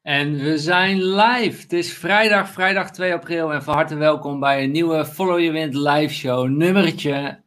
En we zijn live. Het is vrijdag 2 april en van harte welkom bij een nieuwe Follow Your Wind live show, nummertje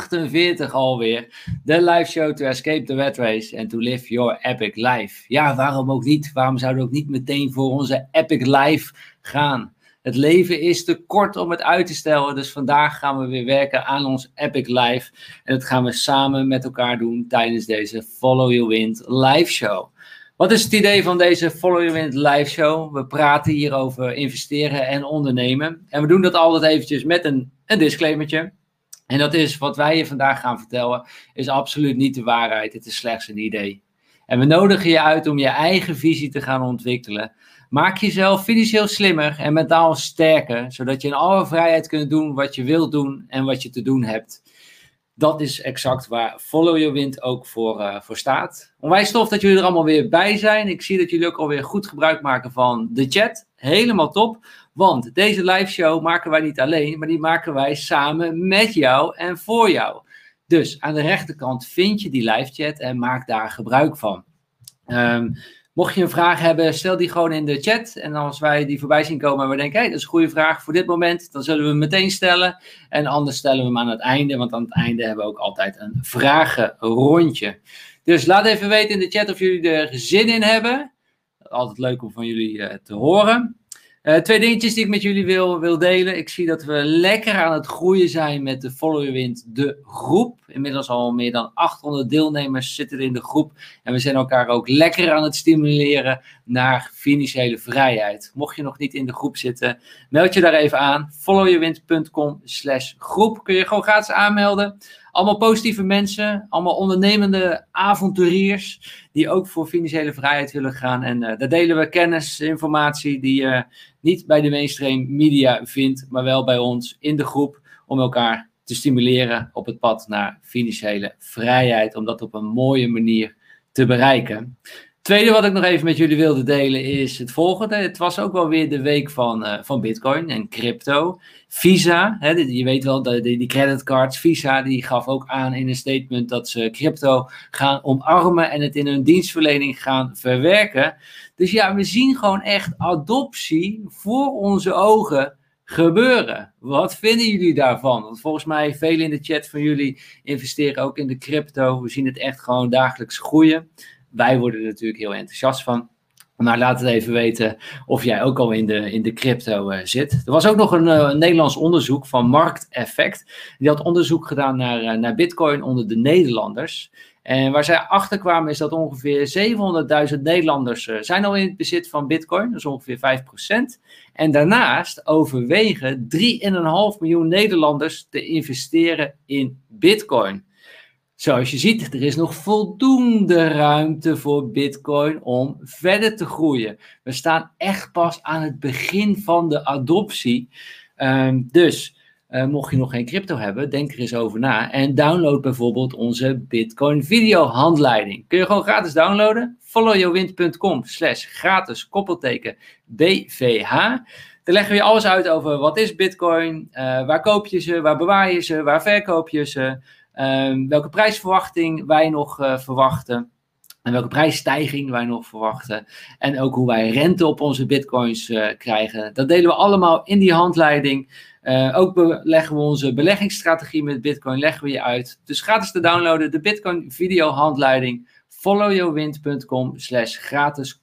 48 alweer. De live show to escape the rat race and to live your epic life. Ja, waarom ook niet? Waarom zouden we ook niet meteen voor onze epic life gaan? Het leven is te kort om het uit te stellen, dus vandaag gaan we weer werken aan ons epic life. En dat gaan we samen met elkaar doen tijdens deze Follow Your Wind live show. Wat is het idee van deze Follow Your Wind live show? We praten hier over investeren en ondernemen. En we doen dat altijd eventjes met een disclaimertje. En dat is, wat wij je vandaag gaan vertellen, is absoluut niet de waarheid. Het is slechts een idee. En we nodigen je uit om je eigen visie te gaan ontwikkelen. Maak jezelf financieel slimmer en mentaal sterker, zodat je in alle vrijheid kunt doen wat je wilt doen en wat je te doen hebt. Dat is exact waar Follow Your Wind ook voor staat. Onwijs tof dat jullie er allemaal weer bij zijn. Ik zie dat jullie ook alweer goed gebruik maken van de chat. Helemaal top. Want deze live show maken wij niet alleen, maar die maken wij samen met jou en voor jou. Dus aan de rechterkant vind je die live chat en maak daar gebruik van. Mocht je een vraag hebben, stel die gewoon in de chat. En als wij die voorbij zien komen en we denken, hey, dat is een goede vraag voor dit moment, dan zullen we hem meteen stellen. En anders stellen we hem aan het einde, want aan het einde hebben we ook altijd een vragenrondje. Dus laat even weten in de chat of jullie er zin in hebben. Altijd leuk om van jullie te horen. Twee dingetjes die ik met jullie wil delen. Ik zie dat we lekker aan het groeien zijn met de Follow Your Wind, de groep. Inmiddels al meer dan 800 deelnemers zitten er in de groep. En we zijn elkaar ook lekker aan het stimuleren naar financiële vrijheid. Mocht je nog niet in de groep zitten, meld je daar even aan. followyourwind.com/groep. Kun je gewoon gratis aanmelden. Allemaal positieve mensen, allemaal ondernemende avonturiers die ook voor financiële vrijheid willen gaan. En daar delen we kennis, informatie die je niet bij de mainstream media vindt, maar wel bij ons in de groep om elkaar te stimuleren op het pad naar financiële vrijheid. Om dat op een mooie manier te bereiken. Tweede wat ik nog even met jullie wilde delen is het volgende. Het was ook wel weer de week van Bitcoin en crypto. Visa, je weet wel, die creditcards, Visa, die gaf ook aan in een statement dat ze crypto gaan omarmen en het in hun dienstverlening gaan verwerken. Dus ja, we zien gewoon echt adoptie voor onze ogen gebeuren. Wat vinden jullie daarvan? Want volgens mij, velen in de chat van jullie investeren ook in de crypto. We zien het echt gewoon dagelijks groeien. Wij worden er natuurlijk heel enthousiast van. Maar laat het even weten of jij ook al in de crypto zit. Er was ook nog een Nederlands onderzoek van Markteffect. Die had onderzoek gedaan naar Bitcoin onder de Nederlanders. En waar zij achter kwamen is dat ongeveer 700.000 Nederlanders zijn al in het bezit van Bitcoin. Dat is ongeveer 5%. En daarnaast overwegen 3,5 miljoen Nederlanders te investeren in Bitcoin. Zoals je ziet, er is nog voldoende ruimte voor Bitcoin om verder te groeien. We staan echt pas aan het begin van de adoptie. Dus mocht je nog geen crypto hebben, denk er eens over na. En download bijvoorbeeld onze Bitcoin videohandleiding. Kun je gewoon gratis downloaden. followyourwind.com/gratis BVH. Daar leggen we je alles uit over wat is Bitcoin, waar koop je ze, waar bewaar je ze, waar verkoop je ze. Welke prijsverwachting wij nog verwachten. En welke prijsstijging wij nog verwachten. En ook hoe wij rente op onze bitcoins krijgen. Dat delen we allemaal in die handleiding. Ook leggen we onze beleggingsstrategie met bitcoin leggen we je uit. Dus gratis te downloaden de Bitcoin video handleiding. followyourwind.com/gratis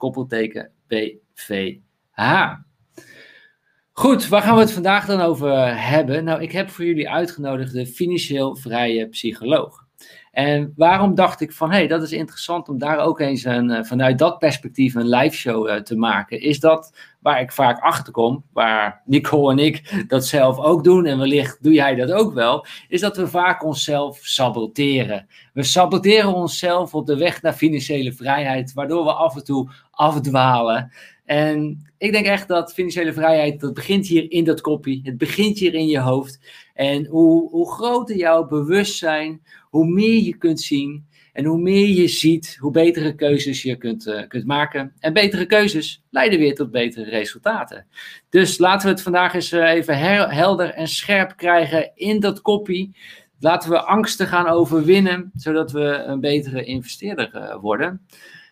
BVH. Goed, waar gaan we het vandaag dan over hebben? Nou, ik heb voor jullie uitgenodigd de financieel vrije psycholoog. En waarom dacht ik van, dat is interessant om daar ook eens vanuit dat perspectief een live show te maken. Is dat waar ik vaak achter kom, waar Nicole en ik dat zelf ook doen, en wellicht doe jij dat ook wel, is dat we vaak onszelf saboteren. We saboteren onszelf op de weg naar financiële vrijheid, waardoor we af en toe afdwalen. En ik denk echt dat financiële vrijheid, dat begint hier in dat koppie. Het begint hier in je hoofd. En hoe groter jouw bewustzijn, hoe meer je kunt zien. En hoe meer je ziet, hoe betere keuzes je kunt maken. En betere keuzes leiden weer tot betere resultaten. Dus laten we het vandaag eens even helder en scherp krijgen in dat koppie. Laten we angsten gaan overwinnen, zodat we een betere investeerder worden.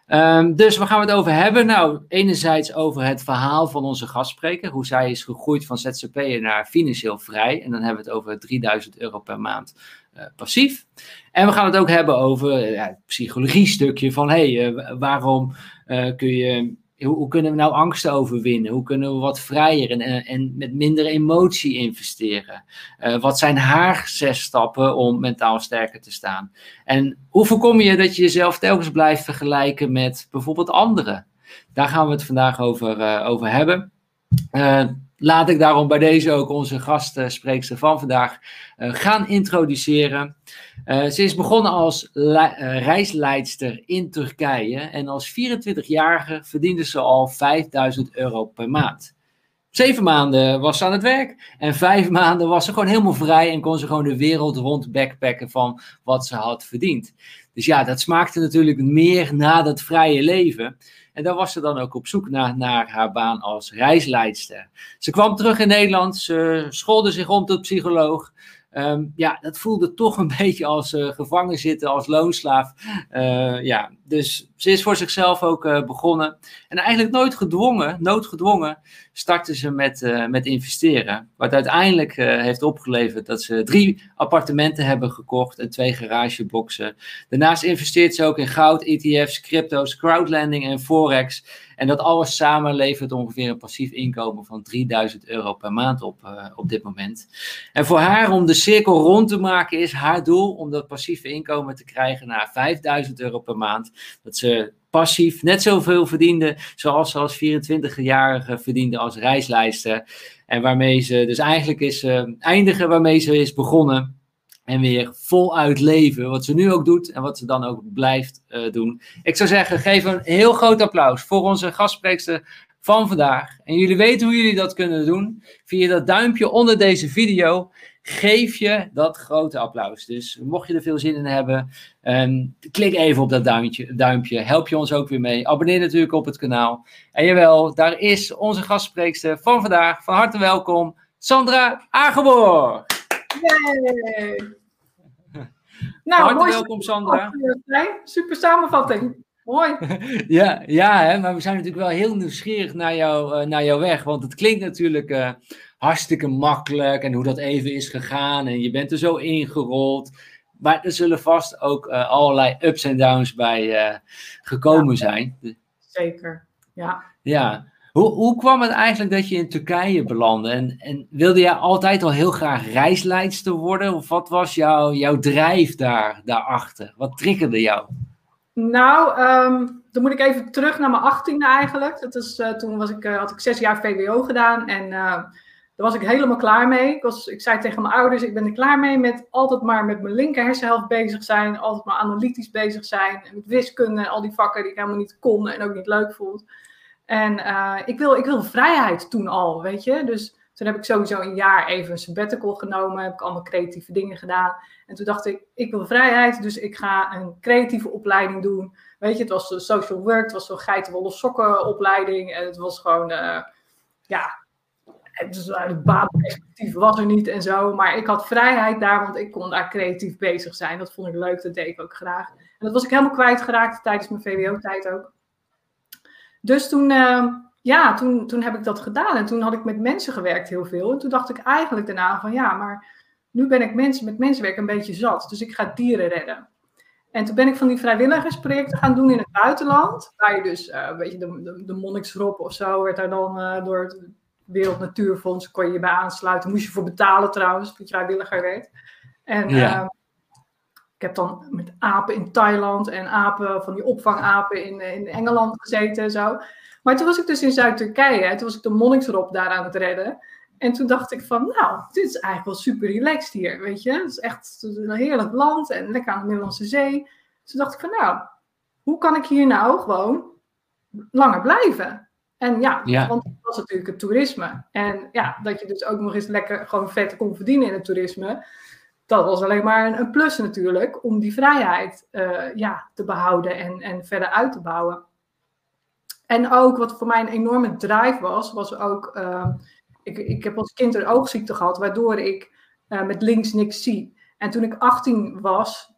Dus waar gaan we het over hebben? Nou, enerzijds over het verhaal van onze gastspreker. Hoe zij is gegroeid van ZZP'er naar financieel vrij. En dan hebben we het over €3000 per maand passief. En we gaan het ook hebben over het psychologie-stukje van waarom kun je... Hoe kunnen we nou angsten overwinnen? Hoe kunnen we wat vrijer en met minder emotie investeren? Wat zijn haar 6 stappen om mentaal sterker te staan? En hoe voorkom je dat je jezelf telkens blijft vergelijken met bijvoorbeeld anderen? Daar gaan we het vandaag over hebben. Laat ik daarom bij deze ook onze gastspreekster van vandaag gaan introduceren. Ze is begonnen als reisleidster in Turkije en als 24-jarige verdiende ze al €5000 per maand. 7 maanden was ze aan het werk en 5 maanden was ze gewoon helemaal vrij en kon ze gewoon de wereld rond backpacken van wat ze had verdiend. Dus ja, dat smaakte natuurlijk meer na dat vrije leven. En daar was ze dan ook op zoek naar haar baan als reisleidster. Ze kwam terug in Nederland, ze schoolde zich om tot psycholoog. Dat voelde toch een beetje als gevangen zitten, als loonslaaf. Dus ze is voor zichzelf ook begonnen. En eigenlijk noodgedwongen, startte ze met investeren. Wat uiteindelijk heeft opgeleverd dat ze 3 appartementen hebben gekocht en 2 garageboxen. Daarnaast investeert ze ook in goud, ETF's, crypto's, crowdlending en forex. En dat alles samen levert ongeveer een passief inkomen van €3000 per maand op dit moment. En voor haar, om de cirkel rond te maken, is haar doel om dat passieve inkomen te krijgen naar €5000 per maand. Dat ze passief net zoveel verdiende zoals ze als 24-jarige verdiende als reisleidster. En waarmee ze dus eigenlijk is eindigen waarmee ze is begonnen. En weer voluit leven, wat ze nu ook doet en wat ze dan ook blijft doen. Ik zou zeggen, geef een heel groot applaus voor onze gastspreekster van vandaag. En jullie weten hoe jullie dat kunnen doen. Via dat duimpje onder deze video geef je dat grote applaus. Dus mocht je er veel zin in hebben, klik even op dat duimpje. Help je ons ook weer mee. Abonneer natuurlijk op het kanaal. En jawel, daar is onze gastspreekster van vandaag. Van harte welkom, Sandra Agenborg. Yay. Nou, hartelijk welkom, Sandra. Super samenvatting. Mooi. Ja, maar we zijn natuurlijk wel heel nieuwsgierig naar jouw weg. Want het klinkt natuurlijk hartstikke makkelijk en hoe dat even is gegaan. En je bent er zo ingerold. Maar er zullen vast ook allerlei ups en downs bij gekomen zijn. Zeker, ja. Ja. Hoe kwam het eigenlijk dat je in Turkije belandde? En wilde jij altijd al heel graag reisleidster worden? Of wat was jouw drijf daarachter? Wat triggerde jou? Nou, dan moet ik even terug naar mijn 18e eigenlijk. Dat is, toen had ik 6 jaar VWO gedaan en daar was ik helemaal klaar mee. Ik zei tegen mijn ouders, ik ben er klaar mee met altijd maar met mijn linker hersenhelft bezig zijn. Altijd maar analytisch bezig zijn. Met wiskunde en al die vakken die ik helemaal niet kon en ook niet leuk vond. En ik wil vrijheid toen al, weet je. Dus toen heb ik sowieso een jaar even een sabbatical genomen. Heb ik allemaal creatieve dingen gedaan. En toen dacht ik wil vrijheid, dus ik ga een creatieve opleiding doen. Weet je, het was social work, het was zo'n geitenwolle sokken opleiding. En het was gewoon, het baanperspectief was er niet en zo. Maar ik had vrijheid daar, want ik kon daar creatief bezig zijn. Dat vond ik leuk, dat deed ik ook graag. En dat was ik helemaal kwijtgeraakt tijdens mijn VWO-tijd ook. Dus toen heb ik dat gedaan en toen had ik met mensen gewerkt heel veel. En toen dacht ik eigenlijk daarna van maar nu ben ik met mensenwerk een beetje zat. Dus ik ga dieren redden. En toen ben ik van die vrijwilligersprojecten gaan doen in het buitenland. Waar je dus, de Monniksrop of zo werd daar dan door het Wereld Natuurfonds, kon je je bij aansluiten. Moest je voor betalen trouwens, dat je vrijwilliger werd. En ik heb dan met apen in Thailand en apen van die opvangapen in Engeland gezeten en zo. Maar toen was ik dus in Zuid-Turkije. En toen was ik de Monniksrop daar aan het redden. En toen dacht ik van, dit is eigenlijk wel super relaxed hier, weet je. Het is echt een heerlijk land en lekker aan de Middellandse Zee. Dus toen dacht ik van, hoe kan ik hier nou gewoon langer blijven? En want dat was natuurlijk het toerisme. En dat je dus ook nog eens lekker gewoon vet kon verdienen in het toerisme. Dat was alleen maar een plus natuurlijk, om die vrijheid te behouden en verder uit te bouwen. En ook wat voor mij een enorme drive was ook... Ik heb als kind een oogziekte gehad, waardoor ik met links niks zie. En toen ik 18 was,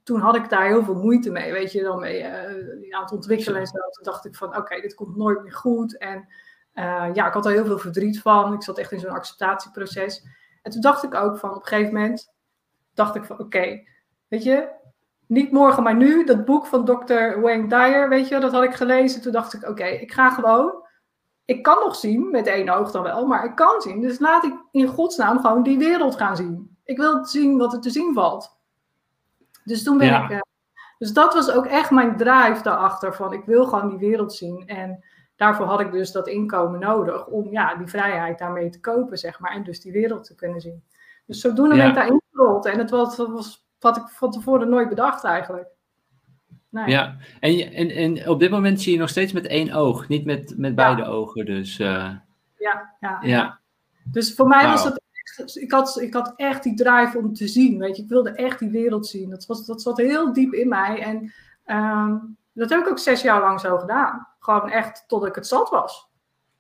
toen had ik daar heel veel moeite mee, weet je, dan ben je aan het ontwikkelen en zo. Toen dacht ik van, oké, dit komt nooit meer goed. En ja, ik had er heel veel verdriet van. Ik zat echt in zo'n acceptatieproces. En toen dacht ik ook van, op een gegeven moment, dacht ik van, oké, weet je, niet morgen, maar nu. Dat boek van Dr. Wayne Dyer, weet je, dat had ik gelezen. Toen dacht ik, oké, ik ga gewoon, ik kan nog zien, met één oog dan wel, maar ik kan zien. Dus laat ik in godsnaam gewoon die wereld gaan zien. Ik wil zien wat er te zien valt. Dus toen ben ik... dus dat was ook echt mijn drive daarachter. Van ik wil gewoon die wereld zien. En daarvoor had ik dus dat inkomen nodig. Om ja, die vrijheid daarmee te kopen, zeg maar. En dus die wereld te kunnen zien. Dus zodoende ben ik daarin gerold. En het was wat ik van tevoren nooit bedacht eigenlijk. Nee. Ja, en op dit moment zie je nog steeds met één oog. Niet met beide ogen. Dus, ja. Dus voor mij was dat... Ik had echt die drive om te zien, weet je. Ik wilde echt die wereld zien. Dat zat heel diep in mij. En dat heb ik ook 6 jaar lang zo gedaan. Gewoon echt tot ik het zat was.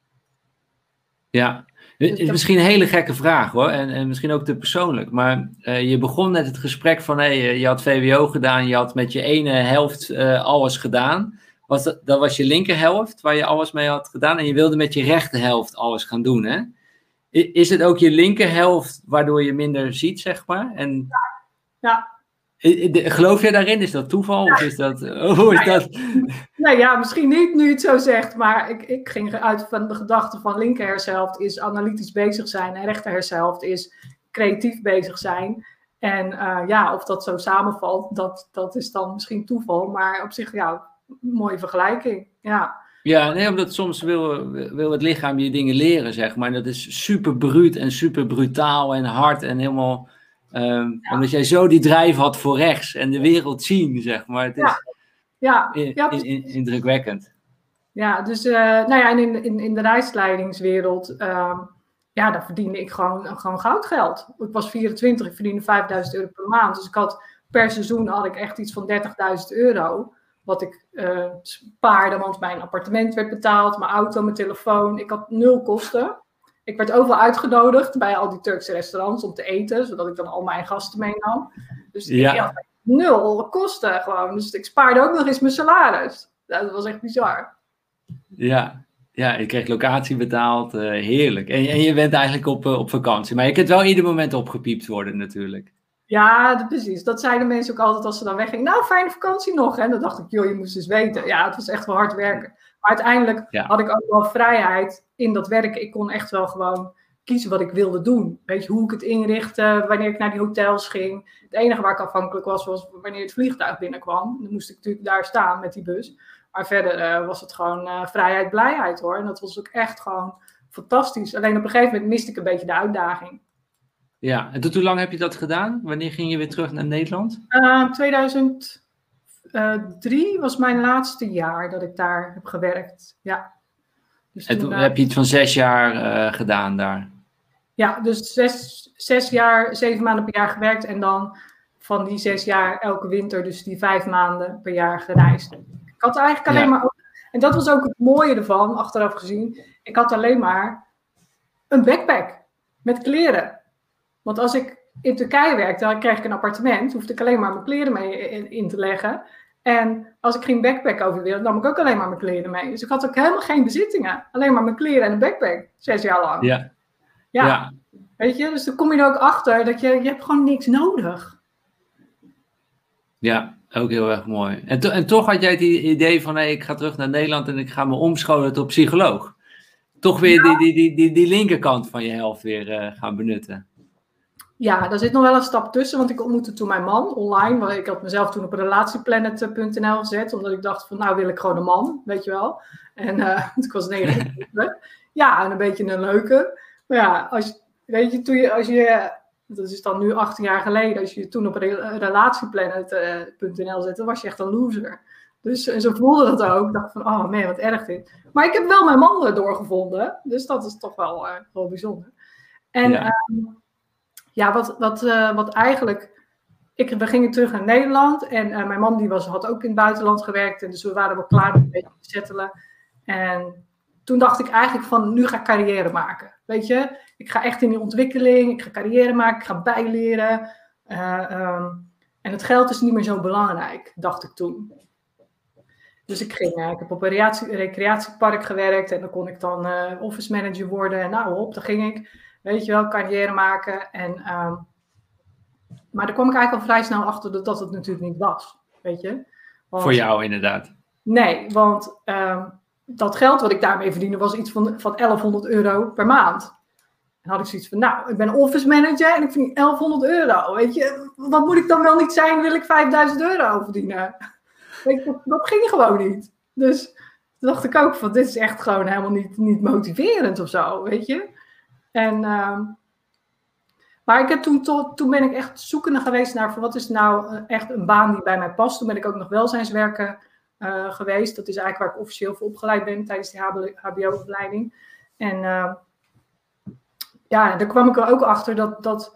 Ja, het is misschien een hele gekke vraag hoor. En misschien ook te persoonlijk. Maar je begon net het gesprek van... je had VWO gedaan. Je had met je ene helft alles gedaan. Dat was je linkerhelft waar je alles mee had gedaan. En je wilde met je rechterhelft alles gaan doen, hè? Is het ook je linkerhelft waardoor je minder ziet, zeg maar? En ja. Geloof jij daarin? Is dat toeval? Of is dat... Hoe is dat? Nee, ja, misschien niet nu het zo zegt. Maar ik ging uit van de gedachte van linkerhersenhelft is analytisch bezig zijn. En rechterhersenhelft is creatief bezig zijn. En of dat zo samenvalt, dat is dan misschien toeval. Maar op zich, ja, mooie vergelijking. Ja. Ja, nee, omdat soms wil het lichaam je dingen leren, zeg maar. En dat is super bruut en super brutaal en hard en helemaal... Omdat jij zo die drijf had voor rechts en de wereld zien, zeg maar. Het is indrukwekkend. Ja, dus in de reisleidingswereld... daar verdiende ik gewoon goudgeld. Ik was 24, ik verdiende €5.000 per maand. Dus per seizoen had ik echt iets van €30.000... Wat ik spaarde, want mijn appartement werd betaald, mijn auto, mijn telefoon. Ik had 0 kosten. Ik werd overal uitgenodigd bij al die Turkse restaurants om te eten, zodat ik dan al mijn gasten meenam. Dus ik had 0 kosten gewoon. Dus ik spaarde ook nog eens mijn salaris. Dat was echt bizar. Ja, je kreeg locatie betaald. Heerlijk. En je bent eigenlijk op vakantie. Maar je kunt wel ieder moment opgepiept worden natuurlijk. Ja, precies. Dat zeiden mensen ook altijd als ze dan weggingen. Nou, fijne vakantie nog. En dan dacht ik, joh, je moest dus weten. Ja, het was echt wel hard werken. Maar uiteindelijk had ik ook wel vrijheid in dat werken. Ik kon echt wel gewoon kiezen wat ik wilde doen. Weet je, hoe ik het inrichtte, wanneer ik naar die hotels ging. Het enige waar ik afhankelijk was wanneer het vliegtuig binnenkwam. Dan moest ik natuurlijk daar staan met die bus. Maar verder was het gewoon vrijheid, blijheid hoor. En dat was ook echt gewoon fantastisch. Alleen op een gegeven moment miste ik een beetje de uitdaging. Ja, en tot hoe lang heb je dat gedaan? Wanneer ging je weer terug naar Nederland? 2003 was mijn laatste jaar dat ik daar heb gewerkt. Ja. Dus en toen heb je iets van 6 jaar gedaan daar? Ja, dus 6 jaar, 7 maanden per jaar gewerkt. En dan van die 6 jaar elke winter, dus die 5 maanden per jaar gereisd. Ik had eigenlijk alleen maar... En dat was ook het mooie ervan, achteraf gezien. Ik had alleen maar een backpack met kleren. Want als ik in Turkije werkte, dan kreeg ik een appartement. Hoefde ik alleen maar mijn kleren mee in te leggen. En als ik ging backpacken over de wereld, nam ik ook alleen maar mijn kleren mee. Dus ik had ook helemaal geen bezittingen. Alleen maar mijn kleren en een backpack. 6 jaar lang. Ja. Weet je, dus dan kom je er ook achter dat je hebt gewoon niks nodig. Ja, ook heel erg mooi. En toch had jij het idee van, ik ga terug naar Nederland en ik ga me omscholen tot psycholoog. Toch weer die linkerkant van je helft weer gaan benutten. Ja, daar zit nog wel een stap tussen, want ik ontmoette toen mijn man online. Want ik had mezelf toen op relatieplanet.nl gezet, omdat ik dacht van, nou wil ik gewoon een man, weet je wel. En ik was 29. Ja, en een beetje een leuke. Maar ja, dat is dan nu 18 jaar geleden, als je toen op relatieplanet.nl zette, was je echt een loser. Dus en zo voelde dat ook. Ik dacht van, oh man, wat erg dit. Maar ik heb wel mijn man doorgevonden, dus dat is toch wel bijzonder. En wat eigenlijk... We gingen terug naar Nederland en mijn man had ook in het buitenland gewerkt. En dus we waren wel klaar om een beetje te settelen. En toen dacht ik eigenlijk van, nu ga ik carrière maken. Weet je, ik ga echt in die ontwikkeling, ik ga carrière maken, ik ga bijleren. En En het geld is niet meer zo belangrijk, dacht ik toen. Dus ik heb op een recreatiepark gewerkt en dan kon ik dan office manager worden. En nou, dan ging ik, weet je wel, carrière maken. Maar daar kwam ik eigenlijk al vrij snel achter dat het natuurlijk niet was, weet je. Want, voor jou inderdaad. Nee, want dat geld wat ik daarmee verdiende was iets van €1100 per maand. En had ik zoiets van, nou, ik ben office manager en ik verdien €1100. Weet je, wat moet ik dan wel niet zijn, wil ik €5000 verdienen? Weet je, dat ging gewoon niet. Dus toen dacht ik ook van, dit is echt gewoon helemaal niet motiverend of zo, weet je. Maar ik heb toen ben ik echt zoekende geweest naar van wat is nou echt een baan die bij mij past. Toen ben ik ook nog welzijnswerker geweest. Dat is eigenlijk waar ik officieel voor opgeleid ben tijdens die HBO-opleiding. En daar kwam ik er ook achter dat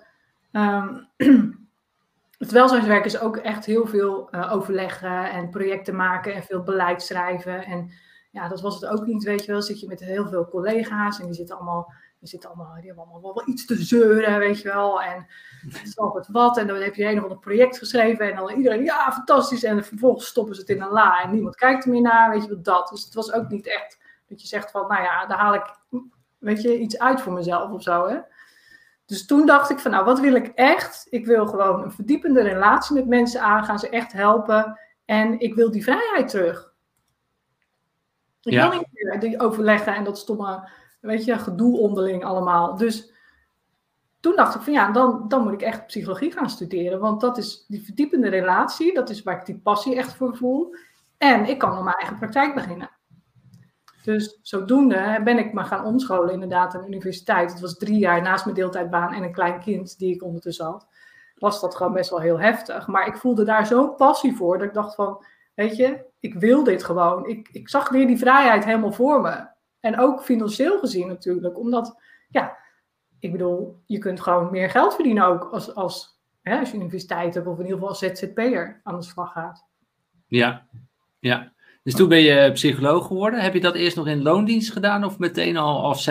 het welzijnswerk is ook echt heel veel overleggen en projecten maken en veel beleid schrijven. En ja, dat was het ook niet, weet je wel. Zit je met heel veel collega's en die hebben allemaal wel iets te zeuren, weet je wel. En het is altijd wat. En dan heb je een of ander project geschreven en dan iedereen, ja, fantastisch. En vervolgens stoppen ze het in een la en niemand kijkt er meer naar, weet je wat dat. Dus het was ook niet echt dat je zegt van, nou ja, daar haal ik, weet je, iets uit voor mezelf of zo, hè. Dus toen dacht ik van, nou, wat wil ik echt? Ik wil gewoon een verdiepende relatie met mensen aangaan, ze echt helpen. En ik wil die vrijheid terug. Ik wil niet meer die overleggen en dat stomme, weet je, gedoe onderling allemaal. Dus toen dacht ik van, ja, dan moet ik echt psychologie gaan studeren. Want dat is die verdiepende relatie, dat is waar ik die passie echt voor voel. En ik kan op mijn eigen praktijk beginnen. Dus zodoende ben ik me gaan omscholen inderdaad aan de universiteit. Het was 3 jaar naast mijn deeltijdbaan en een klein kind die ik ondertussen had. Was dat gewoon best wel heel heftig. Maar ik voelde daar zo'n passie voor dat ik dacht van, weet je, ik wil dit gewoon. Ik zag weer die vrijheid helemaal voor me. En ook financieel gezien natuurlijk. Omdat, ja, ik bedoel, je kunt gewoon meer geld verdienen ook als je universiteit hebt of in ieder geval als ZZP'er aan de slag gaat. Ja. Dus toen ben je psycholoog geworden. Heb je dat eerst nog in loondienst gedaan of meteen al als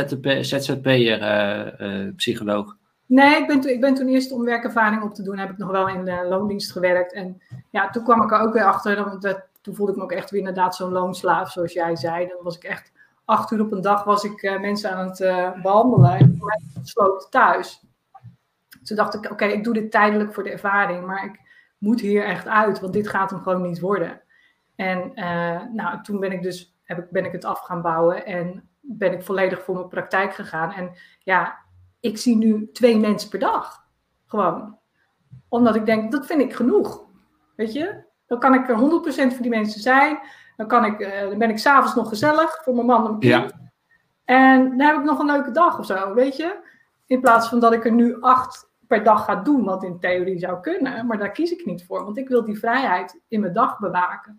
ZZP'er psycholoog? Nee, ik ben toen eerst om werkervaring op te doen, heb ik nog wel in de loondienst gewerkt. En ja, toen kwam ik er ook weer achter, toen voelde ik me ook echt weer inderdaad zo'n loonslaaf, zoals jij zei. Dan was ik echt 8 uur op een dag was ik mensen aan het behandelen en voor mij sloot thuis. Toen dacht ik, oké, ik doe dit tijdelijk voor de ervaring, maar ik moet hier echt uit, want dit gaat hem gewoon niet worden. En toen ben ik het af gaan bouwen en ben ik volledig voor mijn praktijk gegaan. En ja, ik zie nu 2 mensen per dag. Gewoon. Omdat ik denk, dat vind ik genoeg. Weet je? Dan kan ik er 100% voor die mensen zijn. Dan ben ik 's avonds nog gezellig voor mijn man en mijn kind. Ja. En dan heb ik nog een leuke dag of zo, weet je? In plaats van dat ik er nu 8 per dag ga doen, wat in theorie zou kunnen. Maar daar kies ik niet voor, want ik wil die vrijheid in mijn dag bewaken.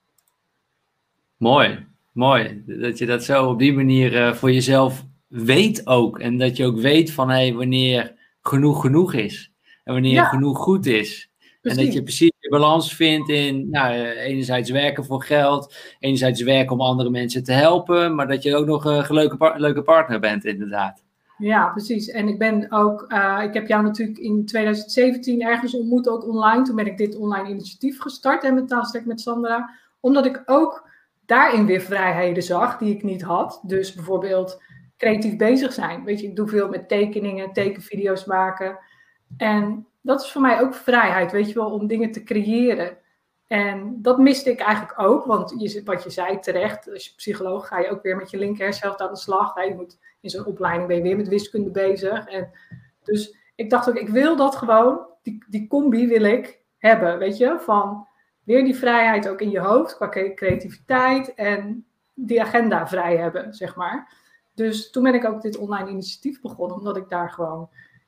Mooi. Dat je dat zo op die manier voor jezelf weet ook. En dat je ook weet van wanneer genoeg is. En wanneer genoeg goed is. Precies. En dat je precies de balans vindt in enerzijds werken voor geld. Enerzijds werken om andere mensen te helpen. Maar dat je ook nog een leuke partner bent inderdaad. Ja, precies. En ik heb jou natuurlijk in 2017 ergens ontmoet, ook online. Toen ben ik dit online initiatief gestart met Taalsterk met Sandra. Omdat ik ook daarin weer vrijheden zag die ik niet had. Dus bijvoorbeeld creatief bezig zijn. Weet je, ik doe veel met tekeningen, tekenvideo's maken. En dat is voor mij ook vrijheid, weet je wel, om dingen te creëren. En dat miste ik eigenlijk ook, want wat je zei terecht, als je psycholoog ga je ook weer met je linker hersenhelft aan de slag. Je moet in zo'n opleiding ben je weer met wiskunde bezig. En dus ik dacht ook, ik wil dat gewoon, die combi wil ik hebben, weet je, van weer die vrijheid ook in je hoofd, qua creativiteit en die agenda vrij hebben, zeg maar. Dus toen ben ik ook dit online initiatief begonnen, omdat ik daar gewoon,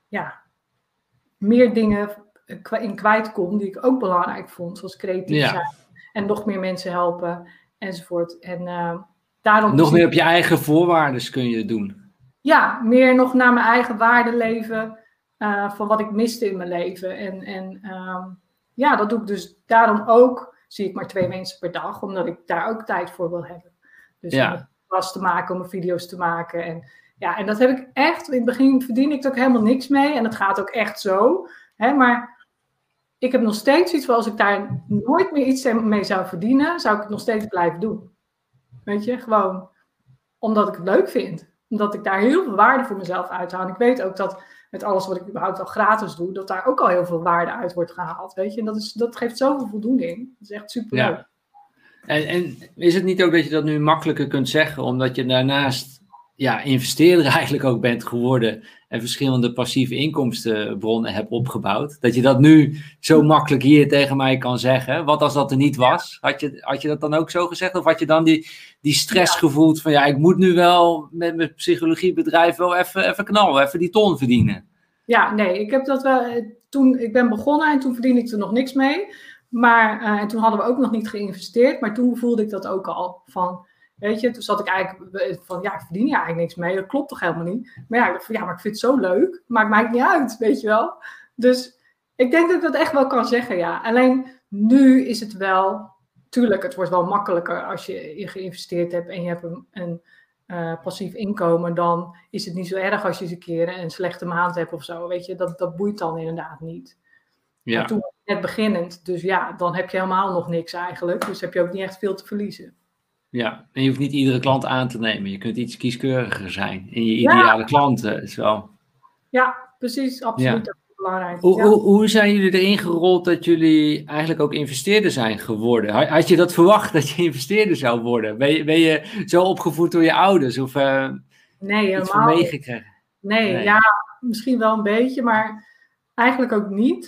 meer dingen in kwijt kon, die ik ook belangrijk vond, zoals creatief zijn en nog meer mensen helpen, enzovoort. En daarom... Nog meer op je eigen voorwaarden kun je het doen. Ja, meer nog naar mijn eigen waarden leven, van wat ik miste in mijn leven. En dat doe ik dus daarom ook, zie ik maar 2 mensen per dag, omdat ik daar ook tijd voor wil hebben. Dus om een klas te maken, om mijn video's te maken. En dat heb ik echt, in het begin verdien ik er ook helemaal niks mee. En dat gaat ook echt zo. Hè, maar ik heb nog steeds iets van, als ik daar nooit meer iets mee zou verdienen, zou ik het nog steeds blijven doen. Weet je, gewoon omdat ik het leuk vind. Omdat ik daar heel veel waarde voor mezelf uithaal. En ik weet ook dat met alles wat ik überhaupt al gratis doe, dat daar ook al heel veel waarde uit wordt gehaald. Weet je, en dat geeft zoveel voldoening. Dat is echt super leuk. Ja. En is het niet ook dat je dat nu makkelijker kunt zeggen, omdat je daarnaast investeerder eigenlijk ook bent geworden en verschillende passieve inkomstenbronnen hebt opgebouwd, dat je dat nu zo makkelijk hier tegen mij kan zeggen? Wat als dat er niet was? Had je dat dan ook zo gezegd? Of had je dan die stress gevoeld van ik moet nu wel met mijn psychologiebedrijf wel even knallen, even die ton verdienen? Ja, nee, ik heb dat wel. Ik ben begonnen en toen verdiende ik er nog niks mee. Maar en toen hadden we ook nog niet geïnvesteerd, maar toen voelde ik dat ook al van. Weet je, toen zat ik eigenlijk van, ik verdien hier eigenlijk niks mee. Dat klopt toch helemaal niet? Maar ik dacht van, maar ik vind het zo leuk. Maakt mij niet uit, weet je wel. Dus ik denk dat ik dat echt wel kan zeggen, ja. Alleen nu is het wel, tuurlijk, het wordt wel makkelijker als je geïnvesteerd hebt en je hebt een passief inkomen. Dan is het niet zo erg als je eens een keer een slechte maand hebt of zo. Weet je, dat boeit dan inderdaad niet. Ja. Maar toen was het net beginnend, dus dan heb je helemaal nog niks eigenlijk. Dus heb je ook niet echt veel te verliezen. Ja, en je hoeft niet iedere klant aan te nemen. Je kunt iets kieskeuriger zijn in je ideale klanten. Zo. Ja, precies. Absoluut. Dat is belangrijk. Hoe zijn jullie erin gerold dat jullie eigenlijk ook investeerder zijn geworden? Had je dat verwacht dat je investeerder zou worden? Ben je zo opgevoed door je ouders? Of nee, iets van meegekregen? Nee, misschien wel een beetje, maar eigenlijk ook niet.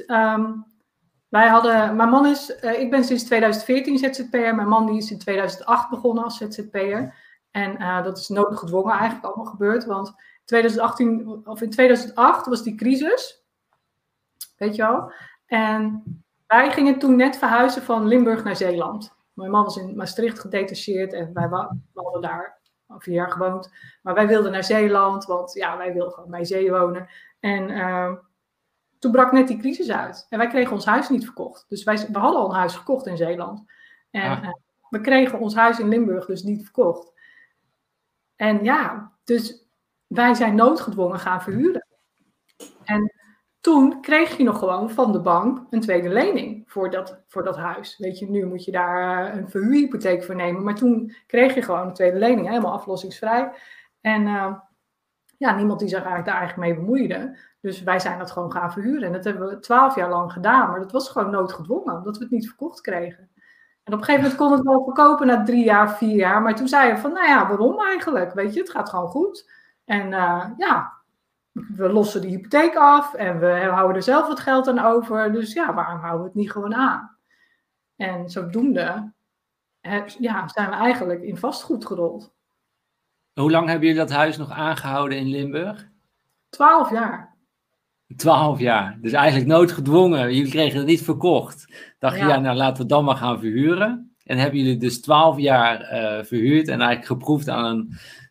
Mijn man ik ben sinds 2014 ZZP'er. Mijn man die is in 2008 begonnen als ZZP'er. En dat is noodgedwongen eigenlijk allemaal gebeurd. Want in 2008 was die crisis. Weet je wel. En wij gingen toen net verhuizen van Limburg naar Zeeland. Mijn man was in Maastricht gedetacheerd en wij hadden daar 4 jaar gewoond. Maar wij wilden naar Zeeland, want wij wilden gewoon bij zee wonen. En toen brak net die crisis uit. En wij kregen ons huis niet verkocht. Dus we hadden al een huis gekocht in Zeeland. En we kregen ons huis in Limburg dus niet verkocht. En dus wij zijn noodgedwongen gaan verhuren. En toen kreeg je nog gewoon van de bank een tweede lening voor dat huis. Weet je, nu moet je daar een verhuurhypotheek voor nemen. Maar toen kreeg je gewoon een tweede lening, helemaal aflossingsvrij. En niemand die zich daar eigenlijk mee bemoeide. Dus wij zijn dat gewoon gaan verhuren. En dat hebben we 12 jaar lang gedaan. Maar dat was gewoon noodgedwongen, omdat we het niet verkocht kregen. En op een gegeven moment kon het wel verkopen na 3 jaar, 4 jaar. Maar toen zeiden we van, waarom eigenlijk? Weet je, het gaat gewoon goed. En we lossen de hypotheek af. En we houden er zelf wat geld aan over. Dus waarom houden we het niet gewoon aan? En zodoende zijn we eigenlijk in vastgoed gerold. Hoe lang hebben jullie dat huis nog aangehouden in Limburg? 12 jaar. 12 jaar. Dus eigenlijk noodgedwongen. Jullie kregen het niet verkocht. Dacht je, laten we het dan maar gaan verhuren. En hebben jullie dus 12 jaar verhuurd en eigenlijk geproefd aan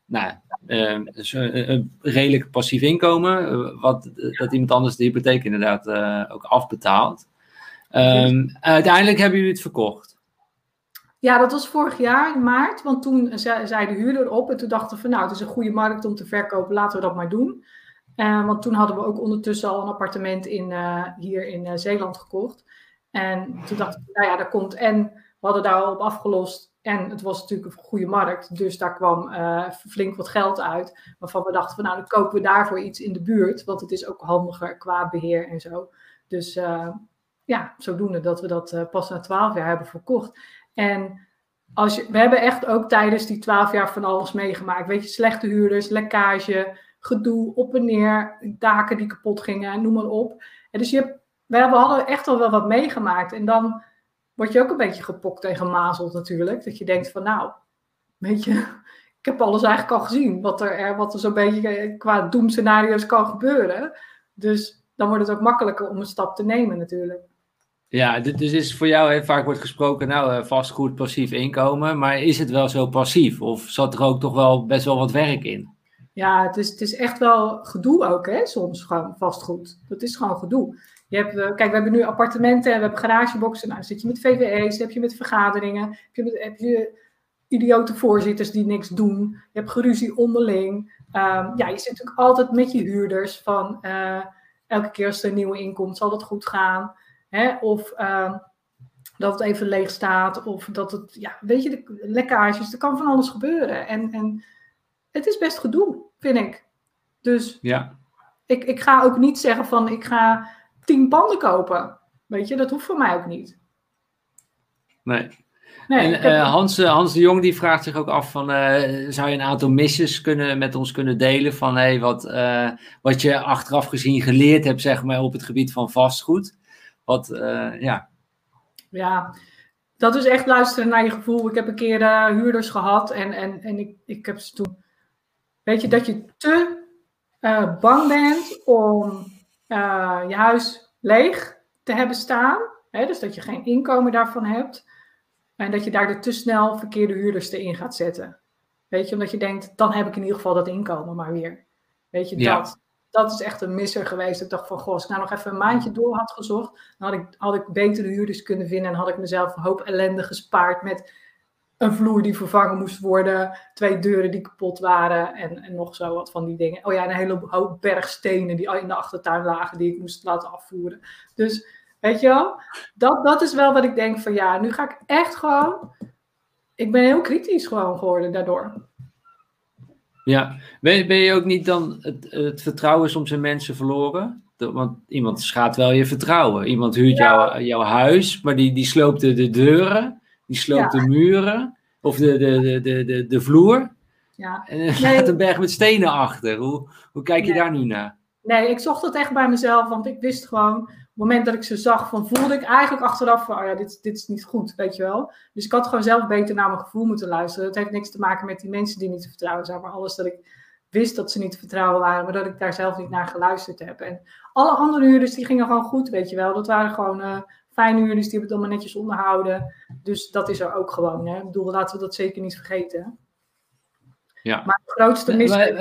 een redelijk passief inkomen. Dat iemand anders de hypotheek inderdaad ook afbetaalt. Uiteindelijk hebben jullie het verkocht. Ja, dat was vorig jaar in maart. Want toen zei de huurder op. En toen dachten we van het is een goede markt om te verkopen. Laten we dat maar doen. Want toen hadden we ook ondertussen al een appartement hier in Zeeland gekocht. En toen dachten we, dat komt. En we hadden daar al op afgelost. En het was natuurlijk een goede markt. Dus daar kwam flink wat geld uit. Waarvan we dachten van dan kopen we daarvoor iets in de buurt. Want het is ook handiger qua beheer en zo. Dus zodoende dat we dat pas na 12 jaar hebben verkocht. En we hebben echt ook tijdens die 12 jaar van alles meegemaakt. Weet je, slechte huurders, lekkage, gedoe, op en neer, daken die kapot gingen, noem maar op. En dus we hadden echt al wel wat meegemaakt. En dan word je ook een beetje gepokt en gemazeld natuurlijk. Dat je denkt van weet je, ik heb alles eigenlijk al gezien. Wat er zo'n beetje qua doemscenario's kan gebeuren. Dus dan wordt het ook makkelijker om een stap te nemen natuurlijk. Ja, dus is voor jou vaak wordt gesproken, vastgoed, passief inkomen. Maar is het wel zo passief? Of zat er ook toch wel best wel wat werk in? Ja, het is echt wel gedoe ook, soms gewoon vastgoed. Dat is gewoon gedoe. Kijk, we hebben nu appartementen en we hebben garageboxen. Dan zit je met VVE's, heb je met vergaderingen. Heb je idiote voorzitters die niks doen. Je hebt geruzie onderling. Je zit natuurlijk altijd met je huurders van elke keer als er een nieuwe inkomt, zal dat goed gaan. Hè? Of dat het even leeg staat. Of dat het, ja, weet je, de lekkages. Er kan van alles gebeuren. En het is best gedoe, vind ik. Dus Ja. ik ga ook niet zeggen van ik ga 10 panden kopen. Weet je, dat hoeft voor mij ook niet. Nee. Nee, En Hans de Jong die vraagt zich ook af van, zou je een aantal misses met ons kunnen delen van wat je achteraf gezien geleerd hebt, zeg maar, op het gebied van vastgoed? Ja. Ja, dat is echt luisteren naar je gevoel. Ik heb een keer huurders gehad en ik heb ze toen... Weet je, dat je te bang bent om je huis leeg te hebben staan. Hè? Dus dat je geen inkomen daarvan hebt. En dat je daar te snel verkeerde huurders in gaat zetten. Weet je, omdat je denkt, dan heb ik in ieder geval dat inkomen maar weer. Weet je, Ja. dat is echt een misser geweest. Ik dacht van, goh, als ik nou nog even een maandje door had gezocht, dan had ik betere huurders kunnen vinden en had ik mezelf een hoop ellende gespaard met een vloer die vervangen moest worden, 2 deuren die kapot waren en nog zo wat van die dingen. Oh ja, en een hele hoop bergstenen die in de achtertuin lagen die ik moest laten afvoeren. Dus, weet je wel, dat is wel wat ik denk van ja, nu ga ik echt gewoon... Ik ben heel kritisch gewoon geworden daardoor. Ja, ben je ook niet dan het vertrouwen soms in mensen verloren? Want iemand schaadt wel je vertrouwen. Iemand huurt jouw huis, maar die sloopt de deuren, die sloopt de muren of de vloer. Ja. En er staat een berg met stenen achter. Hoe kijk je daar nu naar? Nee, ik zocht het echt bij mezelf, want ik wist gewoon, op het moment dat ik ze zag, voelde ik eigenlijk achteraf van, oh ja, dit is niet goed, weet je wel. Dus ik had gewoon zelf beter naar mijn gevoel moeten luisteren. Het heeft niks te maken met die mensen die niet te vertrouwen zijn, maar alles dat ik wist dat ze niet te vertrouwen waren, maar dat ik daar zelf niet naar geluisterd heb. En alle andere huurders, die gingen gewoon goed, weet je wel. Dat waren gewoon fijne huurders, die hebben het allemaal netjes onderhouden. Dus dat is er ook gewoon, hè. Ik bedoel, laten we dat zeker niet vergeten. Ja. Maar de grootste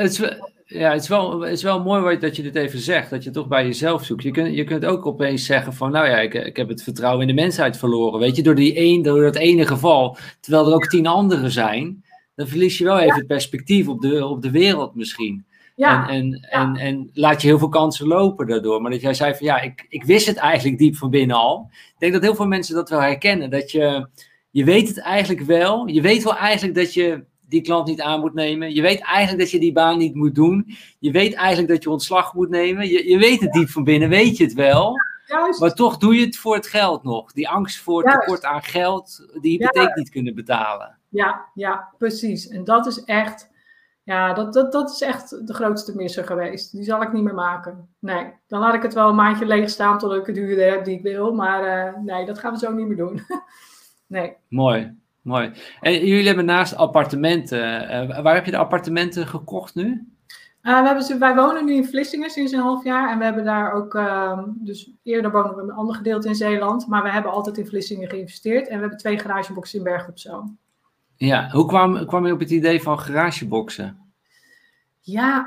het is wel mooi dat je dit even zegt, dat je toch bij jezelf zoekt. Je kunt ook opeens zeggen van, nou ja, ik heb het vertrouwen in de mensheid verloren, weet je, door dat ene geval, terwijl er ook 10 anderen zijn, dan verlies je wel even het perspectief op de wereld misschien. Ja. En laat je heel veel kansen lopen daardoor. Maar dat jij zei van, ja, ik wist het eigenlijk diep van binnen al. Ik denk dat heel veel mensen dat wel herkennen, dat je weet het eigenlijk wel, je weet wel eigenlijk dat je die klant niet aan moet nemen. Je weet eigenlijk dat je die baan niet moet doen. Je weet eigenlijk dat je ontslag moet nemen. Je weet het diep van binnen, weet je het wel. Juist. Maar toch doe je het voor het geld nog. Die angst voor tekort aan geld, die hypotheek niet kunnen betalen. Ja, precies. En dat is echt, dat is echt de grootste misser geweest. Die zal ik niet meer maken. Nee, dan laat ik het wel een maandje leeg staan totdat ik het huurder heb die ik wil. Maar nee, dat gaan we zo niet meer doen. Nee. Mooi. En jullie hebben naast appartementen, waar heb je de appartementen gekocht nu? Wij wonen nu in Vlissingen sinds een half jaar. En we hebben daar ook, dus eerder wonen we in een ander gedeelte in Zeeland. Maar we hebben altijd in Vlissingen geïnvesteerd. En we hebben 2 garageboxen in Bergen op Zoom. Ja, hoe kwam je op het idee van garageboxen? Ja,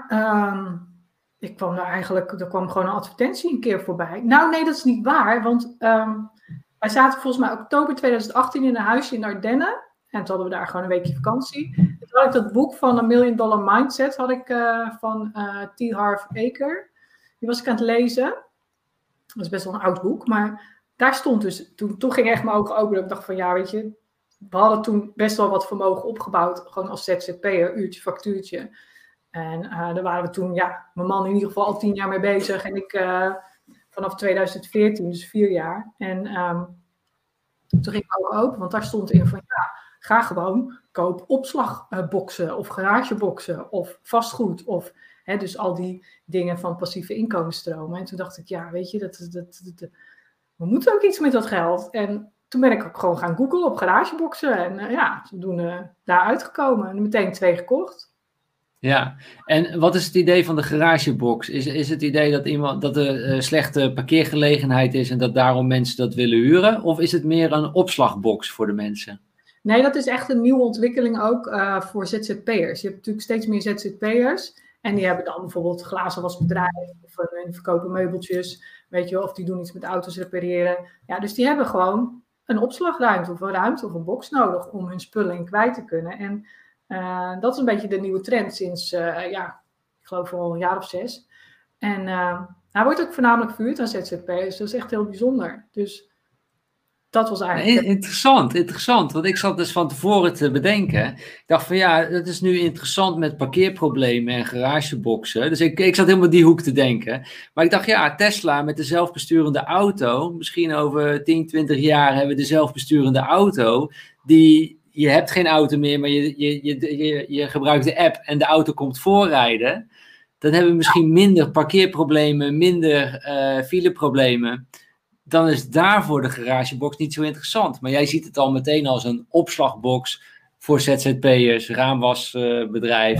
ik kwam er kwam gewoon een advertentie een keer voorbij. Nou nee, dat is niet waar. Want wij zaten volgens mij oktober 2018 in een huisje in Ardennen. En toen hadden we daar gewoon een weekje vakantie. En toen had ik dat boek van $1 Million Mindset van T. Harv Eker. Die was ik aan het lezen. Dat is best wel een oud boek. Maar daar stond dus, toen ging echt mijn ogen open. Ik dacht van ja, weet je, we hadden toen best wel wat vermogen opgebouwd. Gewoon als ZZP'er, uurtje, factuurtje. En daar waren we toen, mijn man in ieder geval al 10 jaar mee bezig. En ik vanaf 2014, dus 4 jaar. En toen ging ik ook open, want daar stond in van ga gewoon koop opslagboxen of garageboxen of vastgoed. Of dus al die dingen van passieve inkomensstromen. En toen dacht ik, weet je, we moeten ook iets met dat geld. En toen ben ik ook gewoon gaan googlen op garageboxen. En zodoende daar uitgekomen. En meteen 2 gekocht. Ja, en wat is het idee van de garagebox? Is het idee dat er slechte parkeergelegenheid is en dat daarom mensen dat willen huren? Of is het meer een opslagbox voor de mensen? Nee, dat is echt een nieuwe ontwikkeling ook voor ZZP'ers. Je hebt natuurlijk steeds meer ZZP'ers. En die hebben dan bijvoorbeeld glazenwasbedrijf of verkopen meubeltjes. Weet je wel, of die doen iets met auto's repareren. Ja, dus die hebben gewoon een opslagruimte of een ruimte of een box nodig om hun spullen in kwijt te kunnen. En dat is een beetje de nieuwe trend sinds, ik geloof al een jaar of 6. En Hij wordt ook voornamelijk verhuurd aan ZZP'ers, dus dat is echt heel bijzonder. Dus dat was eigenlijk... Interessant. Want ik zat dus van tevoren te bedenken. Ik dacht van ja, dat is nu interessant met parkeerproblemen en garageboxen. Dus ik zat helemaal die hoek te denken. Maar ik dacht ja, Tesla met de zelfbesturende auto. Misschien over 10, 20 jaar hebben we de zelfbesturende auto. Je hebt geen auto meer, maar je gebruikt de app en de auto komt voorrijden. Dan hebben we misschien minder parkeerproblemen, minder fileproblemen. Dan is daarvoor de garagebox niet zo interessant. Maar jij ziet het al meteen als een opslagbox voor ZZP'ers, raamwasbedrijf.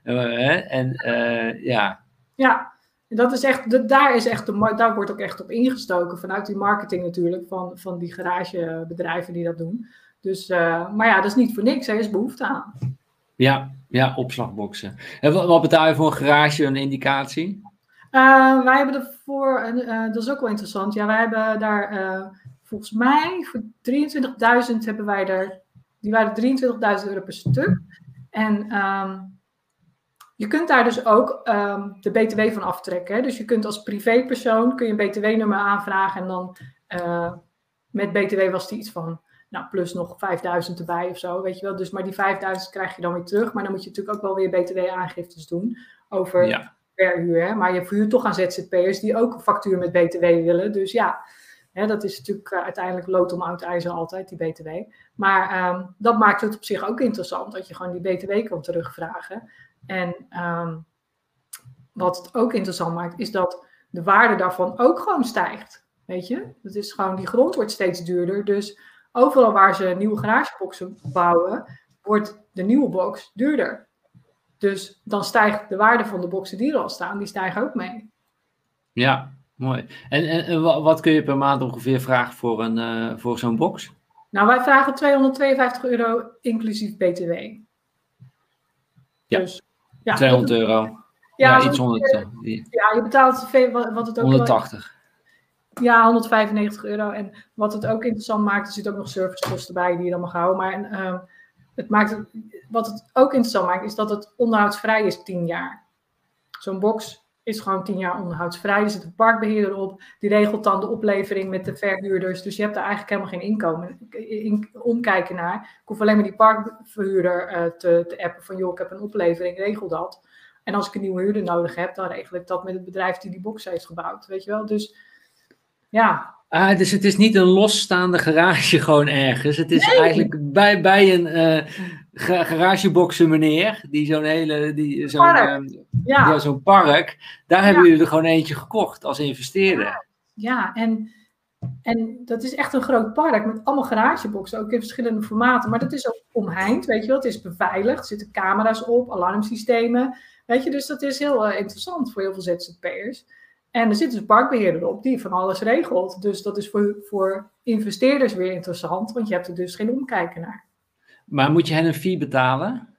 Ja. Ja, dat is echt, daar wordt ook echt op ingestoken vanuit die marketing natuurlijk van die garagebedrijven die dat doen. Dus, maar ja, dat is niet voor niks, er is behoefte aan. Ja, opslagboxen. En wat betaal je voor een garage, een indicatie? Wij hebben ervoor, dat is ook wel interessant, ja, wij hebben daar volgens mij voor 23.000 hebben wij er, die waren €23.000 per stuk. En je kunt daar dus ook de BTW van aftrekken. Hè? Dus je kunt als privépersoon kun je een BTW-nummer aanvragen en dan met BTW was die iets van, nou, plus nog 5.000 erbij of zo, weet je wel. Dus, maar die 5.000 krijg je dan weer terug. Maar dan moet je natuurlijk ook wel weer BTW-aangiftes doen over verhuur. Hè? Maar je verhuurt toch aan ZZP'ers die ook een factuur met BTW willen. Dus ja, hè, dat is natuurlijk uiteindelijk lood om oud ijzer altijd, die BTW. Maar dat maakt het op zich ook interessant, dat je gewoon die BTW kan terugvragen. En wat het ook interessant maakt, is dat de waarde daarvan ook gewoon stijgt. Weet je? Dat is gewoon, die grond wordt steeds duurder. Dus overal waar ze nieuwe garageboxen bouwen, wordt de nieuwe box duurder. Dus dan stijgt de waarde van de boxen die er al staan, die stijgen ook mee. Ja, mooi. En wat kun je per maand ongeveer vragen voor zo'n box? Nou, wij vragen €252 inclusief BTW. Ja, dus, ja, €200. Ja, iets 100. Ja, je betaalt veel, wat het ook 180. Ja, €195. En wat het ook interessant maakt, er zitten ook nog servicekosten bij die je dan mag houden. Maar wat het ook interessant maakt, is dat het onderhoudsvrij is 10 jaar. Zo'n box is gewoon 10 jaar onderhoudsvrij. Er zit een parkbeheerder op, die regelt dan de oplevering met de verhuurders. Dus je hebt daar eigenlijk helemaal geen inkomen. Omkijken naar. Ik hoef alleen maar die parkverhuurder te appen van, joh, ik heb een oplevering, regel dat. En als ik een nieuwe huurder nodig heb, dan regel ik dat met het bedrijf die box heeft gebouwd. Weet je wel, dus ja. Dus het is niet een losstaande garage gewoon ergens. Het is eigenlijk bij een garageboxen meneer, die zo'n park, daar hebben jullie er gewoon eentje gekocht als investeerder. Ja, en dat is echt een groot park met allemaal garageboxen, ook in verschillende formaten. Maar dat is ook omheind, weet je wel. Het is beveiligd, er zitten camera's op, alarmsystemen. Weet je, dus dat is heel interessant voor heel veel ZZP'ers. En er zit dus een parkbeheerder op die van alles regelt. Dus dat is voor investeerders weer interessant, want je hebt er dus geen omkijken naar. Maar moet je hen een fee betalen?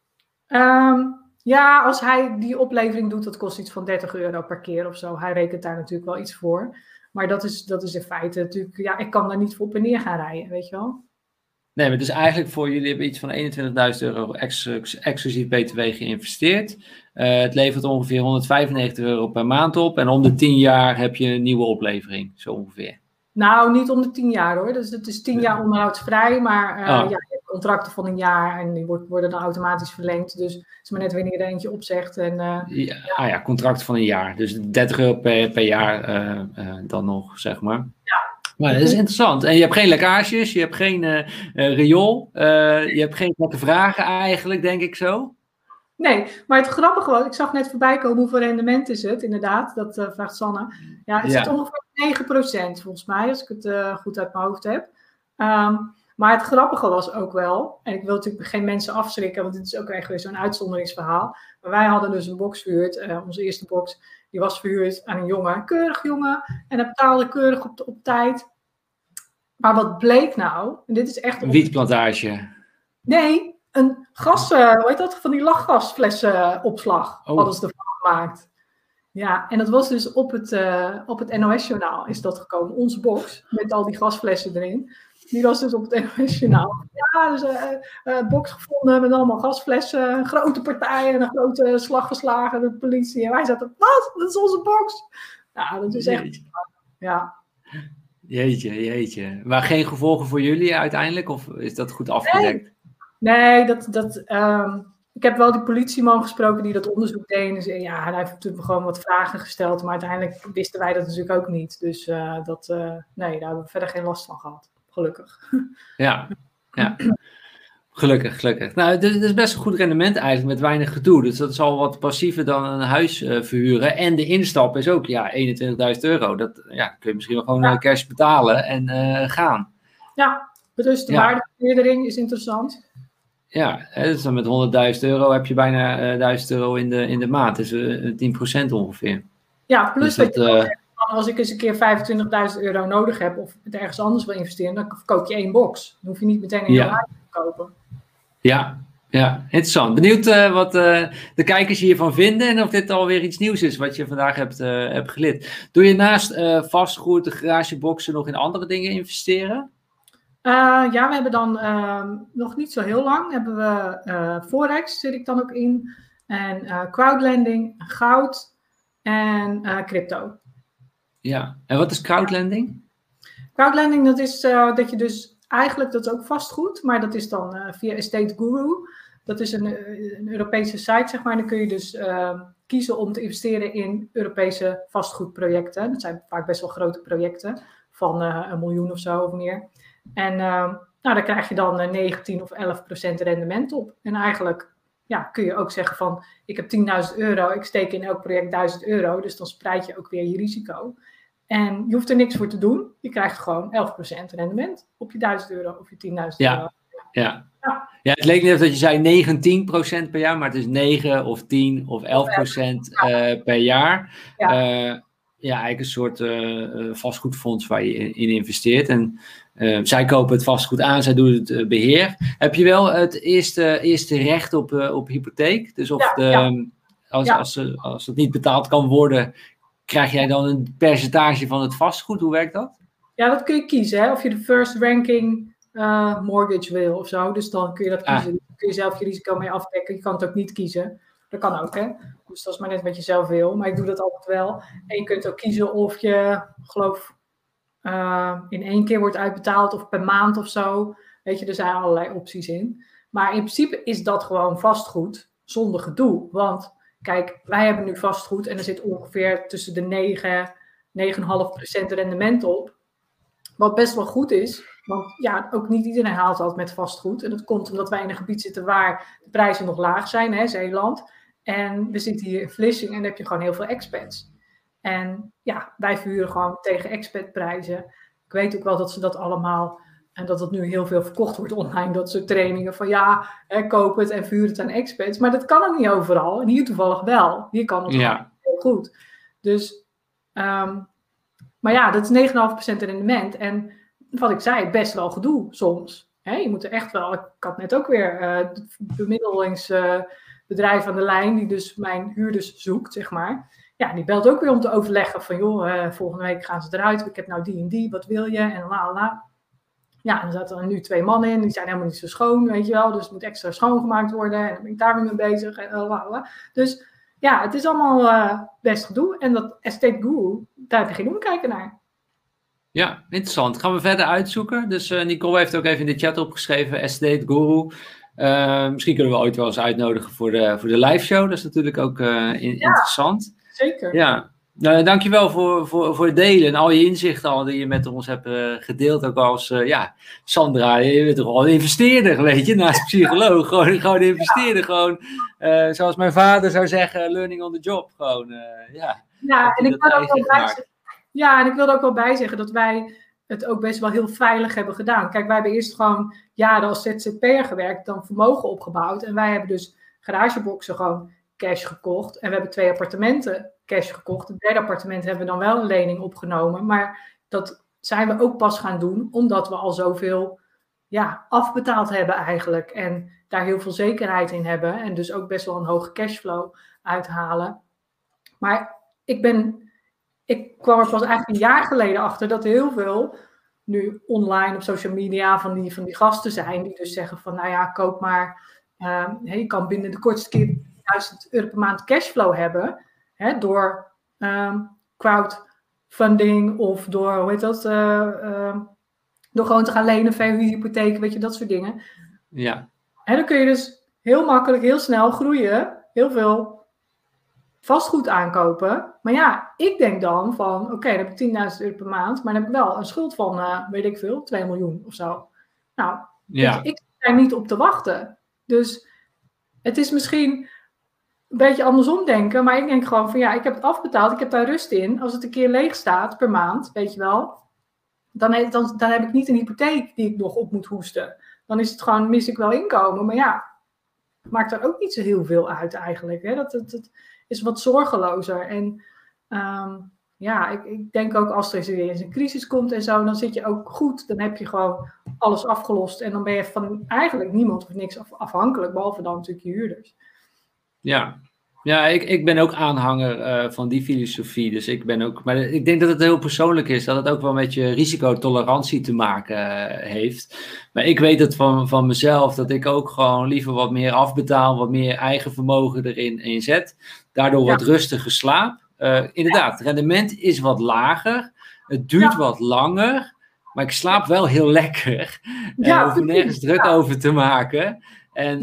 Ja, als hij die oplevering doet, dat kost iets van €30 per keer of zo. Hij rekent daar natuurlijk wel iets voor. Maar dat is in feite natuurlijk, ja, ik kan daar niet voor op en neer gaan rijden, weet je wel. Nee, maar dus eigenlijk voor jullie hebben iets van €21.000 exclusief BTW geïnvesteerd. Het levert ongeveer €195 per maand op. En om de 10 jaar heb je een nieuwe oplevering, zo ongeveer. Nou, niet om de 10 jaar hoor. Dus het is 10 jaar onderhoudsvrij. Maar ja, je hebt contracten van een jaar en die worden dan automatisch verlengd. Dus het is maar net wanneer je er eentje opzegt. Contract van een jaar. Dus €30 per jaar dan nog, zeg maar. Ja. Maar dat is interessant. En je hebt geen lekkages, je hebt geen riool, je hebt geen gekke vragen eigenlijk, denk ik zo. Nee, maar het grappige was, ik zag net voorbij komen hoeveel rendement is het, inderdaad, dat vraagt Sanne. Ja, het zit ongeveer 9% volgens mij, als ik het goed uit mijn hoofd heb. Maar het grappige was ook wel, en ik wil natuurlijk geen mensen afschrikken, want dit is ook echt weer zo'n uitzonderingsverhaal. Maar wij hadden dus een box verhuurd, onze eerste box, die was verhuurd aan een jongen, een keurig jongen, en hij betaalde keurig op tijd. Maar wat bleek nou, en dit is echt... Een wietplantage. Nee, een hoe heet dat, van die lachgasflessenopslag hadden ze ervan gemaakt. Ja, en dat was dus op het NOS-journaal is dat gekomen, onze box, met al die gasflessen erin. Die was dus op het NOS-journaal. Ja, dus een box gevonden met allemaal gasflessen, grote partijen en een grote slag geslagen, de politie. En wij zaten, wat? Dat is onze box. Ja, dat is echt... Ja. Jeetje. Maar geen gevolgen voor jullie uiteindelijk? Of is dat goed afgedekt? Nee, ik heb wel die politieman gesproken die dat onderzoek deed. En zei, ja, hij heeft natuurlijk gewoon wat vragen gesteld. Maar uiteindelijk wisten wij dat natuurlijk ook niet. Dus nee, daar hebben we verder geen last van gehad. Gelukkig. Ja. Gelukkig. Nou, het is best een goed rendement eigenlijk met weinig gedoe. Dus dat is al wat passiever dan een huis verhuren. En de instap is ook, ja, €21.000. Dat kun je misschien wel gewoon cash betalen en gaan. Ja, dus de waardevermeerdering is interessant. Ja, dus dan met €100.000 heb je bijna €1.000 in de maand. Dus 10% ongeveer. Ja, plus dus dat je zegt, als ik eens een keer €25.000 nodig heb of het ergens anders wil investeren, dan koop je 1 box. Dan hoef je niet meteen een heel huis te kopen. Ja, interessant. Benieuwd wat de kijkers hiervan vinden en of dit alweer iets nieuws is wat je vandaag hebt geleerd. Doe je naast vastgoed, de garageboxen nog in andere dingen investeren? Ja, we hebben dan nog niet zo heel lang, hebben we Forex zit ik dan ook in. En crowdlending, goud en crypto. Ja, en wat is crowdlending? Crowdlending, dat is dat je dus eigenlijk, dat is ook vastgoed, maar dat is dan via Estate Guru. Dat is een Europese site, zeg maar. Dan kun je dus kiezen om te investeren in Europese vastgoedprojecten. Dat zijn vaak best wel grote projecten van 1 miljoen of zo of meer. En daar krijg je dan 19 of 11% rendement op. En eigenlijk kun je ook zeggen van, ik heb €10.000, ik steek in elk project €1.000, dus dan spreid je ook weer je risico. En je hoeft er niks voor te doen. Je krijgt gewoon 11% rendement op je €1.000 of je €10.000. Ja, het leek net dat je zei 19% per jaar, maar het is 9 of 10 of 11% per jaar. Eigenlijk een soort vastgoedfonds waar je in investeert. En zij kopen het vastgoed aan, zij doen het beheer. Heb je wel het eerste recht op hypotheek? Dus als het niet betaald kan worden, krijg jij dan een percentage van het vastgoed? Hoe werkt dat? Ja, dat kun je kiezen. Hè? Of je de first ranking mortgage wil of zo. Dus dan kun je dat kiezen. Dan kun je zelf je risico mee afdekken. Je kan het ook niet kiezen. Dat kan ook, hè. Dus dat is maar net wat je zelf wil. Maar ik doe dat altijd wel. En je kunt ook kiezen of je, geloof in 1 keer wordt uitbetaald of per maand of zo. Weet je, er zijn allerlei opties in. Maar in principe is dat gewoon vastgoed zonder gedoe. Want kijk, wij hebben nu vastgoed en er zit ongeveer tussen de 9,5% rendement op. Wat best wel goed is, want ook niet iedereen haalt dat met vastgoed. En dat komt omdat wij in een gebied zitten waar de prijzen nog laag zijn, hè, Zeeland. En we zitten hier in Vlissingen en dan heb je gewoon heel veel expats. En wij verhuren gewoon tegen expatprijzen. Ik weet ook wel dat ze dat allemaal, en dat het nu heel veel verkocht wordt online, dat soort trainingen van koop het en vuur het aan expats. Maar dat kan ook niet overal. En hier toevallig wel. Hier kan het gewoon heel goed. Dus, maar dat is 9,5% rendement. En wat ik zei, best wel gedoe soms. Je moet er echt wel, ik had net ook weer het bemiddelingsbedrijf aan de lijn, die dus mijn huurders zoekt, zeg maar. Ja, die belt ook weer om te overleggen van, joh, volgende week gaan ze eruit. Ik heb nou die en die, wat wil je? En la. Ja, en er zaten er nu 2 mannen in, die zijn helemaal niet zo schoon, weet je wel. Dus het moet extra schoongemaakt worden en dan ben ik daar weer mee bezig. En la. Dus het is allemaal best gedoe. En dat Estate Guru, daar heb je geen omkijken naar. Ja, interessant. Gaan we verder uitzoeken. Dus Nicole heeft ook even in de chat opgeschreven, Estate Guru. Misschien kunnen we ooit wel eens uitnodigen voor de live show. Dat is natuurlijk ook interessant. Zeker. Ja, dankjewel voor het delen en al je inzichten al die je met ons hebt gedeeld. Ook als, Sandra, je bent toch wel een investeerder, weet je, naast psycholoog. Gewoon investeerder, gewoon, zoals mijn vader zou zeggen, learning on the job. Gewoon, en ik wil ook wel bij en ik wil er ook wel bij zeggen dat wij het ook best wel heel veilig hebben gedaan. Kijk, wij hebben eerst gewoon jaren als ZZP'er gewerkt, dan vermogen opgebouwd. En wij hebben dus garageboxen gewoon cash gekocht. En we hebben 2 appartementen cash gekocht. Het 3e appartement hebben we dan wel een lening opgenomen. Maar dat zijn we ook pas gaan doen, omdat we al zoveel afbetaald hebben eigenlijk. En daar heel veel zekerheid in hebben. En dus ook best wel een hoge cashflow uithalen. Maar ik kwam er pas eigenlijk een jaar geleden achter dat heel veel nu online op social media van die gasten zijn. Die dus zeggen van, koop maar. Je kan binnen de kortste keer €1.000 per maand cashflow hebben. Door crowdfunding of door, hoe heet dat, door gewoon te gaan lenen, verhuurhypotheek, weet je, dat soort dingen. Ja. En dan kun je dus heel makkelijk, heel snel groeien, heel veel vastgoed aankopen. Maar ja, ik denk dan van, oké, dan heb ik 10.000 euro per maand, maar dan heb ik wel een schuld van, weet ik veel, 2 miljoen of zo. Nou, Ja. ik zit daar niet op te wachten. Dus het is misschien een beetje andersom denken, maar ik denk gewoon van, ja, ik heb het afbetaald, ik heb daar rust in. Als het een keer leeg staat per maand, weet je wel, dan heb ik niet een hypotheek die ik nog op moet hoesten. Dan is het gewoon, mis ik wel inkomen. Maar ja, maakt er ook niet zo heel veel uit eigenlijk. Hè? Dat is wat zorgelozer. En ja, ik denk ook als er weer eens een crisis komt en zo, dan zit je ook goed. Dan heb je gewoon alles afgelost. En dan ben je van eigenlijk niemand of niks afhankelijk, behalve dan natuurlijk je huurders. Ja. Ja, ik ben ook aanhanger van die filosofie. Dus maar ik denk dat het heel persoonlijk is. Dat het ook wel met je risicotolerantie te maken heeft. Maar ik weet het van mezelf dat ik ook gewoon liever wat meer afbetaal. Wat meer eigen vermogen erin zet. Daardoor wat rustiger slaap. Inderdaad, het rendement is wat lager. Het duurt wat langer. Maar ik slaap wel heel lekker. Hoef er nergens druk over te maken. En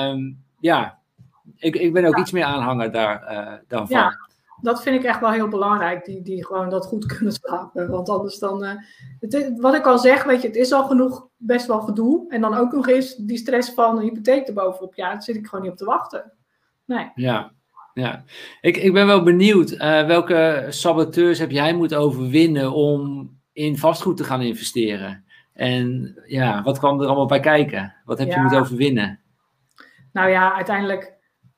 ik ben ook iets meer aanhanger dan van. Ja, dat vind ik echt wel heel belangrijk. Die gewoon dat goed kunnen slapen. Want anders dan... wat ik al zeg, weet je, het is al genoeg best wel gedoe. En dan ook nog eens die stress van een hypotheek erbovenop. Ja, daar zit ik gewoon niet op te wachten. Nee. Ja. Ik ben wel benieuwd. Welke saboteurs heb jij moeten overwinnen om in vastgoed te gaan investeren? En ja, wat kwam er allemaal bij kijken? Wat heb je moeten overwinnen? Nou ja, uiteindelijk...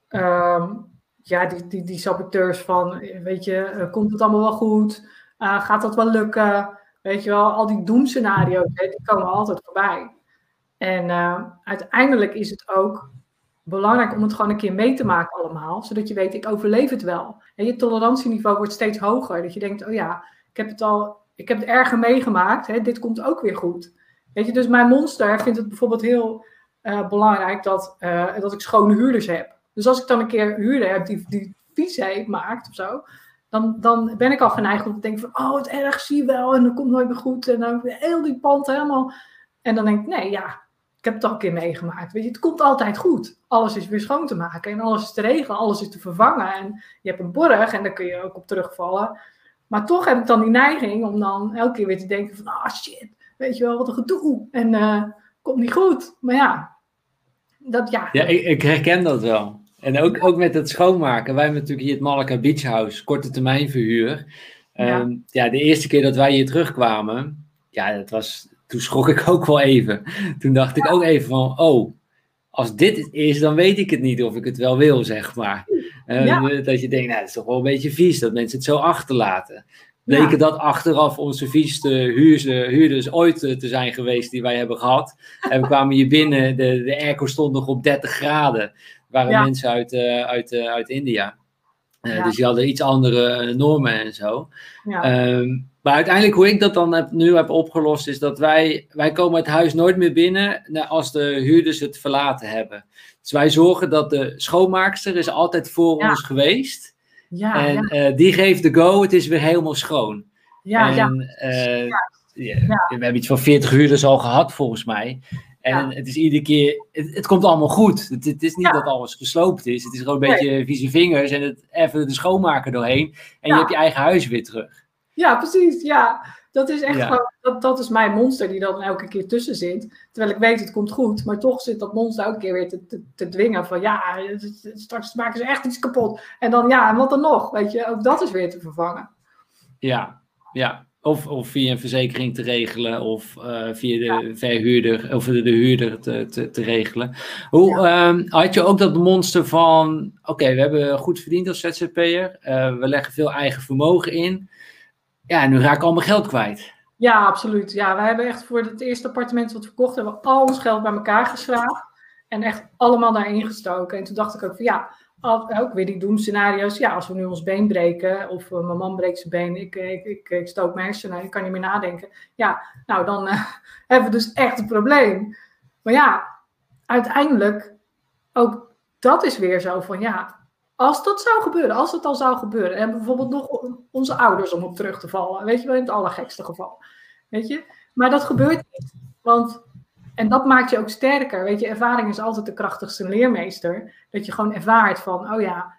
die saboteurs van, weet je, komt het allemaal wel goed? Gaat dat wel lukken? Weet je wel, al die doemscenario's, die komen altijd voorbij. En uiteindelijk is het ook belangrijk om het gewoon een keer mee te maken allemaal, zodat je weet, ik overleef het wel. En je tolerantieniveau wordt steeds hoger. Dat je denkt, oh ja, ik heb het erger meegemaakt, hè, dit komt ook weer goed. Weet je, dus mijn monster vindt het bijvoorbeeld heel belangrijk dat ik schone huurders heb. Dus als ik dan een keer huurder heb die vies maakt of zo, dan ben ik al geneigd om te denken van, oh, het erg, zie je wel, en dat komt nooit meer goed. En dan heel die pand helemaal. En dan denk ik, nee, ja, ik heb het al een keer meegemaakt. Weet je, het komt altijd goed. Alles is weer schoon te maken en alles is te regelen, alles is te vervangen. En je hebt een borg en daar kun je ook op terugvallen. Maar toch heb ik dan die neiging om dan elke keer weer te denken van, ah, shit, weet je wel, wat een gedoe. En komt niet goed. Maar ja, ik herken dat wel. En ook met het schoonmaken. Wij hebben natuurlijk hier het Malacca Beach House, korte termijn verhuur. De eerste keer dat wij hier terugkwamen, toen schrok ik ook wel even. Toen dacht ik ook even van, oh, als dit het is, dan weet ik het niet of ik het wel wil, zeg maar. Dat je denkt, nou, dat is toch wel een beetje vies dat mensen het zo achterlaten. Bleken dat achteraf onze vieste huurders ooit te zijn geweest die wij hebben gehad. En we kwamen hier binnen, de airco stond nog op 30 graden. Waren mensen uit India. Dus die hadden iets andere normen en zo. Maar uiteindelijk hoe ik dat dan nu heb opgelost is dat wij komen het huis nooit meer binnen als de huurders het verlaten hebben. Dus wij zorgen dat de schoonmaakster is altijd voor ons geweest. Die geeft de go, het is weer helemaal schoon. We hebben iets van 40 huurders al gehad volgens mij. En het is iedere keer, het komt allemaal goed. Het is niet dat alles gesloopt is. Het is gewoon een beetje vieze vingers en even de schoonmaker doorheen. En je hebt je eigen huis weer terug. Ja, precies. Ja, dat is echt gewoon, dat is mijn monster die dan elke keer tussen zit. Terwijl ik weet, het komt goed. Maar toch zit dat monster elke keer weer te dwingen van straks maken ze echt iets kapot. En dan en wat dan nog? Weet je, ook dat is weer te vervangen. Ja. Of via een verzekering te regelen of via de verhuurder of de huurder te regelen. Had je ook dat monster van, oké, we hebben goed verdiend als ZZP'er. We leggen veel eigen vermogen in. Ja, en nu raak ik al mijn geld kwijt. Ja, absoluut. Ja, we hebben echt voor het eerste appartement wat we verkocht, hebben we al ons geld bij elkaar geschraapt. En echt allemaal daarin gestoken. En toen dacht ik ook van ook weer die doemscenario's. Ja, als we nu ons been breken of mijn man breekt zijn been, ik stoot mijn hersenen, ik kan niet meer nadenken. Ja, nou dan hebben we dus echt een probleem. Maar ja, uiteindelijk ook dat is weer zo van Als dat zou gebeuren, als het al zou gebeuren. En bijvoorbeeld nog onze ouders om op terug te vallen. Weet je wel, in het allergekste geval. Weet je? Maar dat gebeurt niet. En dat maakt je ook sterker. Weet je, ervaring is altijd de krachtigste leermeester. Dat je gewoon ervaart van, oh ja,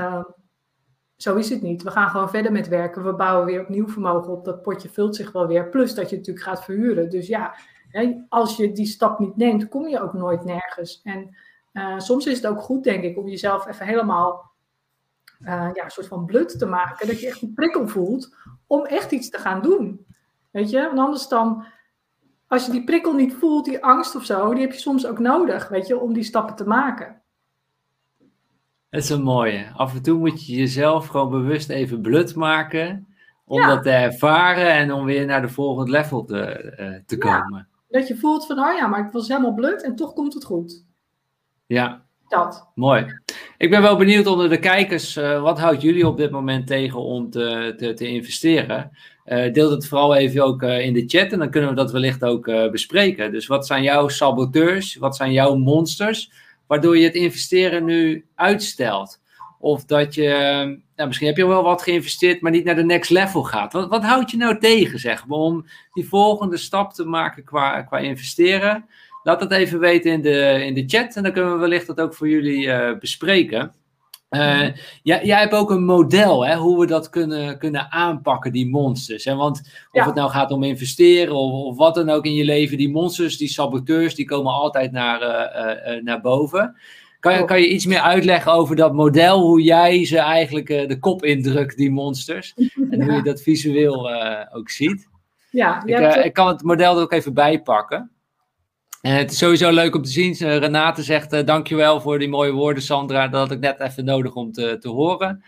zo is het niet. We gaan gewoon verder met werken. We bouwen weer opnieuw vermogen op. Dat potje vult zich wel weer. Plus dat je het natuurlijk gaat verhuren. Dus ja, als je die stap niet neemt, kom je ook nooit nergens. En soms is het ook goed, denk ik, om jezelf even helemaal een soort van blut te maken. Dat je echt een prikkel voelt om echt iets te gaan doen. Weet je? Want anders dan, als je die prikkel niet voelt, die angst of zo, die heb je soms ook nodig, weet je, om die stappen te maken. Dat is een mooie. Af en toe moet je jezelf gewoon bewust even blut maken. Om dat te ervaren en om weer naar de volgende level te komen. Dat je voelt van, oh ja, maar ik was helemaal blut en toch komt het goed. Ja, dat. Mooi. Ik ben wel benieuwd onder de kijkers, wat houdt jullie op dit moment tegen om te investeren? Deel het vooral even ook in de chat en dan kunnen we dat wellicht ook bespreken. Dus wat zijn jouw saboteurs, wat zijn jouw monsters, waardoor je het investeren nu uitstelt? Of dat je, misschien heb je wel wat geïnvesteerd, maar niet naar de next level gaat. Wat houdt je nou tegen, zeg maar, om die volgende stap te maken qua investeren? Laat dat even weten in de chat en dan kunnen we wellicht dat ook voor jullie bespreken. Jij hebt ook een model, hè, hoe we dat kunnen aanpakken, die monsters. Hè? Want of het nou gaat om investeren of wat dan ook in je leven, die monsters, die saboteurs, die komen altijd naar boven. Kan je iets meer uitleggen over dat model, hoe jij ze eigenlijk de kop indrukt, die monsters? En hoe je dat visueel ook ziet? Ja, ik kan het model er ook even bijpakken. Het is sowieso leuk om te zien. Renate zegt, dankjewel voor die mooie woorden, Sandra. Dat had ik net even nodig om te horen.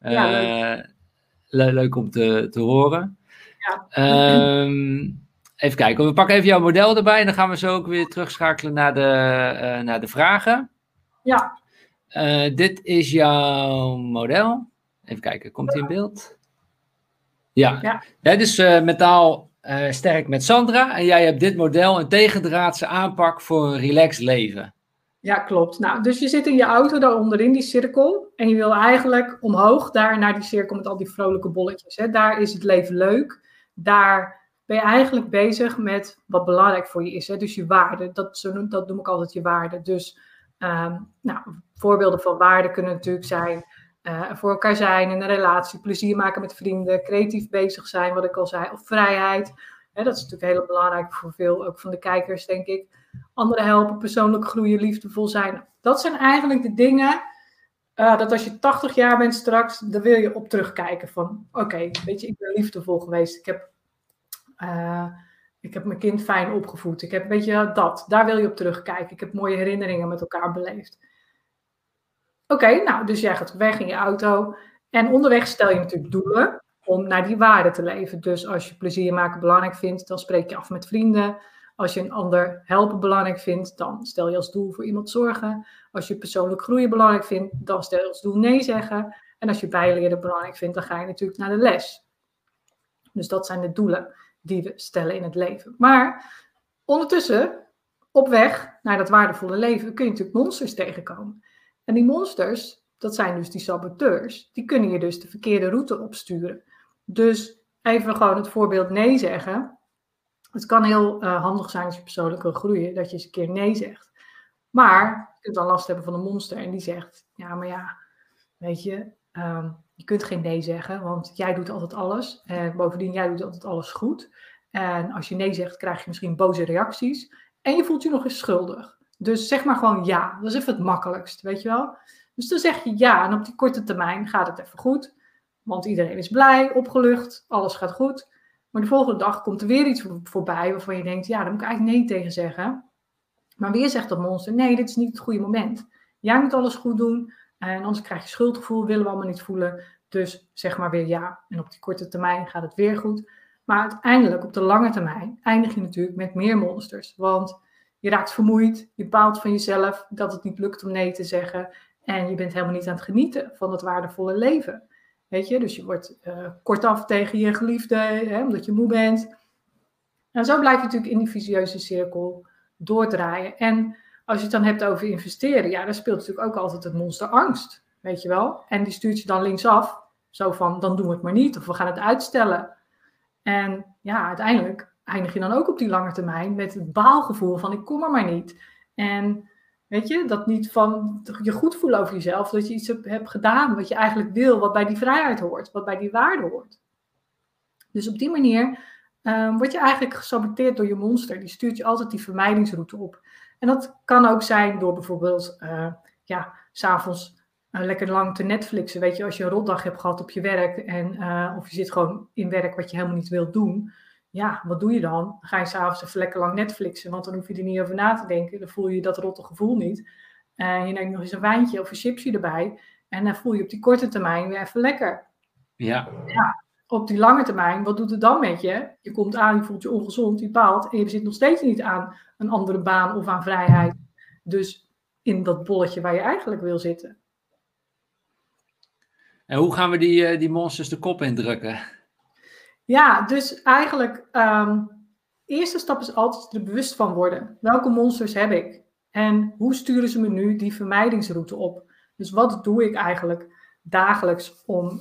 Leuk om te horen. Ja. Even kijken, we pakken even jouw model erbij. En dan gaan we zo ook weer terugschakelen naar de vragen. Ja. Dit is jouw model. Even kijken, komt hij in beeld? Ja. Dus metaal... sterk met Sandra. En jij hebt dit model, een tegendraadse aanpak voor een relaxed leven. Ja, klopt. Nou, dus je zit in je auto daar onderin die cirkel. En je wil eigenlijk omhoog daar naar die cirkel met al die vrolijke bolletjes. Hè. Daar is het leven leuk. Daar ben je eigenlijk bezig met wat belangrijk voor je is. Hè. Dus je waarde. Dat noem ik altijd je waarde. Dus voorbeelden van waarde kunnen natuurlijk zijn... voor elkaar zijn in een relatie, plezier maken met vrienden, creatief bezig zijn, wat ik al zei, of vrijheid. Dat is natuurlijk heel belangrijk voor veel, ook van de kijkers, denk ik. Anderen helpen, persoonlijk groeien, liefdevol zijn. Dat zijn eigenlijk de dingen, dat als je 80 jaar bent straks, dan wil je op terugkijken van, oké, weet je, ik ben liefdevol geweest. Ik heb mijn kind fijn opgevoed. Ik heb, weet je, daar wil je op terugkijken. Ik heb mooie herinneringen met elkaar beleefd. Oké, dus jij gaat weg in je auto. En onderweg stel je natuurlijk doelen om naar die waarden te leven. Dus als je plezier maken belangrijk vindt, dan spreek je af met vrienden. Als je een ander helpen belangrijk vindt, dan stel je als doel voor iemand zorgen. Als je persoonlijk groeien belangrijk vindt, dan stel je als doel nee zeggen. En als je bijleren belangrijk vindt, dan ga je natuurlijk naar de les. Dus dat zijn de doelen die we stellen in het leven. Maar ondertussen, op weg naar dat waardevolle leven, kun je natuurlijk monsters tegenkomen. En die monsters, dat zijn dus die saboteurs, die kunnen je dus de verkeerde route opsturen. Dus even gewoon het voorbeeld nee zeggen. Het kan heel handig zijn als je persoonlijk wil groeien, dat je eens een keer nee zegt. Maar je kunt dan last hebben van een monster en die zegt, weet je, je kunt geen nee zeggen, want jij doet altijd alles. En bovendien, jij doet altijd alles goed. En als je nee zegt, krijg je misschien boze reacties. En je voelt je nog eens schuldig. Dus zeg maar gewoon ja. Dat is even het makkelijkst, weet je wel. Dus dan zeg je ja. En op die korte termijn gaat het even goed. Want iedereen is blij, opgelucht, alles gaat goed. Maar de volgende dag komt er weer iets voorbij waarvan je denkt, ja, daar moet ik eigenlijk nee tegen zeggen. Maar weer zegt dat monster, nee, dit is niet het goede moment. Jij moet alles goed doen. En anders krijg je schuldgevoel, willen we allemaal niet voelen. Dus zeg maar weer ja. En op die korte termijn gaat het weer goed. Maar uiteindelijk, op de lange termijn, eindig je natuurlijk met meer monsters. Want je raakt vermoeid, je baalt van jezelf dat het niet lukt om nee te zeggen. En je bent helemaal niet aan het genieten van het waardevolle leven. Weet je, dus je wordt kortaf tegen je geliefde, omdat je moe bent. En zo blijf je natuurlijk in die vicieuze cirkel doordraaien. En als je het dan hebt over investeren, ja, daar speelt natuurlijk ook altijd het monster angst. weet je wel. En die stuurt je dan linksaf, zo van, dan doen we het maar niet, of we gaan het uitstellen. En ja, uiteindelijk eindig je dan ook op die lange termijn met het baalgevoel van, ik kom er maar niet. En weet je, dat niet van je goed voelen over jezelf, dat je iets hebt gedaan wat je eigenlijk wil, wat bij die vrijheid hoort, wat bij die waarde hoort. Dus op die manier word je eigenlijk gesaboteerd door je monster. Die stuurt je altijd die vermijdingsroute op. En dat kan ook zijn door bijvoorbeeld, 's avonds lekker lang te Netflixen. Weet je, als je een rotdag hebt gehad op je werk of je zit gewoon in werk wat je helemaal niet wilt doen. Ja, wat doe je dan? Dan ga je 's avonds even lekker lang Netflixen, want dan hoef je er niet over na te denken. Dan voel je dat rotte gevoel niet. Je neemt nog eens een wijntje of een chipsje erbij. En dan voel je op die korte termijn weer even lekker. Ja. Op die lange termijn, wat doet het dan met je? Je komt aan, je voelt je ongezond, je baalt. En je zit nog steeds niet aan een andere baan of aan vrijheid. Dus in dat bolletje waar je eigenlijk wil zitten. En hoe gaan we die monsters de kop indrukken? Ja, dus eigenlijk, eerste stap is altijd er bewust van worden. Welke monsters heb ik? En hoe sturen ze me nu die vermijdingsroute op? Dus wat doe ik eigenlijk dagelijks om,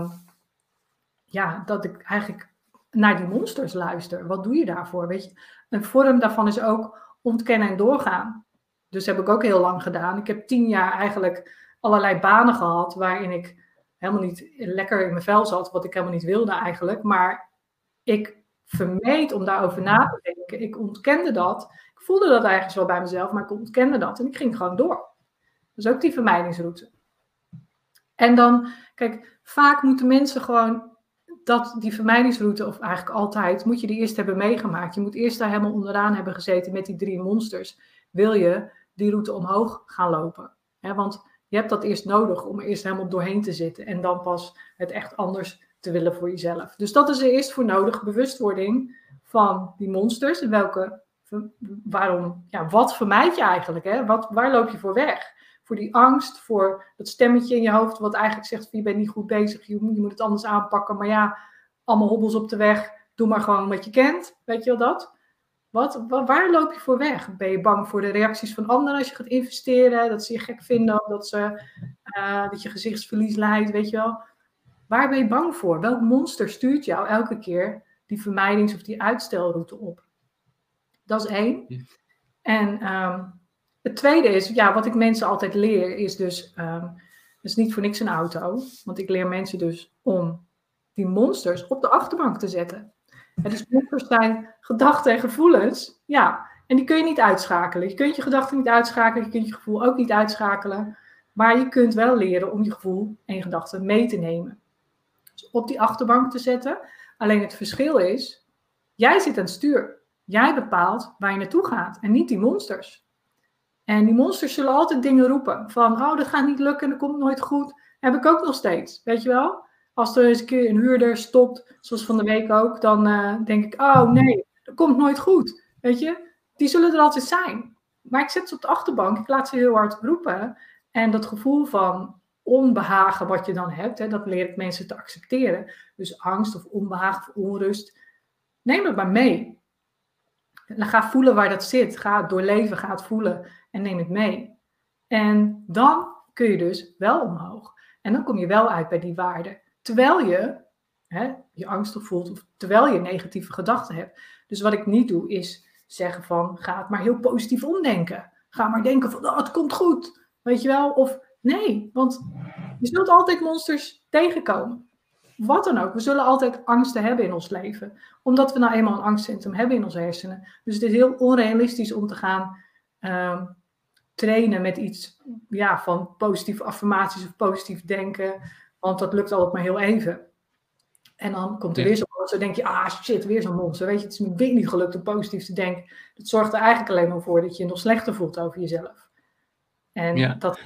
dat ik eigenlijk naar die monsters luister? Wat doe je daarvoor? Weet je? Een vorm daarvan is ook ontkennen en doorgaan. Dus heb ik ook heel lang gedaan. Ik heb 10 jaar eigenlijk allerlei banen gehad waarin ik helemaal niet lekker in mijn vel zat, wat ik helemaal niet wilde eigenlijk. Maar ik vermeed om daarover na te denken. Ik ontkende dat. Ik voelde dat ergens wel bij mezelf, maar ik ontkende dat en ik ging gewoon door. Dus ook die vermijdingsroute. En dan, kijk, vaak moeten mensen gewoon die vermijdingsroute, of eigenlijk altijd, moet je die eerst hebben meegemaakt. Je moet eerst daar helemaal onderaan hebben gezeten met die 3 monsters. Wil je die route omhoog gaan lopen? Want je hebt dat eerst nodig om er eerst helemaal doorheen te zitten. En dan pas het echt anders te willen voor jezelf. Dus dat is er eerst voor nodig. Bewustwording van die monsters. En wat vermijd je eigenlijk? Hè? Waar loop je voor weg? Voor die angst, voor dat stemmetje in je hoofd wat eigenlijk zegt van je bent niet goed bezig. Je moet het anders aanpakken. Maar ja, allemaal hobbels op de weg. Doe maar gewoon wat je kent. Weet je wel dat? Waar loop je voor weg? Ben je bang voor de reacties van anderen als je gaat investeren? Dat ze je gek vinden? Dat je gezichtsverlies leidt? Weet je wel? Waar ben je bang voor? Welk monster stuurt jou elke keer die vermijdings- of die uitstelroute op? Dat is 1. Ja. En het tweede is, wat ik mensen altijd leer, is dus, is niet voor niks een auto. Want ik leer mensen dus om die monsters op de achterbank te zetten. Dus monsters zijn gedachten en gevoelens. Ja, en die kun je niet uitschakelen. Je kunt je gedachten niet uitschakelen. Je kunt je gevoel ook niet uitschakelen. Maar je kunt wel leren om je gevoel en je gedachten mee te nemen. Dus op die achterbank te zetten. Alleen het verschil is, jij zit aan het stuur. Jij bepaalt waar je naartoe gaat. En niet die monsters. En die monsters zullen altijd dingen roepen. Van, dat gaat niet lukken, dat komt nooit goed. Heb ik ook nog steeds. Weet je wel? Als er eens een keer een huurder stopt, zoals van de week ook, dan denk ik, nee, dat komt nooit goed. Weet je, die zullen er altijd zijn. Maar ik zet ze op de achterbank, ik laat ze heel hard roepen. En dat gevoel van onbehagen wat je dan hebt, dat leer ik mensen te accepteren. Dus angst of onbehagen of onrust, neem het maar mee. En ga voelen waar dat zit. Ga het doorleven, ga het voelen en neem het mee. En dan kun je dus wel omhoog. En dan kom je wel uit bij die waarden. Terwijl je je angstig voelt of terwijl je negatieve gedachten hebt. Dus wat ik niet doe is zeggen van ga het maar heel positief omdenken. Ga maar denken van het komt goed. Weet je wel? Of nee, want je zult altijd monsters tegenkomen. Wat dan ook. We zullen altijd angsten hebben in ons leven. Omdat we nou eenmaal een angstcentrum hebben in onze hersenen. Dus het is heel onrealistisch om te gaan trainen met iets van positieve affirmaties of positief denken. Want dat lukt altijd maar heel even. En dan komt er weer zo'n monster. Dan denk je, shit, weer zo'n monster. Weet je, het is me weer niet gelukt om positief te denken. Dat zorgt er eigenlijk alleen maar voor dat je je nog slechter voelt over jezelf. En dat...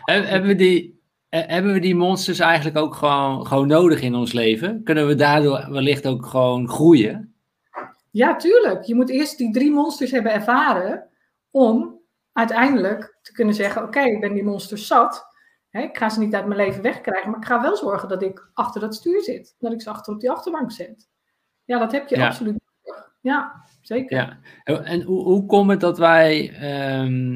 Hebben we die monsters eigenlijk ook gewoon nodig in ons leven? Kunnen we daardoor wellicht ook gewoon groeien? Ja, tuurlijk. Je moet eerst die 3 monsters hebben ervaren om uiteindelijk te kunnen zeggen, oké, ik ben die monsters zat. Ik ga ze niet uit mijn leven wegkrijgen, maar ik ga wel zorgen dat ik achter dat stuur zit. Dat ik ze achter op die achterbank zet. Ja, dat heb je absoluut nodig. Ja, zeker. Ja. En hoe komt het dat wij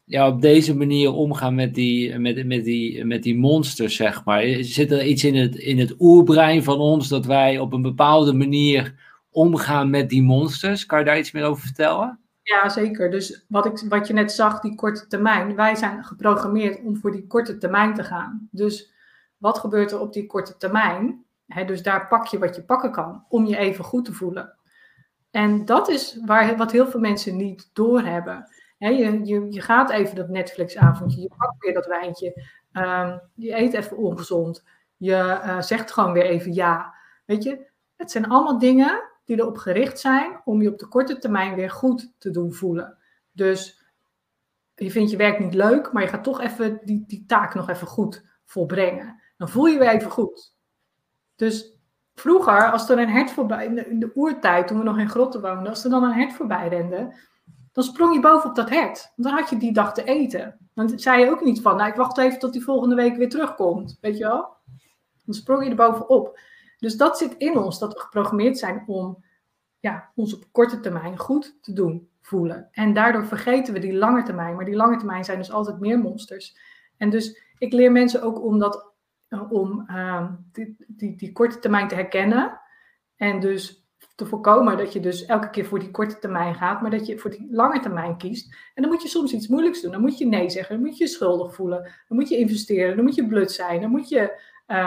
ja, op deze manier omgaan met die monsters, zeg maar? Zit er iets in het oerbrein van ons dat wij op een bepaalde manier omgaan met die monsters? Kan je daar iets meer over vertellen? Ja, zeker. Dus wat je net zag, die korte termijn. Wij zijn geprogrammeerd om voor die korte termijn te gaan. Dus wat gebeurt er op die korte termijn? Dus daar pak je wat je pakken kan om je even goed te voelen. En dat is wat heel veel mensen niet doorhebben. Je gaat even dat Netflix-avondje, je pakt weer dat wijntje, je eet even ongezond, je zegt gewoon weer even ja. Weet je, het zijn allemaal dingen die erop gericht zijn om je op de korte termijn weer goed te doen voelen. Dus je vindt je werk niet leuk, maar je gaat toch even die taak nog even goed volbrengen. Dan voel je weer even goed. Dus vroeger, als er een hert voorbij, in de oertijd, toen we nog in grotten woonden, als er dan een hert voorbij rende, dan sprong je bovenop dat hert. Want dan had je die dag te eten. Dan zei je ook niet van, nou, ik wacht even tot die volgende week weer terugkomt. Weet je wel? Dan sprong je er bovenop. Dus dat zit in ons, dat we geprogrammeerd zijn om ons op korte termijn goed te doen voelen. En daardoor vergeten we die lange termijn. Maar die lange termijn zijn dus altijd meer monsters. En dus ik leer mensen ook om die korte termijn te herkennen. En dus te voorkomen dat je dus elke keer voor die korte termijn gaat, maar dat je voor die lange termijn kiest. En dan moet je soms iets moeilijks doen. Dan moet je nee zeggen, dan moet je je schuldig voelen, dan moet je investeren, dan moet je blut zijn, dan moet je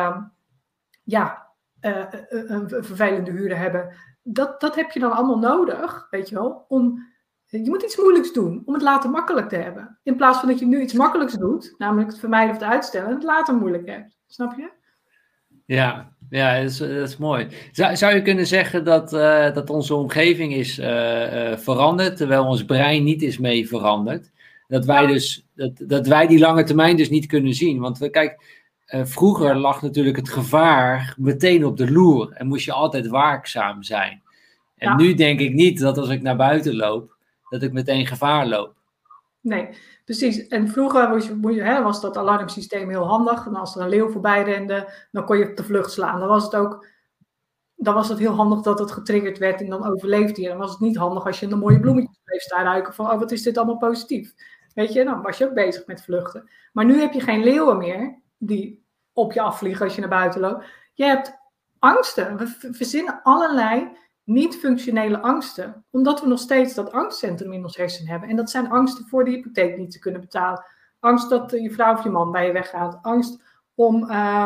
een vervelende huurder hebben. Dat heb je dan allemaal nodig, weet je wel, je moet iets moeilijks doen om het later makkelijk te hebben. In plaats van dat je nu iets makkelijks doet, namelijk het vermijden of het uitstellen, en het later moeilijk hebt. Snap je? Ja, dat is mooi. Zou je kunnen zeggen dat onze omgeving is veranderd, terwijl ons brein niet is mee veranderd? Dat wij die lange termijn dus niet kunnen zien. Want vroeger lag natuurlijk het gevaar meteen op de loer en moest je altijd waakzaam zijn. En nu denk ik niet dat als ik naar buiten loop, dat ik meteen gevaar loop. Nee, precies. En vroeger was dat alarmsysteem heel handig. En als er een leeuw voorbij rende, dan kon je op de vlucht slaan. Dan was het heel handig dat het getriggerd werd en dan overleefde je. Dan was het niet handig als je een mooie bloemetjes bleef staan ruiken van, oh, wat is dit allemaal positief. Weet je, dan was je ook bezig met vluchten. Maar nu heb je geen leeuwen meer die op je afvliegen als je naar buiten loopt. Je hebt angsten. We verzinnen allerlei niet-functionele angsten. Omdat we nog steeds dat angstcentrum in ons hersenen hebben. En dat zijn angsten voor de hypotheek niet te kunnen betalen. Angst dat je vrouw of je man bij je weggaat. Angst om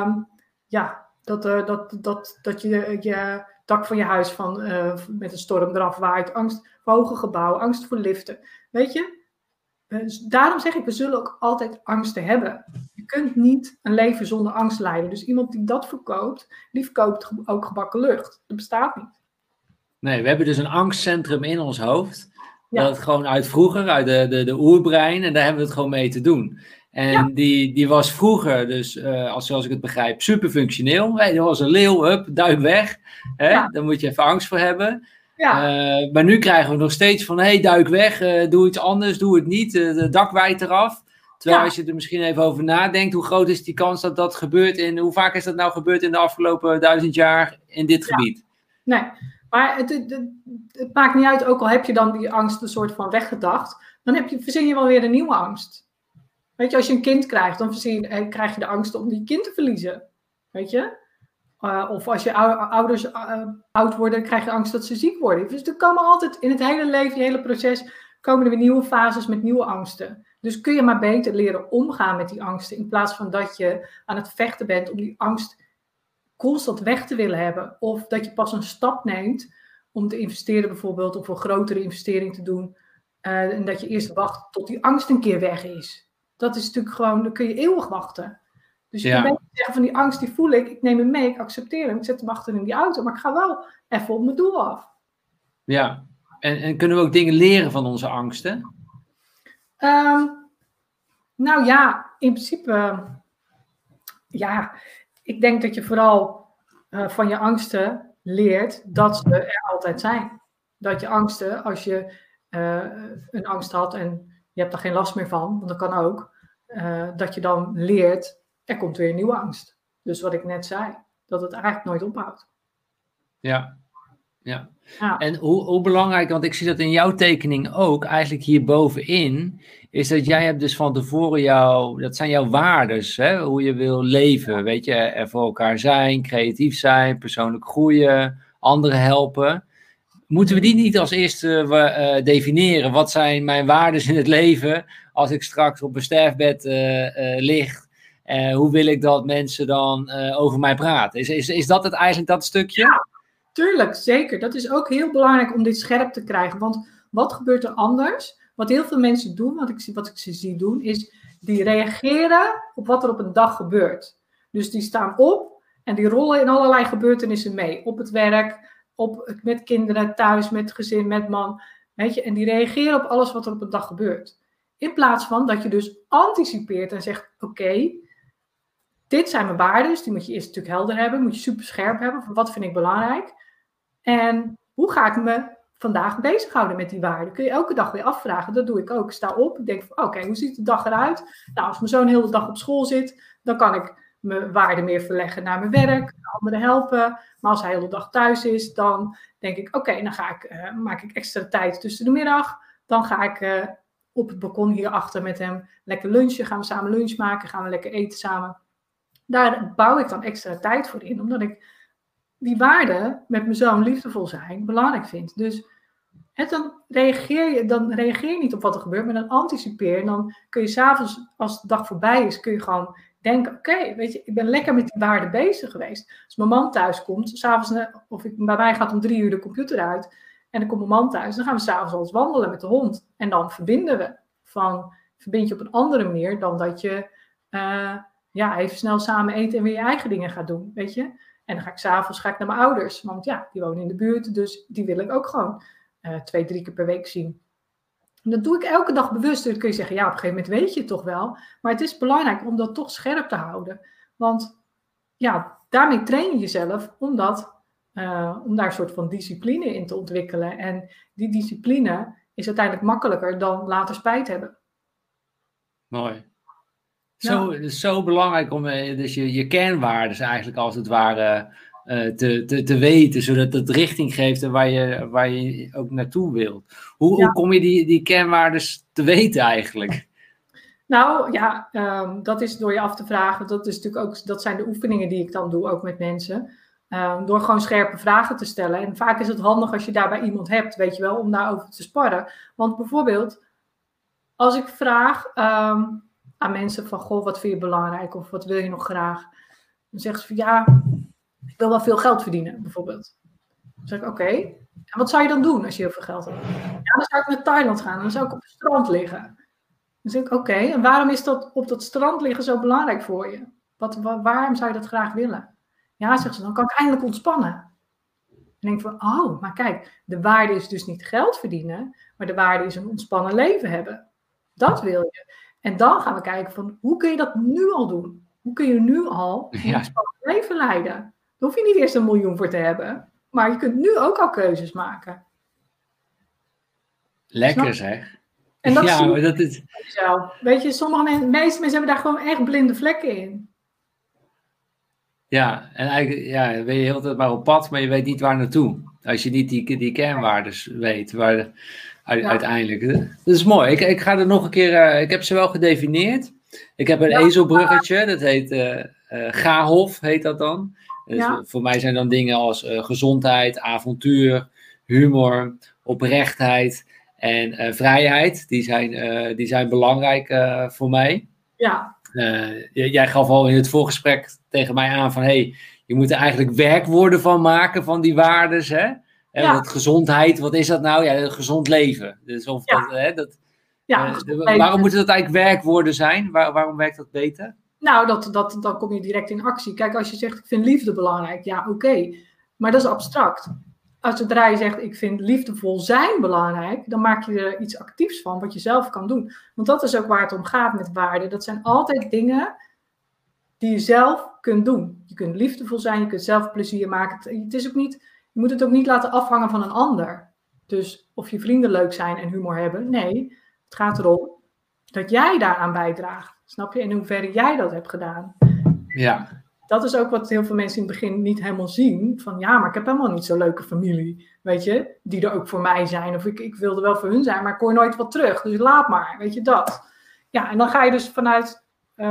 dat je dak van je huis met een storm eraf waait. Angst voor hoge gebouwen. Angst voor liften. Weet je? Dus daarom zeg ik, we zullen ook altijd angsten hebben. Je kunt niet een leven zonder angst leiden. Dus iemand die dat verkoopt, die verkoopt ook gebakken lucht. Dat bestaat niet. Nee, we hebben dus een angstcentrum in ons hoofd. Ja. Dat gewoon uit vroeger, uit de oerbrein. En daar hebben we het gewoon mee te doen. En die was vroeger, dus zoals ik het begrijp, super functioneel. Hey, er was een leeuw, hup, duik weg. Hè? Ja. Daar moet je even angst voor hebben. Ja. Maar nu krijgen we nog steeds van, hey, duik weg, doe iets anders, doe het niet. De dak waait eraf. Terwijl als je er misschien even over nadenkt, hoe groot is die kans dat dat gebeurt? En hoe vaak is dat nou gebeurd in de afgelopen 1000 jaar in dit gebied? Nee. Maar het maakt niet uit, ook al heb je dan die angst een soort van weggedacht, dan verzin je wel weer een nieuwe angst. Weet je, als je een kind krijgt, dan krijg je de angst om die kind te verliezen. Weet je? Of als je ouders oud worden, krijg je angst dat ze ziek worden. Dus er komen altijd in het hele leven, je hele proces, komen er weer nieuwe fases met nieuwe angsten. Dus kun je maar beter leren omgaan met die angsten, in plaats van dat je aan het vechten bent om die angst constant weg te willen hebben. Of dat je pas een stap neemt om te investeren bijvoorbeeld, of een grotere investering te doen. En dat je eerst wacht tot die angst een keer weg is. Dat is natuurlijk gewoon, dan kun je eeuwig wachten. Dus je kunt beter zeggen van die angst die voel ik neem hem mee, ik accepteer hem, ik zet hem achter in die auto. Maar ik ga wel even op mijn doel af. Ja, en kunnen we ook dingen leren van onze angsten? Nou ja, in principe, ik denk dat je vooral van je angsten leert dat ze er altijd zijn. Dat je angsten, als je een angst had en je hebt er geen last meer van, want dat kan ook, dat je dan leert, er komt weer een nieuwe angst. Dus wat ik net zei, dat het eigenlijk nooit ophoudt. Ja, Ja. Ja. En hoe belangrijk, want ik zie dat in jouw tekening ook, eigenlijk hierbovenin, is dat jij hebt dus van tevoren dat zijn jouw waardes, hè? Hoe je wil leven, weet je, er voor elkaar zijn, creatief zijn, persoonlijk groeien, anderen helpen. Moeten we die niet als eerste definiëren? Wat zijn mijn waardes in het leven als ik straks op een sterfbed lig? Hoe wil ik dat mensen dan over mij praten? Is dat het eigenlijk, dat stukje? Ja, tuurlijk, zeker. Dat is ook heel belangrijk om dit scherp te krijgen. Want wat gebeurt er anders? Wat heel veel mensen doen, wat ik ze zie doen, is die reageren op wat er op een dag gebeurt. Dus die staan op en die rollen in allerlei gebeurtenissen mee. Op het werk, met kinderen, thuis, met gezin, met man. Weet je? En die reageren op alles wat er op een dag gebeurt. In plaats van dat je dus anticipeert en zegt, oké, dit zijn mijn waarden, die moet je eerst natuurlijk helder hebben, moet je super scherp hebben, van wat vind ik belangrijk en hoe ga ik me vandaag bezighouden met die waarden. Kun je elke dag weer afvragen, dat doe ik ook. Ik sta op, ik denk van oké, hoe ziet de dag eruit? Nou, als mijn zoon de hele dag op school zit, dan kan ik mijn waarden meer verleggen naar mijn werk, anderen helpen. Maar als hij de hele dag thuis is, dan denk ik oké, dan maak ik extra tijd tussen de middag, dan ga ik op het balkon hierachter met hem lekker lunchen, gaan we samen lunch maken, gaan we lekker eten samen. Daar bouw ik dan extra tijd voor in, omdat ik die waarden met mijn zoon liefdevol zijn belangrijk vind. Dus dan reageer je niet op wat er gebeurt, maar dan anticipeer. En dan kun je 's avonds, als de dag voorbij is, kun je gewoon denken, oké, weet je, ik ben lekker met die waarden bezig geweest. Als mijn man thuis komt, 's avonds, bij mij gaat om 3 uur de computer uit, en dan komt mijn man thuis, dan gaan we 's avonds al eens wandelen met de hond. En dan verbind je op een andere manier dan dat je even snel samen eten en weer je eigen dingen gaat doen, weet je. En dan ga ik 's avonds naar mijn ouders, want ja, die wonen in de buurt, dus die wil ik ook gewoon 2-3 keer per week zien. En dat doe ik elke dag bewust. Dan kun je zeggen, ja, op een gegeven moment weet je het toch wel. Maar het is belangrijk om dat toch scherp te houden. Want ja, daarmee train je jezelf om daar een soort van discipline in te ontwikkelen. En die discipline is uiteindelijk makkelijker dan later spijt hebben. Mooi. Zo belangrijk om dus je kernwaarden eigenlijk als het ware te weten, zodat het richting geeft en waar je ook naartoe wilt. Hoe kom je die kernwaarden te weten eigenlijk? Nou ja, dat is door je af te vragen. Dat is natuurlijk ook, dat zijn de oefeningen die ik dan doe, ook met mensen. Door gewoon scherpe vragen te stellen. En vaak is het handig als je daarbij iemand hebt, weet je wel, om daarover te sparren. Want bijvoorbeeld, als ik vraag aan mensen van, goh, wat vind je belangrijk? Of wat wil je nog graag? Dan zeggen ze van, ja, ik wil wel veel geld verdienen, bijvoorbeeld. Dan zeg ik, oké. En wat zou je dan doen als je heel veel geld hebt? Ja, dan zou ik naar Thailand gaan. Dan zou ik op het strand liggen. Dan zeg ik, oké. En waarom is dat op dat strand liggen zo belangrijk voor je? Waarom zou je dat graag willen? Ja, zegt ze, dan kan ik eindelijk ontspannen. En denk ik van, oh, maar kijk, de waarde is dus niet geld verdienen, maar de waarde is een ontspannen leven hebben. Dat wil je. En dan gaan we kijken van, hoe kun je dat nu al doen? Hoe kun je nu al een ontspannen leven leiden? Daar hoef je niet eerst 1 miljoen voor te hebben, maar je kunt nu ook al keuzes maken. Lekker zeg. En dat dat is... Weet je, meeste mensen hebben daar gewoon echt blinde vlekken in. Ja, en eigenlijk ben je heel tijd maar op pad, maar je weet niet waar naartoe. Als je niet die kernwaardes weet, uiteindelijk. Dat is mooi. Ik ga er nog een keer, ik heb ze wel gedefinieerd. Ik heb een ezelbruggetje, dat heet Gahof, heet dat dan. Dus voor mij zijn dan dingen als gezondheid, avontuur, humor, oprechtheid en vrijheid. Die zijn belangrijk voor mij. Ja. Jij gaf al in het voorgesprek tegen mij aan van, je moet er eigenlijk werkwoorden van maken van die waardes, hè? Dat gezondheid, wat is dat nou? Ja, gezond leven. Dus waarom moeten dat eigenlijk werkwoorden zijn? Waarom werkt dat beter? Nou, dan kom je direct in actie. Kijk, als je zegt, ik vind liefde belangrijk. Ja, oké. Maar dat is abstract. Zodra je zegt, ik vind liefdevol zijn belangrijk, dan maak je er iets actiefs van, wat je zelf kan doen. Want dat is ook waar het om gaat met waarden. Dat zijn altijd dingen die je zelf kunt doen. Je kunt liefdevol zijn, je kunt zelf plezier maken. Je moet het ook niet laten afhangen van een ander. Dus of je vrienden leuk zijn en humor hebben. Nee, het gaat erom dat jij daaraan bijdraagt. Snap je? In hoeverre jij dat hebt gedaan. Ja. dat is ook wat heel veel mensen in het begin niet helemaal zien. Van ja, maar ik heb helemaal niet zo'n leuke familie, weet je, die er ook voor mij zijn. Of ik wilde wel voor hun zijn, maar ik hoor nooit wat terug. Dus laat maar, weet je dat. Ja, en dan ga je dus vanuit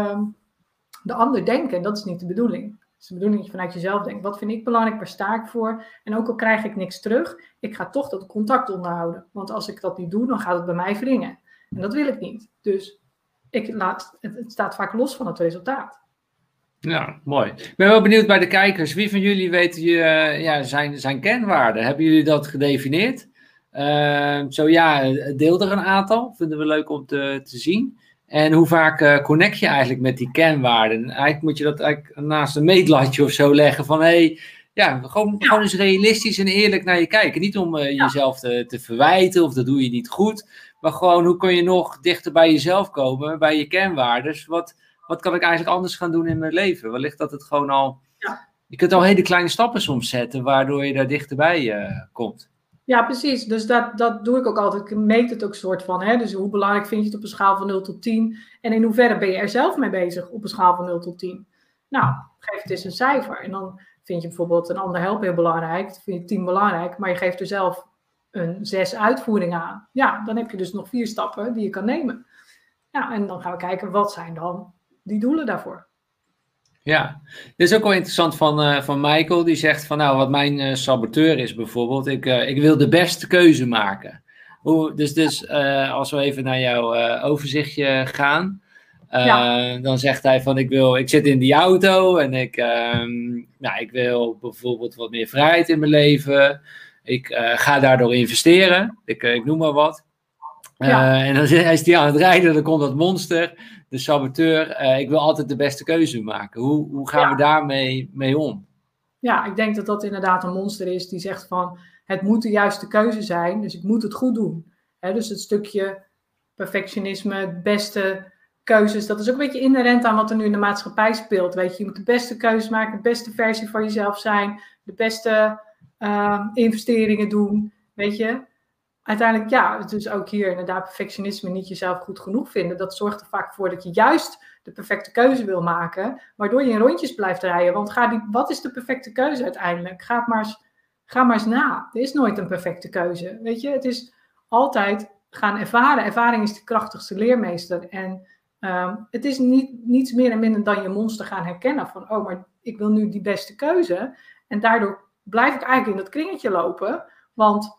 de ander denken. En dat is niet de bedoeling. Het is de bedoeling dat je vanuit jezelf denkt. Wat vind ik belangrijk? Waar sta ik voor? En ook al krijg ik niks terug, ik ga toch dat contact onderhouden. Want als ik dat niet doe, dan gaat het bij mij wringen. En dat wil ik niet. Dus het staat vaak los van het resultaat. Ja, mooi. Ik ben wel benieuwd bij de kijkers. Wie van jullie weet zijn kernwaarden? Hebben jullie dat gedefinieerd? Zo ja, deel er een aantal. Vinden we leuk om te zien. En hoe vaak connect je eigenlijk met die kernwaarden? Eigenlijk moet je dat eigenlijk naast een meetlatje of zo leggen. Van gewoon eens realistisch en eerlijk naar je kijken. Niet om jezelf te verwijten of dat doe je niet goed. Maar gewoon hoe kun je nog dichter bij jezelf komen, bij je kernwaarden. Wat kan ik eigenlijk anders gaan doen in mijn leven? Wellicht dat het gewoon al... Ja. Je kunt al hele kleine stappen soms zetten, waardoor je daar dichterbij komt. Ja, precies. Dus dat doe ik ook altijd. Ik meet het ook soort van. Hè? Dus hoe belangrijk vind je het op een schaal van 0 tot 10? En in hoeverre ben je er zelf mee bezig op een schaal van 0 tot 10? Nou, geef het eens een cijfer. En dan vind je bijvoorbeeld een ander helpen heel belangrijk. Dan vind je 10 belangrijk, maar je geeft er zelf een 6 uitvoering aan. Ja, dan heb je dus nog 4 stappen die je kan nemen. Ja, en dan gaan we kijken, wat zijn dan die doelen daarvoor? Ja, dit is ook wel interessant van Michael. Die zegt van wat mijn saboteur is bijvoorbeeld. Ik wil de beste keuze maken. Dus als we even naar jouw overzichtje gaan. Dan zegt hij van ik zit in die auto. En ik wil bijvoorbeeld wat meer vrijheid in mijn leven. Ik ga daardoor investeren. Ik noem maar wat. En dan is hij aan het rijden. Dan komt dat monster. De saboteur, ik wil altijd de beste keuze maken. Hoe gaan we daarmee om? Ja, ik denk dat dat inderdaad een monster is die zegt van... het moet de juiste keuze zijn, dus ik moet het goed doen. Dus het stukje perfectionisme, het beste keuzes... dat is ook een beetje inherent aan wat er nu in de maatschappij speelt. Weet je, je moet de beste keuzes maken, de beste versie van jezelf zijn... de beste investeringen doen, weet je... Uiteindelijk, dus ook hier inderdaad perfectionisme, niet jezelf goed genoeg vinden. Dat zorgt er vaak voor dat je juist de perfecte keuze wil maken, waardoor je in rondjes blijft rijden. Want wat is de perfecte keuze uiteindelijk? Ga maar eens na. Er is nooit een perfecte keuze, weet je. Het is altijd gaan ervaren. Ervaring is de krachtigste leermeester. En het is niets meer en minder dan je monster gaan herkennen. Van, maar ik wil nu die beste keuze. En daardoor blijf ik eigenlijk in dat kringetje lopen, want...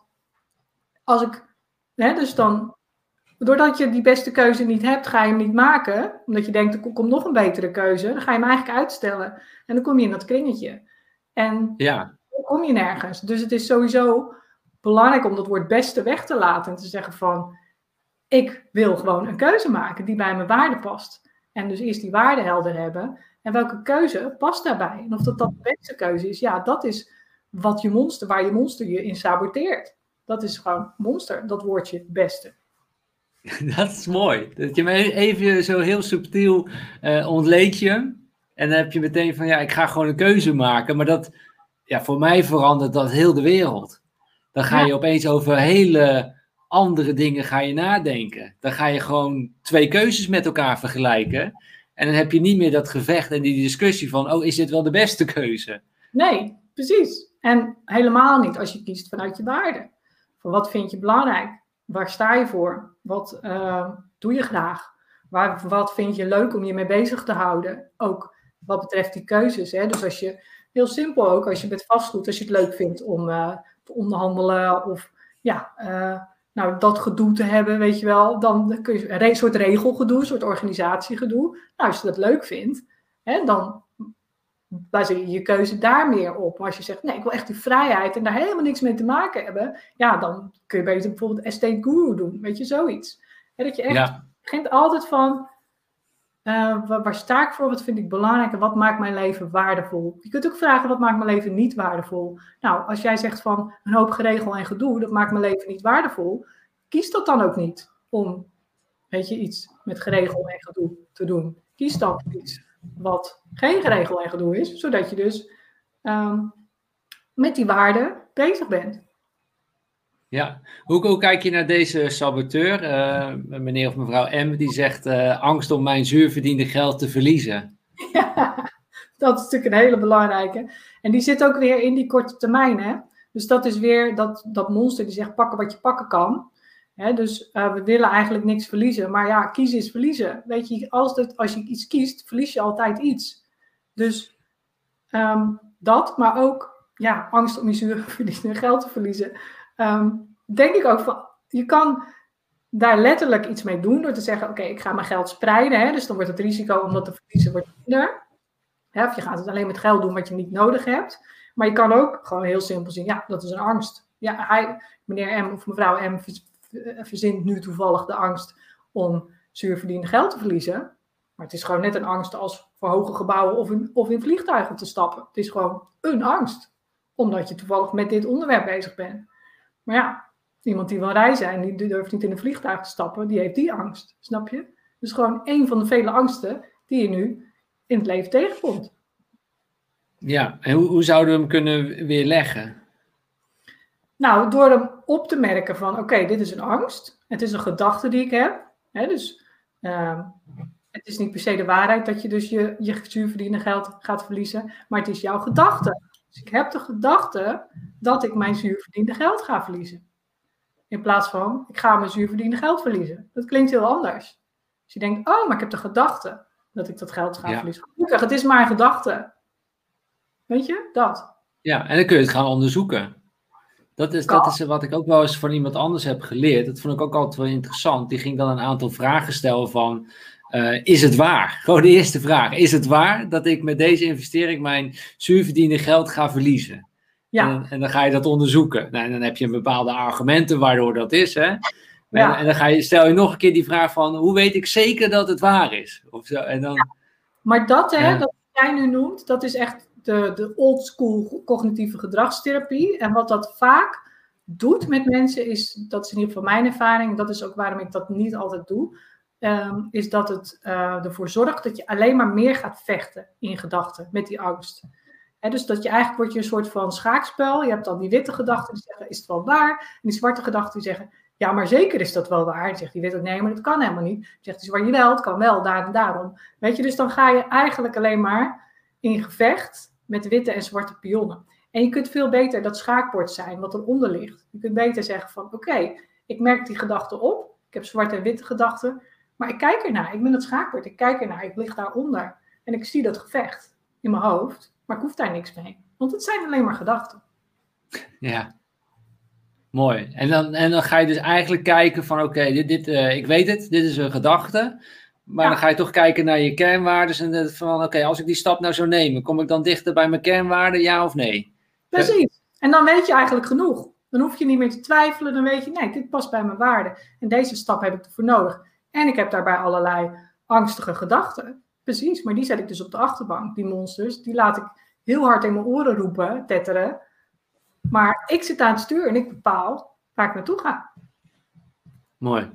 doordat je die beste keuze niet hebt, ga je hem niet maken. Omdat je denkt, er komt nog een betere keuze. Dan ga je hem eigenlijk uitstellen. En dan kom je in dat kringetje. En dan kom je nergens. Dus het is sowieso belangrijk om dat woord beste weg te laten. En te zeggen van, ik wil gewoon een keuze maken die bij mijn waarde past. En dus eerst die waarde helder hebben. En welke keuze past daarbij? En of dat de beste keuze is, dat is waar je monster je in saboteert. Dat is gewoon monster, dat woordje beste. Dat is mooi. Dat je me even zo heel subtiel ontleed je. En dan heb je meteen van, ik ga gewoon een keuze maken. Maar dat, voor mij verandert dat heel de wereld. Dan ga je opeens over hele andere dingen ga je nadenken. Dan ga je gewoon 2 keuzes met elkaar vergelijken. En dan heb je niet meer dat gevecht en die discussie van, is dit wel de beste keuze? Nee, precies. En helemaal niet als je kiest vanuit je waarde. Van wat vind je belangrijk? Waar sta je voor? Wat doe je graag? Wat vind je leuk om je mee bezig te houden? Ook wat betreft die keuzes. Hè? Dus als je, heel simpel ook, als je met vastgoed, als je het leuk vindt om te onderhandelen of dat gedoe te hebben, weet je wel, dan kun je een soort regelgedoe, een soort organisatiegedoe. Nou, als je dat leuk vindt, dan baseer je je keuze daar meer op. Maar als je zegt, nee, ik wil echt die vrijheid en daar helemaal niks mee te maken hebben, dan kun je beter bijvoorbeeld estate guru doen, weet je, zoiets. Dat je echt begint altijd van, waar sta ik voor, wat vind ik belangrijk en wat maakt mijn leven waardevol? Je kunt ook vragen, wat maakt mijn leven niet waardevol? Nou, als jij zegt van, een hoop geregel en gedoe, dat maakt mijn leven niet waardevol, kies dat dan ook niet om, iets met geregel en gedoe te doen. Kies dan iets wat geen geregel en gedoe is, zodat je dus met die waarden bezig bent. Ja, hoe kijk je naar deze saboteur, meneer of mevrouw M, die zegt angst om mijn zuurverdiende geld te verliezen? Ja, Dat is natuurlijk een hele belangrijke. En die zit ook weer in die korte termijn. Hè? Dus dat is weer dat monster die zegt pakken wat je pakken kan. Hè? Dus we willen eigenlijk niks verliezen. Maar ja, kiezen is verliezen. Weet je, als je iets kiest, verlies je altijd iets. Dus dat, maar ook angst om je zuurverdiende geld te verliezen. Denk ik ook van, je kan daar letterlijk iets mee doen door te zeggen, oké, ik ga mijn geld spreiden. Hè? Dus dan wordt het risico om dat te verliezen wordt minder. Hè? Of je gaat het alleen met geld doen wat je niet nodig hebt. Maar je kan ook gewoon heel simpel zien, ja, dat is een angst. Ja, meneer M of mevrouw M verzint nu toevallig de angst om zuurverdiende geld te verliezen. Maar het is gewoon net een angst als voor hoge gebouwen of in vliegtuigen te stappen. Het is gewoon een angst. Omdat je toevallig met dit onderwerp bezig bent. Maar ja, iemand die wil reizen en die durft niet in een vliegtuig te stappen, die heeft die angst. Snap je? Dus gewoon een van de vele angsten die je nu in het leven tegenkomt. Ja, en hoe zouden we hem kunnen weerleggen? Nou, door hem op te merken van, oké, dit is een angst. Het is een gedachte die ik heb. Hè, dus het is niet per se de waarheid dat je dus je zuurverdiende geld gaat verliezen. Maar het is jouw gedachte. Dus ik heb de gedachte dat ik mijn zuurverdiende geld ga verliezen. In plaats van, ik ga mijn zuurverdiende geld verliezen. Dat klinkt heel anders. Dus je denkt, oh, maar ik heb de gedachte dat ik dat geld ga verliezen. Gelukkig, het is maar een gedachte. Weet je, dat. Ja, en dan kun je het gaan onderzoeken. Dat is wat ik ook wel eens van iemand anders heb geleerd. Dat vond ik ook altijd wel interessant. Die ging dan een aantal vragen stellen van, is het waar? Gewoon de eerste vraag. Is het waar dat ik met deze investering mijn zuurverdiende geld ga verliezen? Ja. En dan ga je dat onderzoeken. Nou, en dan heb je bepaalde argumenten waardoor dat is. Hè? Ja. En dan stel je nog een keer die vraag van, hoe weet ik zeker dat het waar is? Of zo. En dan, maar dat, dat jij nu noemt, dat is echt de old school cognitieve gedragstherapie. En wat dat vaak doet met mensen is, dat is in ieder geval mijn ervaring, dat is ook waarom ik dat niet altijd doe, is dat het ervoor zorgt dat je alleen maar meer gaat vechten in gedachten met die angst. Dus dat je eigenlijk wordt je een soort van schaakspel. Je hebt dan die witte gedachten die zeggen, is het wel waar? En die zwarte gedachten die zeggen, ja, maar zeker is dat wel waar. Dan zegt die witte, nee, maar dat kan helemaal niet. Dan zegt die zwarte, jawel, het kan wel, daar en daarom. Weet je, dus dan ga je eigenlijk alleen maar in gevecht met witte en zwarte pionnen. En je kunt veel beter dat schaakbord zijn wat eronder ligt. Je kunt beter zeggen van, oké, ik merk die gedachten op. Ik heb zwarte en witte gedachten. Maar ik kijk ernaar. Ik ben dat schaakbord. Ik kijk ernaar. Ik lig daaronder. En ik zie dat gevecht in mijn hoofd. Maar ik hoef daar niks mee. Want het zijn alleen maar gedachten. Ja. Mooi. En dan ga je dus eigenlijk kijken van oké, ik weet het. Dit is een gedachte. Maar dan ga je toch kijken naar je kernwaarden. En van oké, als ik die stap nou zou nemen, kom ik dan dichter bij mijn kernwaarden, ja of nee? Precies. En dan weet je eigenlijk genoeg. Dan hoef je niet meer te twijfelen. Dan weet je, nee, dit past bij mijn waarden. En deze stap heb ik ervoor nodig. En ik heb daarbij allerlei angstige gedachten. Precies, maar die zet ik dus op de achterbank. Die monsters, die laat ik heel hard in mijn oren roepen, tetteren. Maar ik zit aan het stuur en ik bepaal waar ik naartoe ga. Mooi.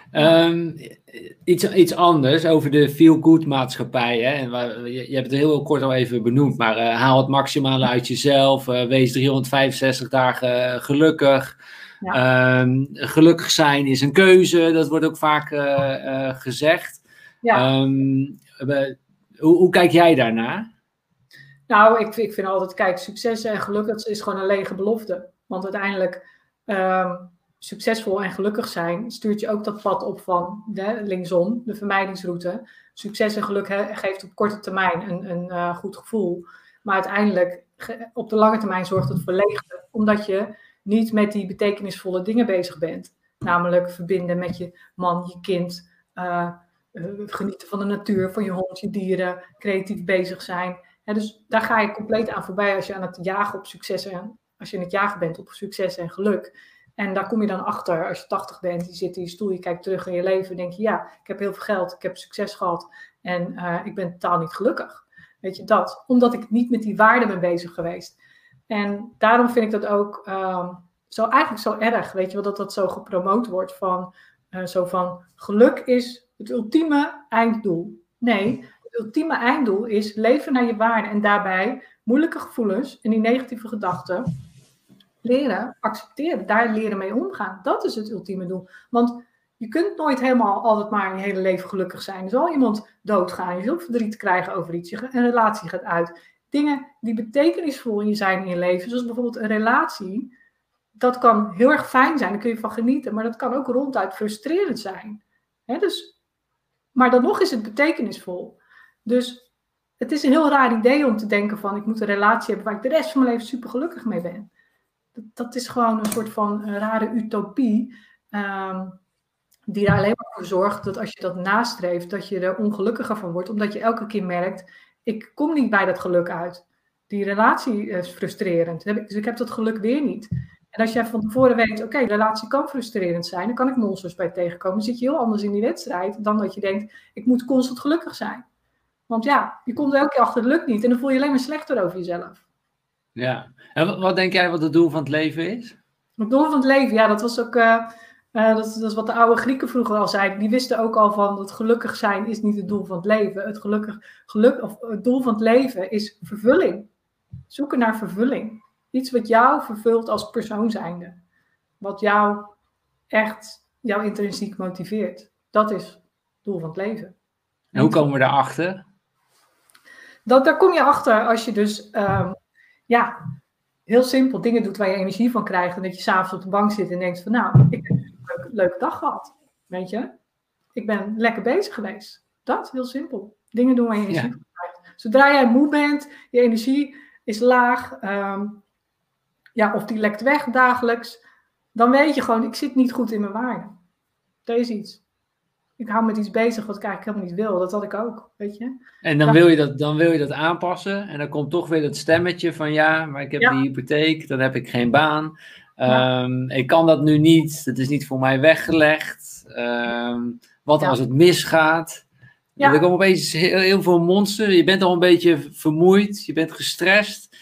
Iets anders over de feel-good maatschappij. Hè? En je hebt het heel kort al even benoemd, maar haal het maximale uit jezelf. Wees 365 dagen gelukkig. Ja. Gelukkig zijn is een keuze, dat wordt ook vaak gezegd. Ja. Hoe kijk jij daarnaar? Nou, ik vind altijd, kijk, succes en geluk, dat is gewoon een lege belofte. Want uiteindelijk, succesvol en gelukkig zijn, stuurt je ook dat pad op van linksom, de vermijdingsroute. Succes en geluk geeft op korte termijn een goed gevoel. Maar uiteindelijk, op de lange termijn zorgt het voor leegte. Omdat je niet met die betekenisvolle dingen bezig bent. Namelijk verbinden met je man, je kind, genieten van de natuur, van je hond, je dieren, creatief bezig zijn. Dus daar ga je compleet aan voorbij als je aan het jagen op succes en als je in het jagen bent op succes en geluk. En daar kom je dan achter als je 80 bent, je zit in je stoel, je kijkt terug in je leven en denk je, ja, ik heb heel veel geld, ik heb succes gehad en ik ben totaal niet gelukkig. Weet je dat? Omdat ik niet met die waarden ben bezig geweest. En daarom vind ik dat ook eigenlijk zo erg, weet je wel, dat zo gepromoot wordt van geluk is het ultieme einddoel. Nee, het ultieme einddoel is leven naar je waarden en daarbij moeilijke gevoelens en die negatieve gedachten leren accepteren, daar leren mee omgaan. Dat is het ultieme doel. Want je kunt nooit helemaal altijd maar in je hele leven gelukkig zijn. Er zal iemand doodgaan, je zult verdriet krijgen over iets, een relatie gaat uit. Dingen die betekenisvol in je zijn in je leven, zoals bijvoorbeeld een relatie, dat kan heel erg fijn zijn, daar kun je van genieten, maar dat kan ook ronduit frustrerend zijn. Dus, maar dan nog is het betekenisvol. Dus het is een heel raar idee om te denken van, ik moet een relatie hebben waar ik de rest van mijn leven super gelukkig mee ben. Dat is gewoon een soort van een rare utopie, die er alleen maar voor zorgt dat als je dat nastreeft, dat je er ongelukkiger van wordt, omdat je elke keer merkt, ik kom niet bij dat geluk uit. Die relatie is frustrerend, dus ik heb dat geluk weer niet. En als jij van tevoren weet, oké, de relatie kan frustrerend zijn, dan kan ik monsters bij tegenkomen. Dan zit je heel anders in die wedstrijd dan dat je denkt, ik moet constant gelukkig zijn. Want ja, je komt elke keer achter, het lukt niet. En dan voel je alleen maar slechter over jezelf. Ja, en wat denk jij wat het doel van het leven is? Het doel van het leven, ja, dat was ook, dat is wat de oude Grieken vroeger al zeiden. Die wisten ook al van, dat gelukkig zijn is niet het doel van het leven. Het doel van het leven is vervulling. Zoeken naar vervulling. Iets wat jou vervult als persoon zijnde. Wat jou echt, jou intrinsiek motiveert. Dat is het doel van het leven. En hoe komen we daarachter? Daar kom je achter als je dus, heel simpel dingen doet waar je energie van krijgt. En dat je s'avonds op de bank zit en denkt van, nou, ik heb een leuke dag gehad. Weet je? Ik ben lekker bezig geweest. Dat, heel simpel. Dingen doen waar je energie van krijgt. Zodra jij moe bent, je energie is laag, of die lekt weg dagelijks, dan weet je gewoon, ik zit niet goed in mijn waarde. Dat is iets. Ik hou met iets bezig wat ik eigenlijk helemaal niet wil. Dat had ik ook, weet je. En dan wil je dat aanpassen. En dan komt toch weer dat stemmetje van ja, maar ik heb die hypotheek. Dan heb ik geen baan. Ik kan dat nu niet. Het is niet voor mij weggelegd. Wat als het misgaat? Ja. Er komen opeens heel veel monsters. Je bent al een beetje vermoeid. Je bent gestrest.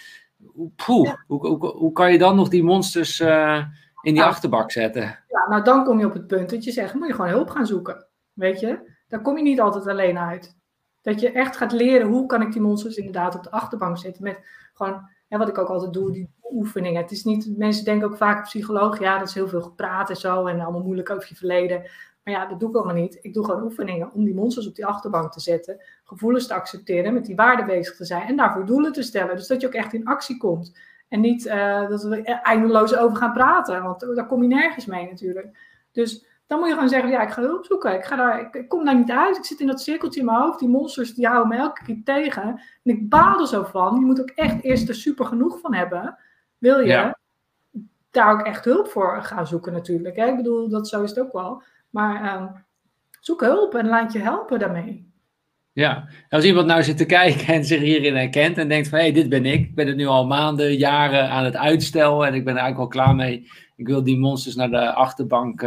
Hoe kan je dan nog die monsters in die achterbak zetten? Ja, nou dan kom je op het punt dat je zegt, moet je gewoon hulp gaan zoeken. Weet je, daar kom je niet altijd alleen uit. Dat je echt gaat leren, hoe kan ik die monsters inderdaad op de achterbank zetten. Met gewoon, wat ik ook altijd doe, die oefeningen. Het is niet, mensen denken ook vaak, psycholoog, ja, dat is heel veel gepraat en zo. En allemaal moeilijk over je verleden. Maar ja, dat doe ik allemaal niet. Ik doe gewoon oefeningen om die monsters op die achterbank te zetten. Gevoelens te accepteren, met die waarden bezig te zijn. En daarvoor doelen te stellen. Dus dat je ook echt in actie komt. En niet dat we eindeloos over gaan praten. Want daar kom je nergens mee natuurlijk. Dus dan moet je gewoon zeggen, ja, ik ga hulp zoeken. Ik kom daar niet uit. Ik zit in dat cirkeltje in mijn hoofd. Die monsters, die houden me elke keer tegen. En ik baal er zo van. Je moet ook echt eerst er super genoeg van hebben. Wil je daar ook echt hulp voor gaan zoeken natuurlijk. Hè? Ik bedoel, zo is het ook wel. Maar zoek hulp en laat je helpen daarmee. Ja, als iemand nou zit te kijken en zich hierin herkent en denkt van, hé, dit ben ik. Ik ben het nu al maanden, jaren aan het uitstellen en ik ben er eigenlijk al klaar mee. Ik wil die monsters naar de achterbank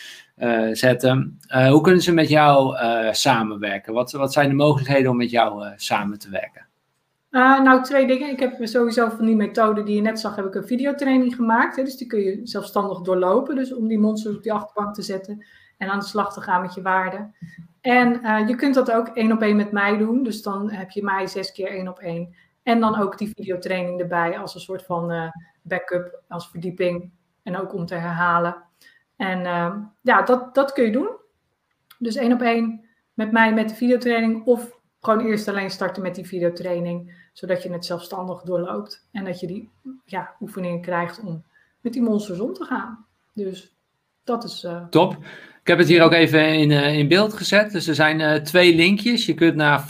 zetten. Hoe kunnen ze met jou samenwerken? Wat zijn de mogelijkheden om met jou samen te werken? Nou, 2 dingen. Ik heb sowieso van die methode die je net zag, heb ik een videotraining gemaakt. Hè? Dus die kun je zelfstandig doorlopen. Dus om die monsters op die achterbank te zetten en aan de slag te gaan met je waarden. En je kunt dat ook 1-op-1 met mij doen. Dus dan heb je mij 6 keer 1-op-1. En dan ook die videotraining erbij als een soort van backup, als verdieping. En ook om te herhalen. En dat kun je doen. Dus 1-op-1 met mij met de videotraining. Of gewoon eerst alleen starten met die videotraining. Zodat je het zelfstandig doorloopt. En dat je die oefeningen krijgt om met die monsters om te gaan. Dus dat is... Top. Ik heb het hier ook even in beeld gezet. Dus er zijn 2 linkjes. Je kunt naar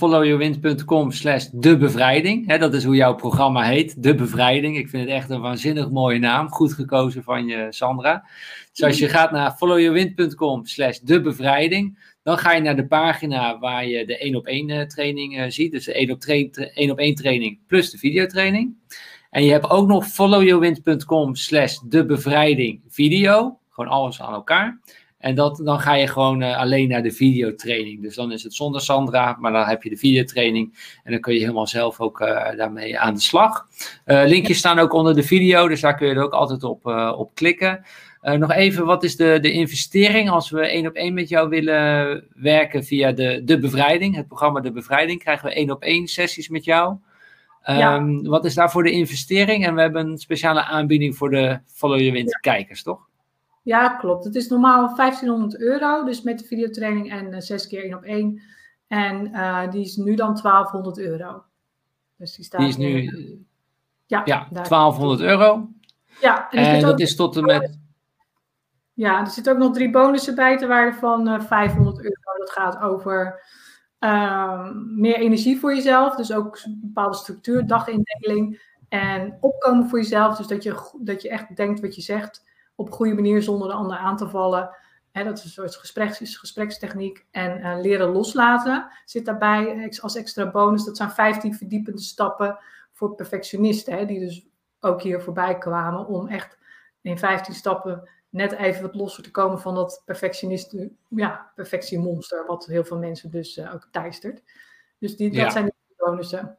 followyourwind.com/debevrijding. Dat is hoe jouw programma heet. De Bevrijding. Ik vind het echt een waanzinnig mooie naam. Goed gekozen van je, Sandra. Dus als je gaat naar followyourwind.com/debevrijding, dan ga je naar de pagina waar je de 1-op-1 training ziet. Dus de 1-op-1 training plus de videotraining. En je hebt ook nog followyourwind.com/debevrijding video. Gewoon alles aan elkaar. En dan ga je gewoon alleen naar de videotraining. Dus dan is het zonder Sandra, maar dan heb je de videotraining. En dan kun je helemaal zelf ook daarmee aan de slag. Linkjes staan ook onder de video, dus daar kun je er ook altijd op klikken. Nog even, wat is de investering als we 1-op-1 met jou willen werken via de Bevrijding? Het programma De Bevrijding krijgen we 1-op-1 sessies met jou. Wat is daarvoor de investering? En we hebben een speciale aanbieding voor de Follow Your Wind kijkers, toch? Ja, klopt. Het is normaal €1500, dus met de videotraining en 6 keer 1-op-1. En die is nu dan €1200. Dus die staat Die is weer, nu ja, €1200. Ja, En dat ook, is tot en met... ja, er zitten ook nog 3 bonussen bij ter waarde van €500. Dat gaat over meer energie voor jezelf, dus ook een bepaalde structuur, dagindeling en opkomen voor jezelf. Dus dat je echt denkt wat je zegt op een goede manier zonder de ander aan te vallen. Dat is een soort gesprekstechniek. En leren loslaten zit daarbij als extra bonus. Dat zijn 15 verdiepende stappen voor perfectionisten, die dus ook hier voorbij kwamen om echt in 15 stappen net even wat losser te komen van dat perfectiemonster, wat heel veel mensen dus ook teistert. Dus dat zijn de bonussen.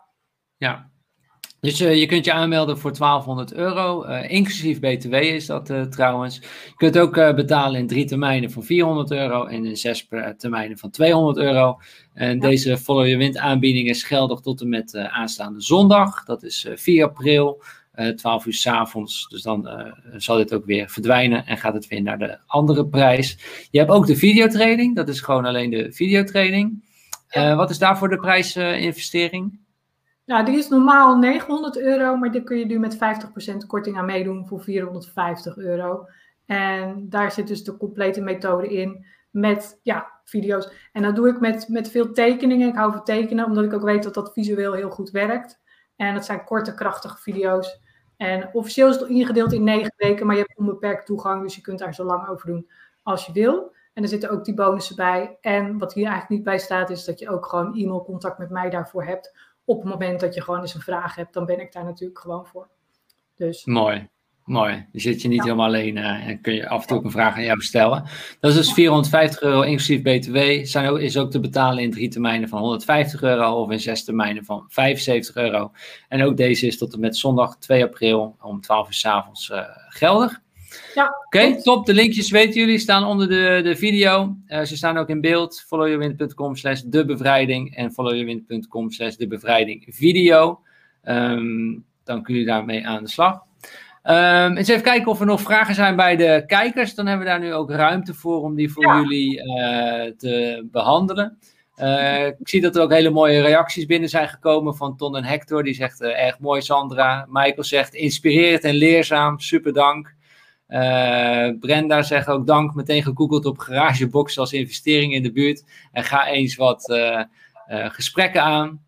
Ja. Dus je kunt je aanmelden voor €1200, inclusief BTW is dat trouwens. Je kunt ook betalen in 3 termijnen van €400 en in 6 termijnen van €200. En deze Follow Your Wind aanbieding is geldig tot en met aanstaande zondag. Dat is 4 april, 12 uur 's avonds. Dus dan zal dit ook weer verdwijnen en gaat het weer naar de andere prijs. Je hebt ook de videotraining, dat is gewoon alleen de videotraining. Wat is daarvoor de prijsinvestering? Nou, die is normaal €900, maar daar kun je nu met 50% korting aan meedoen voor €450. En daar zit dus de complete methode in met video's. En dat doe ik met veel tekeningen. Ik hou van tekenen, omdat ik ook weet dat dat visueel heel goed werkt. En dat zijn korte, krachtige video's. En officieel is het ingedeeld in 9 weken, maar je hebt onbeperkt toegang, dus je kunt daar zo lang over doen als je wil. En er zitten ook die bonussen bij. En wat hier eigenlijk niet bij staat, is dat je ook gewoon e-mailcontact met mij daarvoor hebt. Op het moment dat je gewoon eens een vraag hebt, dan ben ik daar natuurlijk gewoon voor. Dus. Mooi. Dan zit je niet helemaal alleen en kun je af en toe ook een vraag aan jou stellen. Dat is dus €450 inclusief BTW. Is ook te betalen in 3 termijnen van €150 of in 6 termijnen van €75. En ook deze is tot en met zondag 2 april om 12 uur 's avonds geldig. Ja, Oké, top. De linkjes weten jullie staan onder de video. Ze staan ook in beeld. followyourwind.com/debevrijding en followyourwind.com/debevrijdingvideo. Dan kunnen jullie daarmee aan de slag. Eens even kijken of er nog vragen zijn bij de kijkers. Dan hebben we daar nu ook ruimte voor om die voor jullie te behandelen. Ik zie dat er ook hele mooie reacties binnen zijn gekomen van Ton en Hector. Die zegt erg mooi, Sandra. Michael zegt inspirerend en leerzaam. Super dank. Brenda zegt ook dank, meteen gegoogeld op garagebox als investering in de buurt en ga eens wat gesprekken aan.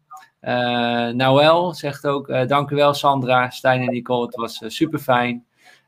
Noël zegt ook dank u wel Sandra, Stijn en Nicole, het was super fijn.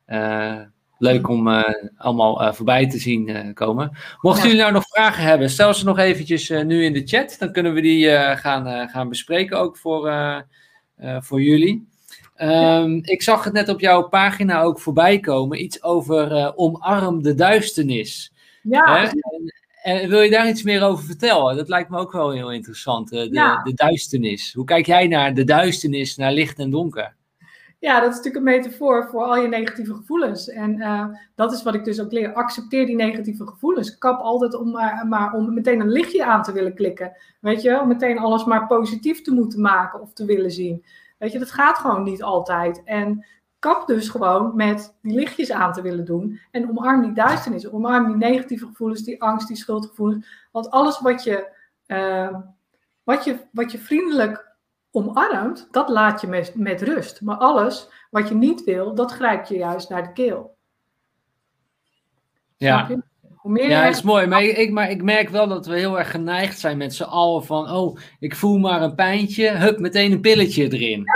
Leuk om allemaal voorbij te zien komen. Mochten jullie nou nog vragen hebben, stel ze nog eventjes nu in de chat, dan kunnen we die gaan bespreken ook voor jullie. Ik zag het net op jouw pagina ook voorbij komen. Iets over omarm de duisternis. Ja. En wil je daar iets meer over vertellen? Dat lijkt me ook wel heel interessant. De duisternis. Hoe kijk jij naar de duisternis, naar licht en donker? Ja, dat is natuurlijk een metafoor voor al je negatieve gevoelens. En dat is wat ik dus ook leer. Accepteer die negatieve gevoelens. Kap altijd om meteen een lichtje aan te willen klikken. Weet je, om meteen alles maar positief te moeten maken of te willen zien. Weet je, dat gaat gewoon niet altijd. En kap dus gewoon met die lichtjes aan te willen doen. En omarm die duisternis. Omarm die negatieve gevoelens, die angst, die schuldgevoelens. Want alles wat je vriendelijk omarmt, dat laat je met rust. Maar alles wat je niet wil, dat grijpt je juist naar de keel. Ja. Ja, dat is mooi. Maar ik merk wel dat we heel erg geneigd zijn met z'n allen van, oh, ik voel maar een pijntje, hup, meteen een pilletje erin.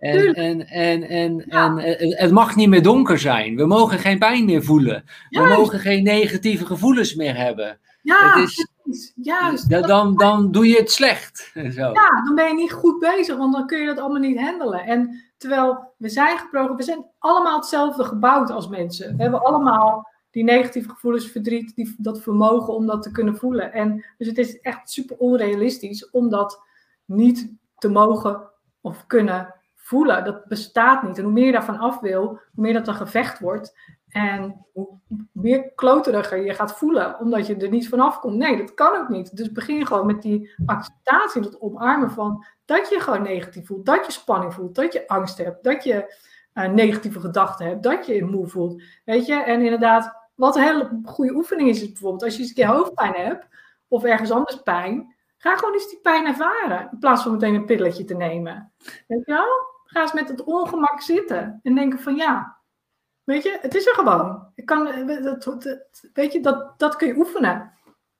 En het mag niet meer donker zijn. We mogen geen pijn meer voelen. We mogen geen negatieve gevoelens meer hebben. Ja, precies. Juist. Dan doe je het slecht. Zo. Ja, dan ben je niet goed bezig, want dan kun je dat allemaal niet handelen. En terwijl we zijn allemaal hetzelfde gebouwd als mensen. We hebben allemaal die negatieve gevoelens, verdriet, dat vermogen om dat te kunnen voelen. En dus het is echt super onrealistisch om dat niet te mogen of kunnen voelen. Dat bestaat niet. En hoe meer je daarvan af wil, hoe meer dat een gevecht wordt. En hoe meer kloteriger je gaat voelen, omdat je er niet vanaf komt. Nee, dat kan ook niet. Dus begin gewoon met die acceptatie, dat omarmen van dat je gewoon negatief voelt, dat je spanning voelt, dat je angst hebt, dat je negatieve gedachten hebt, dat je je moe voelt. Weet je, en inderdaad, Wat een hele goede oefening is bijvoorbeeld, als je eens een keer hoofdpijn hebt, of ergens anders pijn, ga gewoon eens die pijn ervaren, in plaats van meteen een pilletje te nemen. Weet je wel? Ga eens met het ongemak zitten en denken van ja, weet je, het is er gewoon. Weet je, dat kun je oefenen.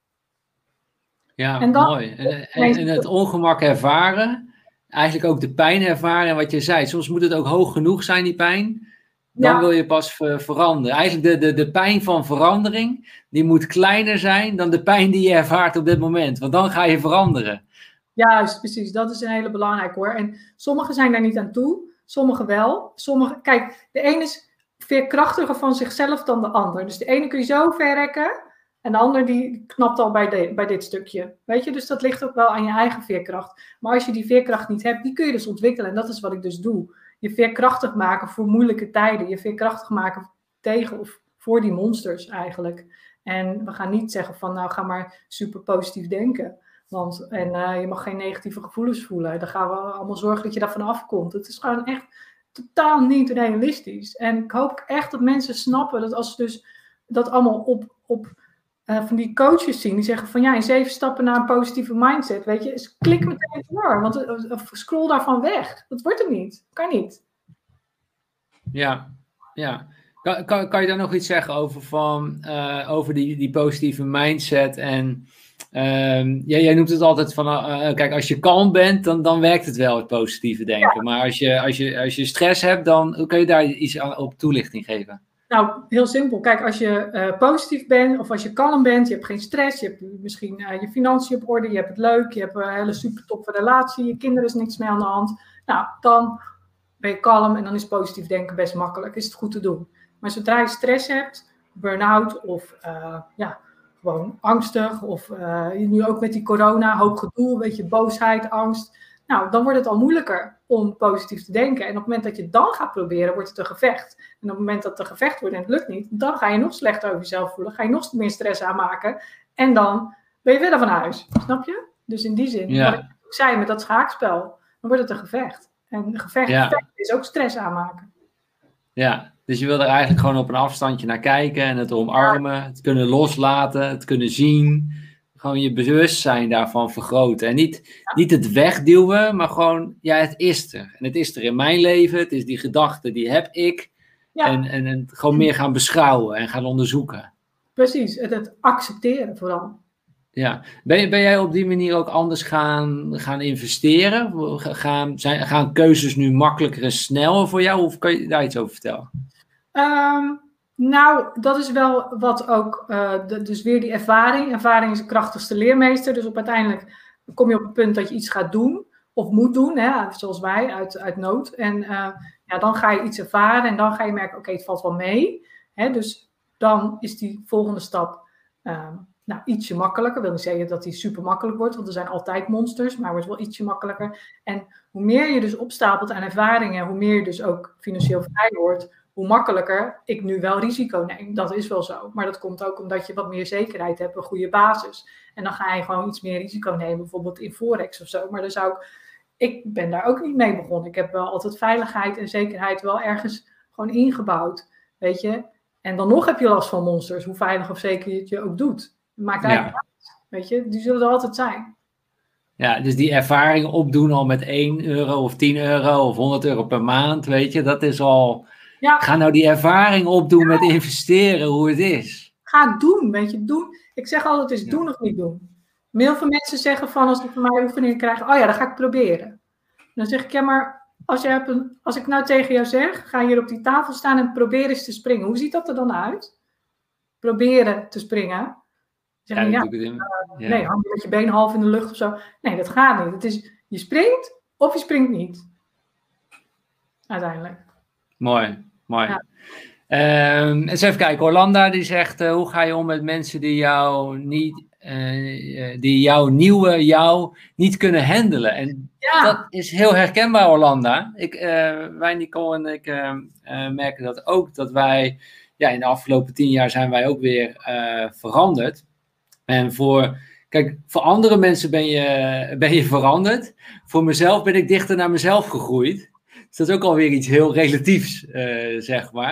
Ja, mooi. En het ongemak ervaren, eigenlijk ook de pijn ervaren en wat je zei. Soms moet het ook hoog genoeg zijn, die pijn. Dan wil je pas veranderen. Eigenlijk de pijn van verandering, die moet kleiner zijn dan de pijn die je ervaart op dit moment. Want dan ga je veranderen. Juist, precies. Dat is een hele belangrijke hoor. En sommigen zijn daar niet aan toe, sommigen wel. Kijk, de ene is veerkrachtiger van zichzelf dan de ander. Dus de ene kun je zo verrekken en de ander die knapt al bij dit stukje. Weet je, dus dat ligt ook wel aan je eigen veerkracht. Maar als je die veerkracht niet hebt, die kun je dus ontwikkelen. En dat is wat ik dus doe. Je veerkrachtig maken voor moeilijke tijden. Je veerkrachtig maken tegen of voor die monsters eigenlijk. En we gaan niet zeggen van nou ga maar super positief denken. Je mag geen negatieve gevoelens voelen. Dan gaan we allemaal zorgen dat je daarvan afkomt. Het is gewoon echt totaal niet realistisch. En ik hoop echt dat mensen snappen dat als ze dus dat allemaal op van die coaches zien. Die zeggen van ja, in 7 stappen naar een positieve mindset. Weet je, klik meteen door. Of scroll daarvan weg. Dat wordt er niet. Kan niet. Ja. Kan je daar nog iets zeggen over die positieve mindset? En jij noemt het altijd van, kijk, als je kalm bent, dan werkt het wel, het positieve denken. Ja. Maar als je stress hebt, dan kan je daar iets op toelichting geven. Nou, heel simpel. Kijk, als je positief bent of als je kalm bent, je hebt geen stress, je hebt misschien je financiën op orde, je hebt het leuk, je hebt een hele super toffe relatie, je kinderen is niks meer aan de hand. Nou, dan ben je kalm en dan is positief denken best makkelijk, is het goed te doen. Maar zodra je stress hebt, burn-out of gewoon angstig of nu ook met die corona, hoop gedoe, een beetje boosheid, angst. Nou, dan wordt het al moeilijker om positief te denken. En op het moment dat je het dan gaat proberen, wordt het een gevecht. En op het moment dat het een gevecht wordt en het lukt niet, dan ga je nog slechter over jezelf voelen. Ga je nog meer stress aanmaken. En dan ben je verder van huis. Snap je? Dus in die zin, wat ik ook zei met dat schaakspel, dan wordt het een gevecht. En een gevecht is ook stress aanmaken. Ja, dus je wil er eigenlijk gewoon op een afstandje naar kijken en het omarmen, het kunnen loslaten, het kunnen zien. Gewoon je bewustzijn daarvan vergroten. En niet het wegduwen, maar gewoon, ja, het is er. En het is er in mijn leven, het is die gedachte, die heb ik. Ja. En het gewoon meer gaan beschouwen en gaan onderzoeken. Precies, het accepteren vooral. Ja, ben jij op die manier ook anders gaan investeren? Gaan keuzes nu makkelijker en sneller voor jou? Of kan je daar iets over vertellen? Nou, dat is wel wat ook, dus weer die ervaring. Ervaring is de krachtigste leermeester. Dus uiteindelijk kom je op het punt dat je iets gaat doen of moet doen, hè, zoals wij, uit nood. En dan ga je iets ervaren en dan ga je merken, oké, het valt wel mee. Hè, dus dan is die volgende stap ietsje makkelijker. Wil niet zeggen dat die super makkelijk wordt, want er zijn altijd monsters, maar het wordt wel ietsje makkelijker. En hoe meer je dus opstapelt aan ervaringen, hoe meer je dus ook financieel vrij wordt, hoe makkelijker ik nu wel risico neem. Dat is wel zo. Maar dat komt ook omdat je wat meer zekerheid hebt, een goede basis. En dan ga je gewoon iets meer risico nemen, bijvoorbeeld in Forex of zo. Maar dan ik ben daar ook niet mee begonnen. Ik heb wel altijd veiligheid en zekerheid wel ergens gewoon ingebouwd. Weet je? En dan nog heb je last van monsters, hoe veilig of zeker je het je ook doet. Het maakt eigenlijk uit. Weet je? Die zullen er altijd zijn. Ja, dus die ervaring opdoen al met 1 euro of 10 euro of 100 euro per maand, weet je, dat is al... Ja. Ga nou die ervaring opdoen met investeren, hoe het is. Ga het doen, weet je, doen. Ik zeg altijd, het is doen of niet doen. Heel veel mensen zeggen van, als ik van mij oefeningen krijg, oh ja, dat ga ik proberen. Dan zeg ik, ja, maar als ik nou tegen jou zeg, ga hier op die tafel staan en probeer eens te springen. Hoe ziet dat er dan uit? Proberen te springen. Zeg je, nee, hang je met je been half in de lucht of zo. Nee, dat gaat niet. Het is, je springt of je springt niet. Uiteindelijk. Mooi. Ja. Eens even kijken, Orlando die zegt, hoe ga je om met mensen die jouw nieuwe jou niet kunnen handelen? En dat is heel herkenbaar, Orlando. Wij, Nicole en ik, merken dat ook, dat wij, in de afgelopen 10 jaar zijn wij ook weer veranderd. En voor andere mensen ben je veranderd. Voor mezelf ben ik dichter naar mezelf gegroeid. Dus dat is ook alweer iets heel relatiefs, zeg maar.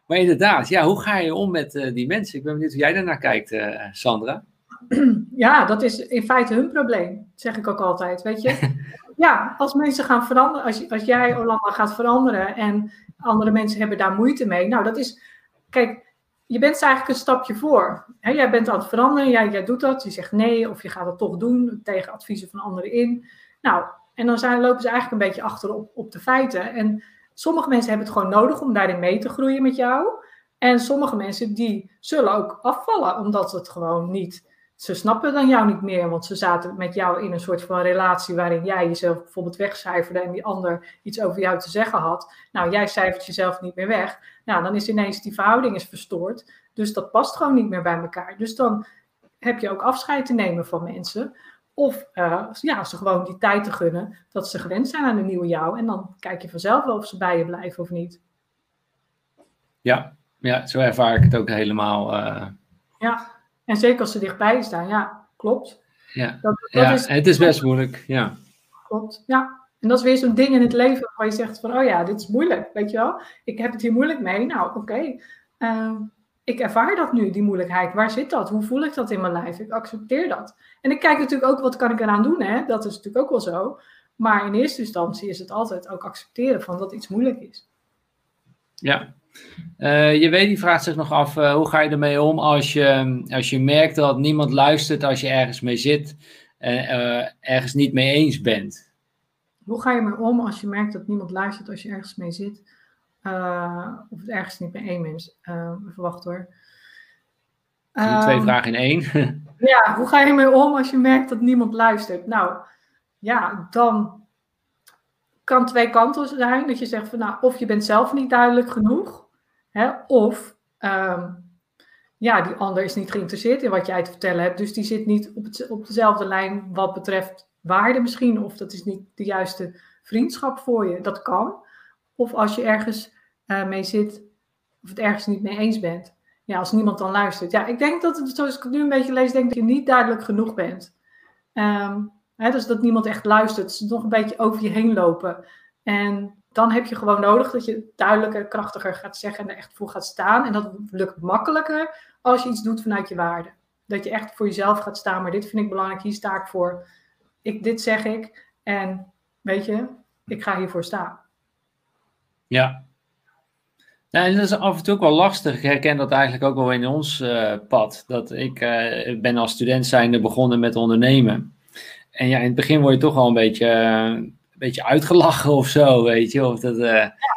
Maar inderdaad, ja, hoe ga je om met die mensen? Ik ben benieuwd hoe jij daarnaar kijkt, Sandra. Ja, dat is in feite hun probleem, zeg ik ook altijd, weet je. Ja, als mensen gaan veranderen, als jij, Orlando, gaat veranderen en andere mensen hebben daar moeite mee. Nou, dat is, kijk, je bent eigenlijk een stapje voor. Hè? Jij bent aan het veranderen, jij doet dat, je zegt nee of je gaat het toch doen tegen adviezen van anderen in. Nou, en dan lopen ze eigenlijk een beetje achter op de feiten. En sommige mensen hebben het gewoon nodig om daarin mee te groeien met jou. En sommige mensen die zullen ook afvallen, omdat het gewoon niet... Ze snappen dan jou niet meer, want ze zaten met jou in een soort van relatie waarin jij jezelf bijvoorbeeld wegcijferde en die ander iets over jou te zeggen had. Nou, jij cijfert jezelf niet meer weg. Nou, dan is ineens die verhouding is verstoord. Dus dat past gewoon niet meer bij elkaar. Dus dan heb je ook afscheid te nemen van mensen. Of ze gewoon die tijd te gunnen dat ze gewend zijn aan de nieuwe jou. En dan kijk je vanzelf wel of ze bij je blijven of niet. Ja, zo ervaar ik het ook helemaal. Ja. En zeker als ze dichtbij staan, ja, klopt. Ja, het is best moeilijk, ja. Klopt, ja. En dat is weer zo'n ding in het leven waar je zegt van, oh ja, dit is moeilijk, weet je wel. Ik heb het hier moeilijk mee, nou oké. Ik ervaar dat nu, die moeilijkheid. Waar zit dat? Hoe voel ik dat in mijn lijf? Ik accepteer dat. En ik kijk natuurlijk ook, wat kan ik eraan doen, hè? Dat is natuurlijk ook wel zo. Maar in eerste instantie is het altijd ook accepteren van dat iets moeilijk is. Ja. Die vraagt zich nog af, hoe ga je ermee om als je merkt dat niemand luistert als je ergens mee zit en ergens niet mee eens bent? Hoe ga je ermee om als je merkt dat niemand luistert als je ergens mee zit? Of het ergens niet mee eens bent? Even wachten hoor. 2 vragen in 1. Ja, hoe ga je ermee om als je merkt dat niemand luistert? Nou, ja, dan kan 2 kanten zijn. Dat je zegt van, nou, of je bent zelf niet duidelijk genoeg. Hè, of die ander is niet geïnteresseerd in wat jij te vertellen hebt. Dus die zit niet op dezelfde lijn wat betreft waarde misschien. Of dat is niet de juiste vriendschap voor je. Dat kan. Of als je ergens mee zit of het ergens niet mee eens bent. Ja, als niemand dan luistert. Ja, ik denk dat het, zoals ik het nu een beetje lees, denk dat je niet duidelijk genoeg bent. Dus dat niemand echt luistert. Ze nog een beetje over je heen lopen. En dan heb je gewoon nodig dat je duidelijker, krachtiger gaat zeggen en er echt voor gaat staan. En dat lukt makkelijker als je iets doet vanuit je waarde. Dat je echt voor jezelf gaat staan. Maar dit vind ik belangrijk, hier sta ik voor. Dit zeg ik. En weet je, ik ga hiervoor staan. Ja. Nou, en dat is af en toe ook wel lastig. Ik herken dat eigenlijk ook wel in ons pad. Dat ik ben als student zijnde begonnen met ondernemen. En ja, in het begin word je toch wel een beetje uitgelachen of zo, weet je. Of dat,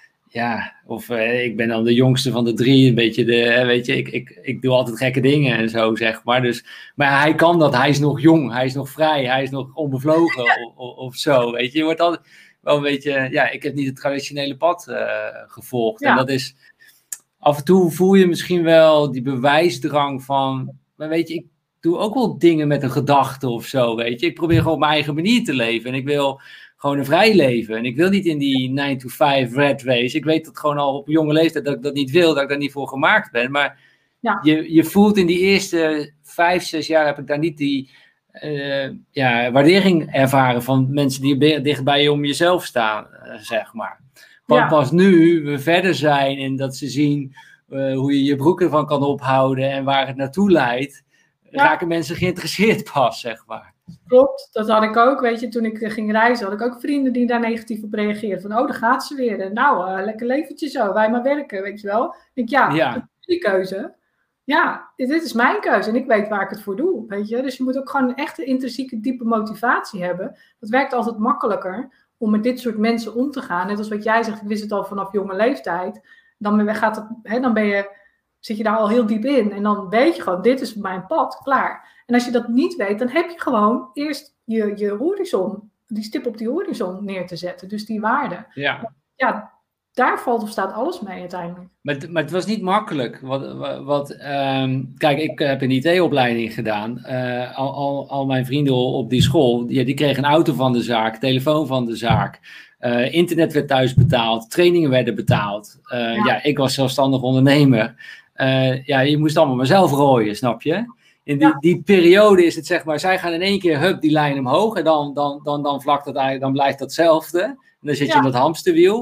ik ben dan de jongste van de 3, een beetje weet je, ik doe altijd gekke dingen en zo, zeg maar. Dus, maar hij kan dat, hij is nog jong, hij is nog vrij, hij is nog onbevlogen of zo, weet je. Je wordt altijd wel een beetje, ik heb niet het traditionele pad gevolgd. Ja. En dat is, af en toe voel je misschien wel die bewijsdrang van, maar weet je, ik doe ook wel dingen met een gedachte of zo, weet je. Ik probeer gewoon op mijn eigen manier te leven en ik wil gewoon een vrij leven. En ik wil niet in die 9-to-5 rat race. Ik weet dat gewoon al op jonge leeftijd dat ik dat niet wil, dat ik daar niet voor gemaakt ben. Maar je voelt in die eerste 5-6 jaar heb ik daar niet die waardering ervaren van mensen die dicht bij je om jezelf staan, zeg maar. Pas nu we verder zijn en dat ze zien hoe je je broek ervan kan ophouden en waar het naartoe leidt, raken mensen geïnteresseerd pas, zeg maar. Klopt, dat had ik ook, weet je, toen ik ging reizen, had ik ook vrienden die daar negatief op reageerden. Van, daar gaat ze weer. En nou, lekker leventje zo, wij maar werken, weet je wel. Ik denk, dat is die keuze. Ja, dit is mijn keuze en ik weet waar ik het voor doe, weet je. Dus je moet ook gewoon een echte intrinsieke, diepe motivatie hebben. Dat werkt altijd makkelijker om met dit soort mensen om te gaan. Net als wat jij zegt, ik wist het al vanaf jonge leeftijd. Dan zit je daar al heel diep in. En dan weet je gewoon, dit is mijn pad, klaar. En als je dat niet weet, dan heb je gewoon eerst je horizon, die stip op die horizon neer te zetten. Dus die waarde. Ja, daar valt of staat alles mee uiteindelijk. Maar het was niet makkelijk. Kijk, ik heb een IT-opleiding gedaan. Al mijn vrienden op die school, die kregen een auto van de zaak, telefoon van de zaak. Internet werd thuis betaald, trainingen werden betaald. Ik was zelfstandig ondernemer. Je moest allemaal maar zelf rooien, snap je? In die periode is het, zeg maar, zij gaan in één keer die lijn omhoog en dan vlakt dat eigenlijk, dan blijft datzelfde. En dan zit je in dat hamsterwiel.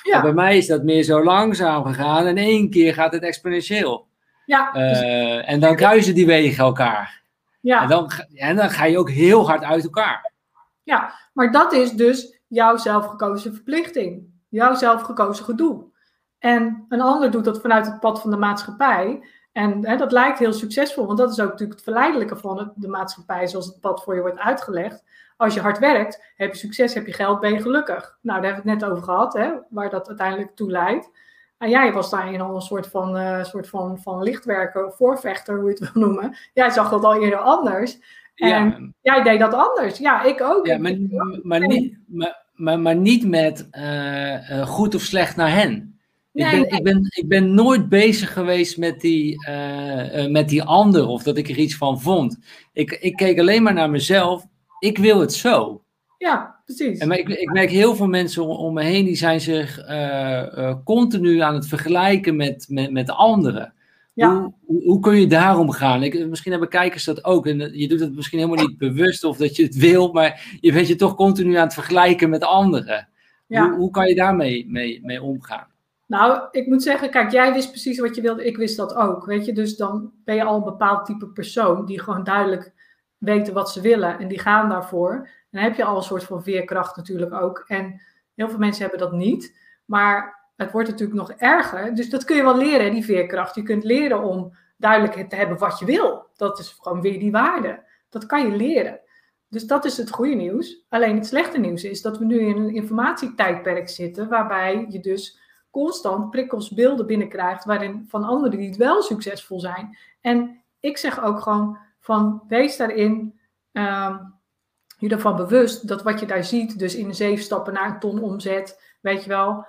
En bij mij is dat meer zo langzaam gegaan. En 1 keer gaat het exponentieel. Ja. En dan kruisen die wegen elkaar. Ja. En dan ga je ook heel hard uit elkaar. Ja, maar dat is dus jouw zelfgekozen verplichting. Jouw zelfgekozen gedoe. En een ander doet dat vanuit het pad van de maatschappij. En dat lijkt heel succesvol, want dat is ook natuurlijk het verleidelijke van de maatschappij, zoals het pad voor je wordt uitgelegd. Als je hard werkt, heb je succes, heb je geld, ben je gelukkig. Nou, daar hebben we het net over gehad, hè, waar dat uiteindelijk toe leidt. En jij was daarin al een soort van lichtwerker, voorvechter, hoe je het wil noemen. Jij zag dat al eerder anders. En jij deed dat anders. Ja, ik ook. Ja, maar niet met goed of slecht naar hen. Nee. Ik ben nooit bezig geweest met die ander of dat ik er iets van vond. Ik keek alleen maar naar mezelf. Ik wil het zo. Ja, precies. Maar ik merk heel veel mensen om me heen die zijn zich continu aan het vergelijken met de anderen. Ja. Hoe kun je daarom gaan? Misschien hebben kijkers dat ook. En je doet het misschien helemaal niet bewust of dat je het wil, maar je bent je toch continu aan het vergelijken met anderen. Ja. Hoe kan je daarmee mee omgaan? Nou, ik moet zeggen, kijk, jij wist precies wat je wilde. Ik wist dat ook, weet je. Dus dan ben je al een bepaald type persoon die gewoon duidelijk weten wat ze willen en die gaan daarvoor. Dan heb je al een soort van veerkracht natuurlijk ook. En heel veel mensen hebben dat niet. Maar het wordt natuurlijk nog erger. Dus dat kun je wel leren, die veerkracht. Je kunt leren om duidelijk te hebben wat je wil. Dat is gewoon weer die waarde. Dat kan je leren. Dus dat is het goede nieuws. Alleen het slechte nieuws is dat we nu in een informatietijdperk zitten, waarbij je dus constant prikkels, beelden binnenkrijgt waarin van anderen die het wel succesvol zijn. En ik zeg ook gewoon van wees daarin je ervan bewust dat wat je daar ziet, dus in 7 stappen naar een ton omzet, weet je wel,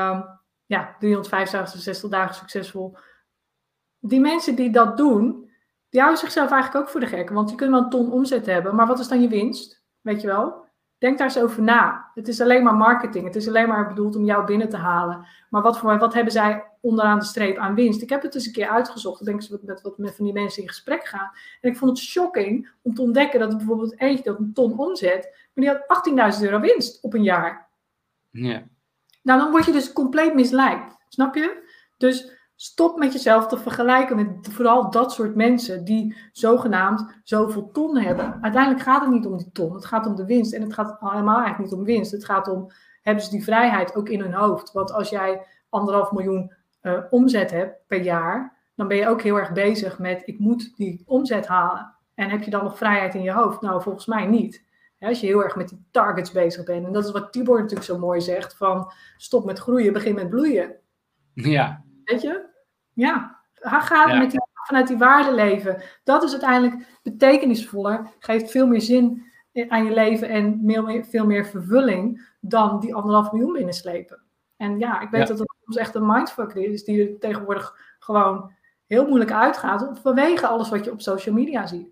365 dagen succesvol. Die mensen die dat doen, die houden zichzelf eigenlijk ook voor de gek, want je kunt wel een ton omzet hebben, maar wat is dan je winst? Weet je wel? Denk daar eens over na. Het is alleen maar marketing. Het is alleen maar bedoeld om jou binnen te halen. Maar wat hebben zij onderaan de streep aan winst? Ik heb het eens een keer uitgezocht. Ik denk eens met van die mensen in gesprek gaan. En ik vond het shocking om te ontdekken dat er bijvoorbeeld eentje dat een ton omzet, maar die had €18.000 winst op een jaar. Ja. Nou, dan word je dus compleet misleid. Snap je? Dus stop met jezelf te vergelijken met vooral dat soort mensen die zogenaamd zoveel ton hebben. Uiteindelijk gaat het niet om die ton. Het gaat om de winst. En het gaat helemaal eigenlijk niet om winst. Het gaat om, hebben ze die vrijheid ook in hun hoofd? Want als jij 1,5 miljoen omzet hebt per jaar, dan ben je ook heel erg bezig met ik moet die omzet halen. En heb je dan nog vrijheid in je hoofd? Nou, volgens mij niet. Als je heel erg met die targets bezig bent. En dat is wat Tibor natuurlijk zo mooi zegt. Van stop met groeien, begin met bloeien. Ja. Weet je? Ja. Ga vanuit die waarde leven. Dat is uiteindelijk betekenisvoller. Geeft veel meer zin aan je leven. En veel meer vervulling. Dan die 1,5 miljoen binnenslepen. En ja, ik weet dat het soms echt een mindfuck is. Die er tegenwoordig gewoon heel moeilijk uitgaat. Vanwege alles wat je op social media ziet.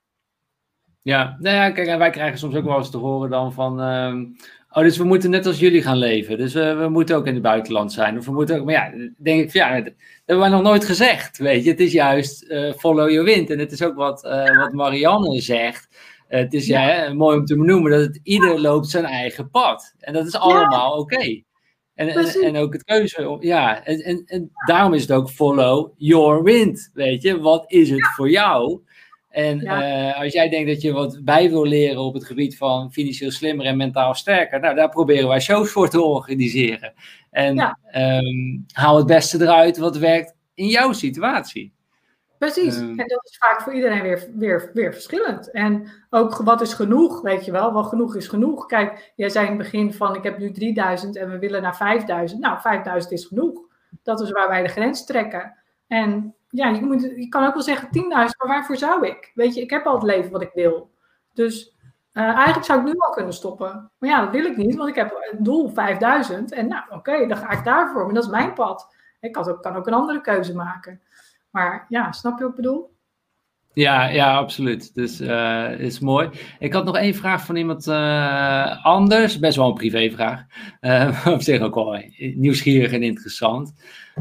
Ja, nou ja, kijk, wij krijgen soms ook wel eens te horen dan van, dus we moeten net als jullie gaan leven. Dus we moeten ook in het buitenland zijn. Of we moeten ook, maar ja, denk ik, dat hebben wij nog nooit gezegd, weet je. Het is juist follow your wind. En het is ook wat Marianne zegt. Het is mooi om te benoemen dat het ieder loopt zijn eigen pad. En dat is allemaal oké. En ook het keuze, en daarom is het ook follow your wind, weet je. Wat is het voor jou? En als jij denkt dat je wat bij wil leren op het gebied van financieel slimmer en mentaal sterker, nou, daar proberen wij shows voor te organiseren. En haal het beste eruit wat werkt in jouw situatie. Precies, en dat is vaak voor iedereen weer verschillend. En ook wat is genoeg, weet je wel, wat genoeg is genoeg. Kijk, jij zei in het begin van ik heb nu 3.000 en we willen naar 5.000. Nou, 5.000 is genoeg. Dat is waar wij de grens trekken. En ja, je kan ook wel zeggen 10.000, maar waarvoor zou ik? Weet je, ik heb al het leven wat ik wil. Dus eigenlijk zou ik nu al kunnen stoppen. Maar ja, dat wil ik niet, want ik heb het doel 5.000. En nou, oké, dan ga ik daarvoor. Maar dat is mijn pad. Ik kan ook een andere keuze maken. Maar ja, snap je wat ik bedoel? Ja, absoluut. Dus is mooi. Ik had nog 1 vraag van iemand anders. Best wel een privévraag. Op zich ook wel nieuwsgierig en interessant.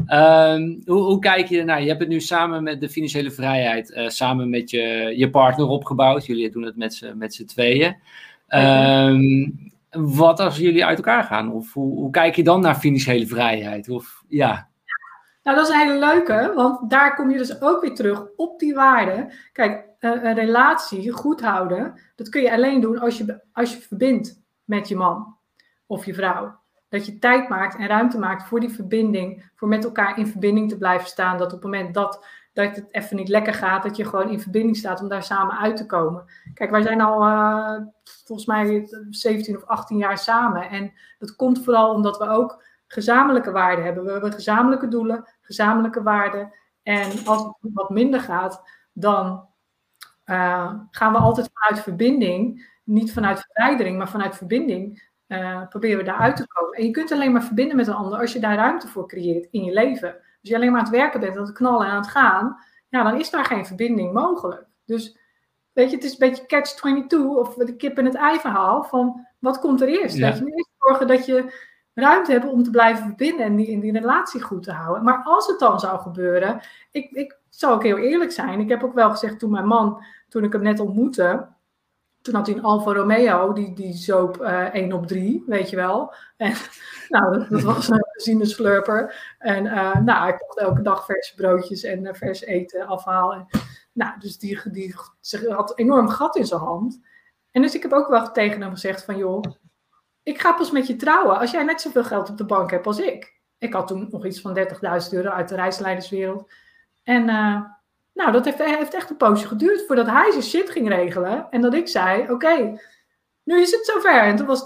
Hoe kijk je ernaar? Je hebt het nu samen met de financiële vrijheid, samen met je partner opgebouwd. Jullie doen het met z'n tweeën. wat als jullie uit elkaar gaan? Of hoe kijk je dan naar financiële vrijheid? Of, ja. Nou, dat is een hele leuke, want daar kom je dus ook weer terug op die waarden. Kijk, een relatie goed houden, dat kun je alleen doen als je verbindt met je man of je vrouw. Dat je tijd maakt en ruimte maakt voor die verbinding, voor met elkaar in verbinding te blijven staan. Dat op het moment dat het even niet lekker gaat, dat je gewoon in verbinding staat om daar samen uit te komen. Kijk, wij zijn al volgens mij 17 of 18 jaar samen. En dat komt vooral omdat we ook gezamenlijke waarden hebben. We hebben gezamenlijke doelen, gezamenlijke waarden. En als het wat minder gaat, dan gaan we altijd vanuit verbinding, niet vanuit verwijdering, maar vanuit verbinding, proberen we daaruit te komen. En je kunt alleen maar verbinden met een ander als je daar ruimte voor creëert in je leven. Als je alleen maar aan het werken bent, aan het knallen en aan het gaan, ja, dan is daar geen verbinding mogelijk. Dus weet je, het is een beetje catch-22 of de kip en het ei verhaal van wat komt er eerst? Ja. Weet je, eerst zorgen dat je ruimte hebt om te blijven verbinden en die relatie goed te houden. Maar als het dan zou gebeuren, ik zal ook heel eerlijk zijn. Ik heb ook wel gezegd toen ik hem net ontmoette, toen had hij een Alfa Romeo, die zoop 1 op 3, weet je wel. En nou, dat was een benzineslurper. En ik kocht elke dag verse broodjes en vers eten afhaal. En, dus die had een enorm gat in zijn hand. En dus ik heb ook wel tegen hem gezegd van, joh, ik ga pas met je trouwen als jij net zoveel geld op de bank hebt als ik. Ik had toen nog iets van €30.000 uit de reisleiderswereld. En dat heeft echt een poosje geduurd voordat hij zijn shit ging regelen. En dat ik zei, oké, nu is het zover. En toen was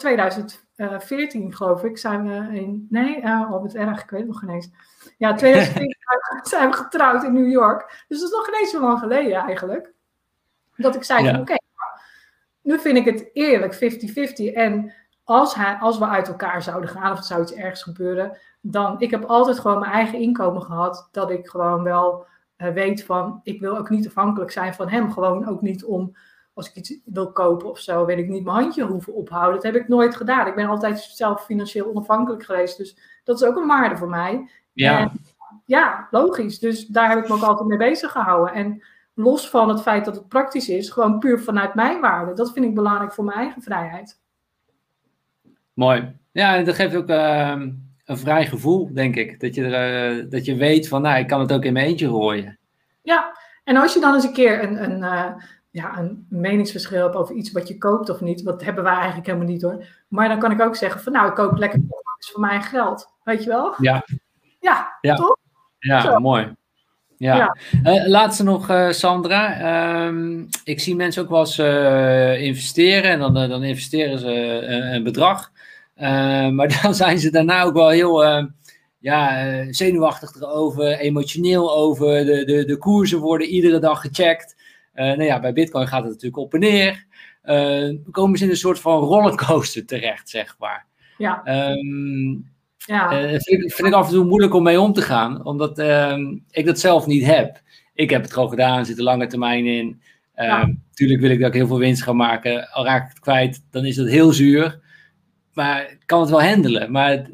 2014, geloof ik, zijn we wat erg, ik weet het nog geen eens. Ja, 2014 zijn we getrouwd in New York. Dus dat is nog geen eens zo lang geleden eigenlijk. Dat ik zei van, oké, nu vind ik het eerlijk, 50-50. En als we uit elkaar zouden gaan of er zou iets ergens gebeuren, dan, ik heb altijd gewoon mijn eigen inkomen gehad, dat ik gewoon wel weet van, ik wil ook niet afhankelijk zijn van hem. Gewoon ook niet om, als ik iets wil kopen of zo, wil ik niet mijn handje hoeven ophouden. Dat heb ik nooit gedaan. Ik ben altijd zelf financieel onafhankelijk geweest. Dus dat is ook een waarde voor mij. Ja. En, ja, logisch. Dus daar heb ik me ook altijd mee bezig gehouden. En los van het feit dat het praktisch is, gewoon puur vanuit mijn waarde. Dat vind ik belangrijk voor mijn eigen vrijheid. Mooi. Ja, en dat geeft ook een vrij gevoel, denk ik. Dat je weet van, ik kan het ook in mijn eentje gooien. Ja, en als je dan eens een keer een meningsverschil hebt over iets wat je koopt of niet, wat hebben wij eigenlijk helemaal niet hoor. Maar dan kan ik ook zeggen van, ik koop lekker voor mijn geld. Weet je wel? Ja, toch? Ja, zo. Mooi. Ja. Laatste nog, Sandra. Ik zie mensen ook wel eens investeren en dan investeren ze een bedrag. Maar dan zijn ze daarna ook wel heel zenuwachtig erover, emotioneel over. De koersen worden iedere dag gecheckt. Bij Bitcoin gaat het natuurlijk op en neer. We komen ze in een soort van rollercoaster terecht, zeg maar. Ja. Vind ik af en toe moeilijk om mee om te gaan, omdat ik dat zelf niet heb. Ik heb het gewoon gedaan, zit er lange termijn in. Natuurlijk wil ik dat ik heel veel winst ga maken. Al raak ik het kwijt, dan is dat heel zuur. Maar ik kan het wel handelen. Maar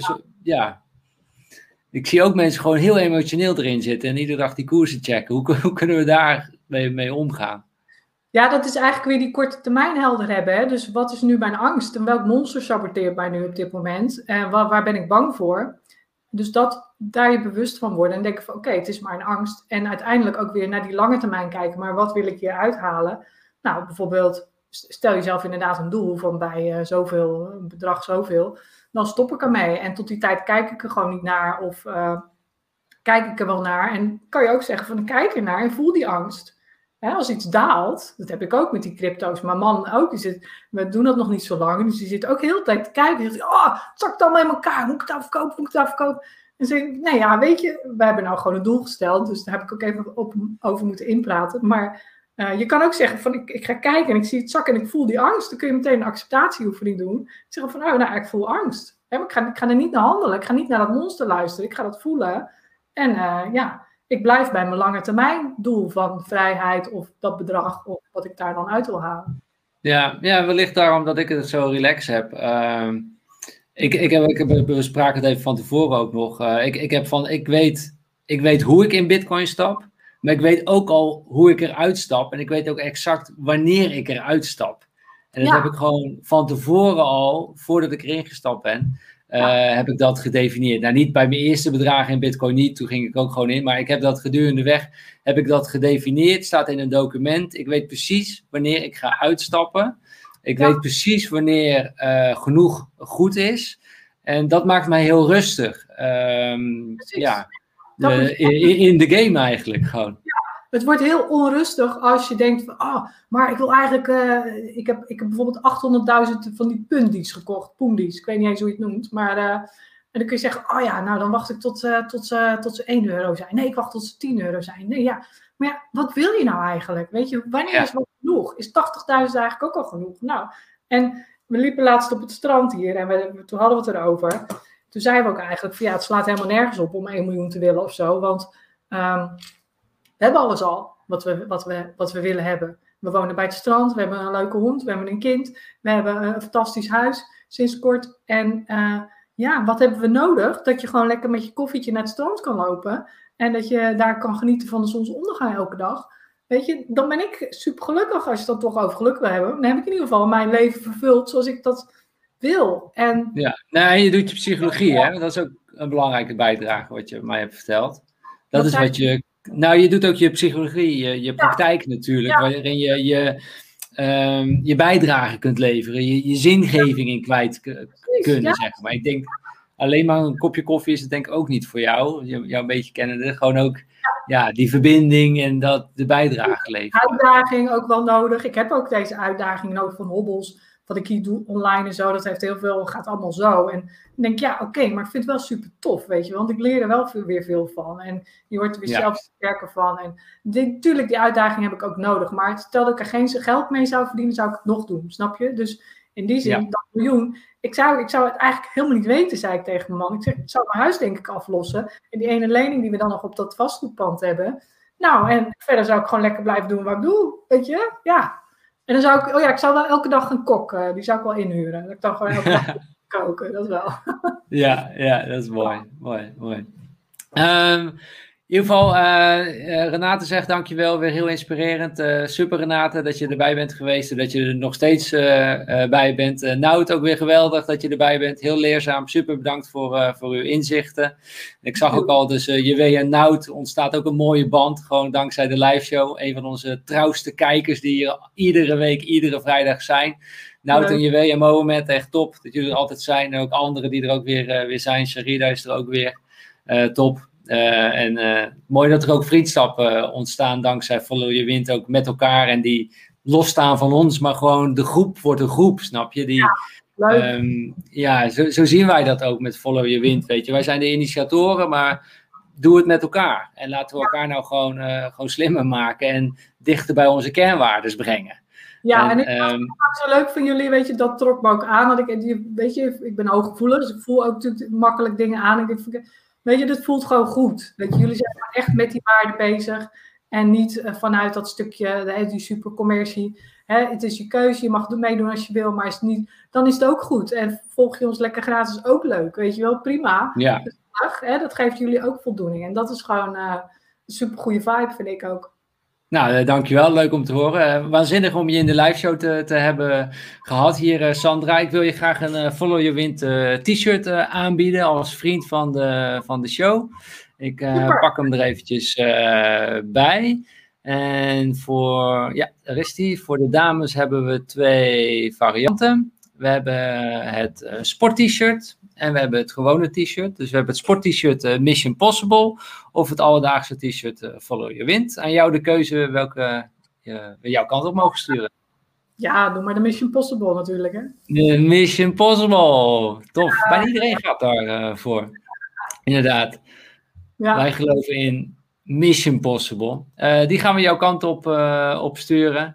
ik zie ook mensen gewoon heel emotioneel erin zitten en iedere dag die koersen checken. Hoe kunnen we daar mee omgaan? Ja, dat is eigenlijk weer die korte termijn helder hebben. Hè? Dus wat is nu mijn angst? En welk monster saboteert mij nu op dit moment? En waar ben ik bang voor? Dus daar je bewust van worden en denken van oké, het is maar een angst. En uiteindelijk ook weer naar die lange termijn kijken. Maar wat wil ik hier uithalen? Nou, bijvoorbeeld, stel jezelf inderdaad een doel van bij een bedrag zoveel. Dan stop ik ermee. En tot die tijd kijk ik er gewoon niet naar. Of kijk ik er wel naar. En kan je ook zeggen van kijk er naar en voel die angst. Als iets daalt, dat heb ik ook met die crypto's. Mijn man ook, we doen dat nog niet zo lang. Dus die zit ook heel de tijd te kijken. Die zegt, het zakt allemaal in elkaar. Moet ik het afkopen? En zeg ik, weet je, we hebben nou gewoon een doel gesteld. Dus daar heb ik ook even over moeten inpraten. Maar je kan ook zeggen van, ik ga kijken en ik zie het zakken en ik voel die angst. Dan kun je meteen een acceptatieoefening doen. Zeggen van, ik voel angst. Ik ga er niet naar handelen. Ik ga niet naar dat monster luisteren. Ik ga dat voelen. En ik blijf bij mijn lange termijn doel van vrijheid of dat bedrag of wat ik daar dan uit wil halen. Ja, wellicht daarom dat ik het zo relaxed heb. We spraken het even van tevoren ook nog. Ik weet hoe ik in Bitcoin stap, maar ik weet ook al hoe ik eruit stap en ik weet ook exact wanneer ik eruit stap. En dat heb ik gewoon van tevoren al, voordat ik erin gestapt ben, heb ik voordat ik erin gestapt ben, heb ik dat gedefinieerd. Nou, niet bij mijn eerste bedragen in Bitcoin niet, toen ging ik ook gewoon in, maar ik heb dat gedurende weg, heb ik dat gedefinieerd, staat in een document. Ik weet precies wanneer ik ga uitstappen. Ik weet precies wanneer genoeg goed is. En dat maakt mij heel rustig. In de game eigenlijk gewoon. Het wordt heel onrustig als je denkt van, maar ik wil eigenlijk, ik heb bijvoorbeeld 800.000 van die pundies gekocht, poendies, ik weet niet eens hoe je het noemt, maar en dan kun je zeggen, nou dan wacht ik tot ze 1 euro zijn. Nee, ik wacht tot ze 10 euro zijn. Nee, ja. Maar ja, wat wil je nou eigenlijk? Weet je, wanneer is wat genoeg? Is 80.000 eigenlijk ook al genoeg? Nou, en we liepen laatst op het strand hier en toen hadden we het erover. Toen zeiden we ook eigenlijk van, het slaat helemaal nergens op om 1 miljoen te willen of zo, want we hebben alles al wat we willen hebben. We wonen bij het strand, we hebben een leuke hond, we hebben een kind, we hebben een fantastisch huis sinds kort. En wat hebben we nodig? Dat je gewoon lekker met je koffietje naar het strand kan lopen en dat je daar kan genieten van de zonsondergang elke dag. Weet je, dan ben ik super gelukkig als je het dan toch over geluk wil hebben. Dan heb ik in ieder geval mijn leven vervuld zoals ik dat wil. En je doet je psychologie, hè? Dat is ook een belangrijke bijdrage wat je mij hebt verteld. Dat is wat je... Nou, je doet ook je psychologie, je praktijk natuurlijk, waarin je bijdrage kunt leveren, je zingeving in kwijt kunnen, zeg maar. Ik denk, alleen maar een kopje koffie is het denk ik ook niet voor jou, jou een beetje kennende, gewoon ook die verbinding en de bijdrage leveren. Uitdaging ook wel nodig. Ik heb ook deze uitdaging nodig van hobbels. Wat ik hier doe online en zo, dat heeft heel veel, gaat allemaal zo. En dan denk ik, maar ik vind het wel super tof, weet je. Want ik leer er wel weer veel van. En je wordt er weer zelf sterker van. En natuurlijk, die uitdaging heb ik ook nodig. Maar stel dat ik er geen geld mee zou verdienen, zou ik het nog doen, snap je? Dus in die zin, dat miljoen. Ik zou het eigenlijk helemaal niet weten, zei ik tegen mijn man. Ik zeg, ik zou mijn huis denk ik aflossen. En die ene lening die we dan nog op dat vastgoedpand hebben. Nou, en verder zou ik gewoon lekker blijven doen wat ik doe, weet je. Ja. En dan zou ik zou wel elke dag een kok, die zou ik wel inhuren. Dat ik dan gewoon elke dag koken, dat wel. Ja, dat is mooi. In ieder geval, Renate zegt dankjewel, weer heel inspirerend. Super Renate, dat je erbij bent geweest en dat je er nog steeds bij bent. Nout, ook weer geweldig dat je erbij bent. Heel leerzaam, super bedankt voor uw inzichten. Ik zag ook al, dus JW en Nout ontstaat ook een mooie band, gewoon dankzij de live show. Een van onze trouwste kijkers die hier iedere week, iedere vrijdag zijn. Nout en JW en Mohamed, echt top dat jullie er altijd zijn. En ook anderen die er ook weer zijn. Sharida is er ook weer, top. Mooi dat er ook vriendschappen ontstaan dankzij Follow Your Wind ook met elkaar en die losstaan van ons, maar gewoon de groep wordt een groep, snap je? Zo zien wij dat ook met Follow Your Wind, weet je. Wij zijn de initiatoren, maar doe het met elkaar en laten we elkaar nou gewoon slimmer maken en dichter bij onze kernwaardes brengen. Ja, en ik vond het zo leuk van jullie, weet je, dat trok me ook aan. Weet je, ik ben hooggevoelig, dus ik voel ook natuurlijk makkelijk dingen aan. Weet je, dit voelt gewoon goed. Weet je, jullie zijn echt met die waarden bezig. En niet vanuit dat stukje, die supercommercie. Het is je keuze, je mag meedoen als je wil, maar is het niet, dan is het ook goed. En volg je ons lekker gratis ook leuk, weet je wel, prima. Ja. Dat geeft jullie ook voldoening. En dat is gewoon een super goede vibe, vind ik ook. Nou, dankjewel. Leuk om te horen. Waanzinnig om je in de live show te hebben gehad hier, Sandra. Ik wil je graag een Follow Your Wind t-shirt aanbieden als vriend van de show. Ik pak hem er eventjes bij. En daar is die. Voor de dames hebben we 2 varianten. We hebben het sport-t-shirt en we hebben het gewone t-shirt. Dus we hebben het sport-t-shirt Mission Possible of het alledaagse t-shirt Follow Your Wind. Aan jou de keuze welke we jouw kant op mogen sturen. Ja, doe maar de Mission Possible natuurlijk, hè? De Mission Possible. Tof. Bijna iedereen gaat daarvoor. Inderdaad. Ja. Wij geloven in Mission Possible. Die gaan we jouw kant op sturen.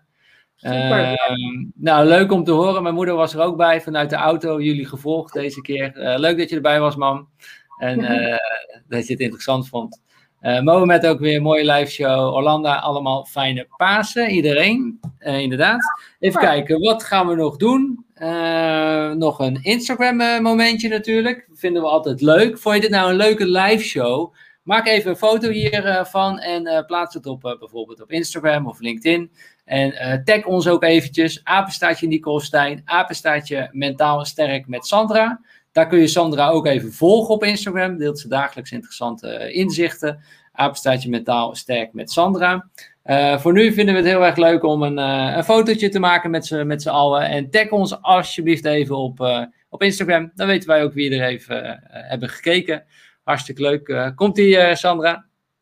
Nou, leuk om te horen. Mijn moeder was er ook bij vanuit de auto. Jullie gevolgd deze keer. Leuk dat je erbij was, mam. En dat je het interessant vond. Mohamed ook weer een mooie live show. Orlando, allemaal fijne Pasen. Iedereen, inderdaad. Even kijken, wat gaan we nog doen? Nog een Instagram momentje natuurlijk. Vinden we altijd leuk. Vond je dit nou een leuke live show? Maak even een foto hiervan en plaats het op bijvoorbeeld op Instagram of LinkedIn. En tag ons ook eventjes, apenstaartje Nicole Stijn, apenstaartje Mentaal Sterk met Sandra. Daar kun je Sandra ook even volgen op Instagram. Deelt ze dagelijks interessante inzichten. Apenstaartje Mentaal Sterk met Sandra. Voor nu vinden we het heel erg leuk om een fotootje te maken met z'n allen. En tag ons alsjeblieft even op Instagram. Dan weten wij ook wie er even hebben gekeken. Hartstikke leuk. Komt-ie, Sandra?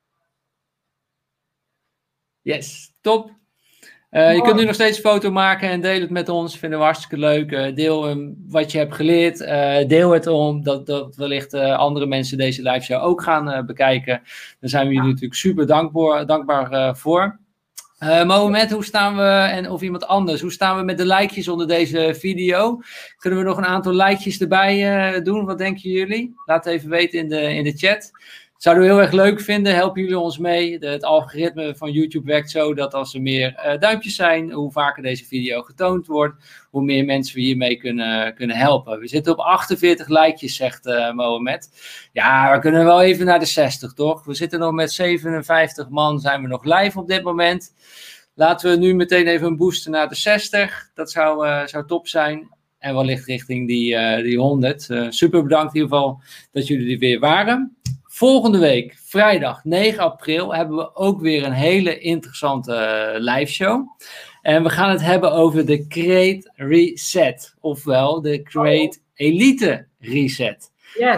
Yes, top. Je kunt nu nog steeds een foto maken en deel het met ons. Vinden we hartstikke leuk. Deel wat je hebt geleerd. Deel het om dat wellicht andere mensen deze live show ook gaan bekijken. Daar zijn we jullie natuurlijk super dankbaar voor. Mohamed, hoe staan we, of iemand anders, hoe staan we met de likejes onder deze video? Kunnen we nog een aantal likejes erbij doen? Wat denken jullie? Laat het even weten in de chat. Zouden we heel erg leuk vinden, helpen jullie ons mee. Het algoritme van YouTube werkt zo dat als er meer duimpjes zijn, hoe vaker deze video getoond wordt, hoe meer mensen we hiermee kunnen helpen. We zitten op 48 likejes, zegt Mohamed. Ja, we kunnen wel even naar de 60, toch? We zitten nog met 57 man, zijn we nog live op dit moment. Laten we nu meteen even een boosten naar de 60. Dat zou top zijn. En wellicht richting die 100. Super bedankt in ieder geval dat jullie er weer waren. Volgende week, vrijdag 9 april, hebben we ook weer een hele interessante live show. En we gaan het hebben over de Great Reset. Ofwel de Great Elite Reset. Yes, we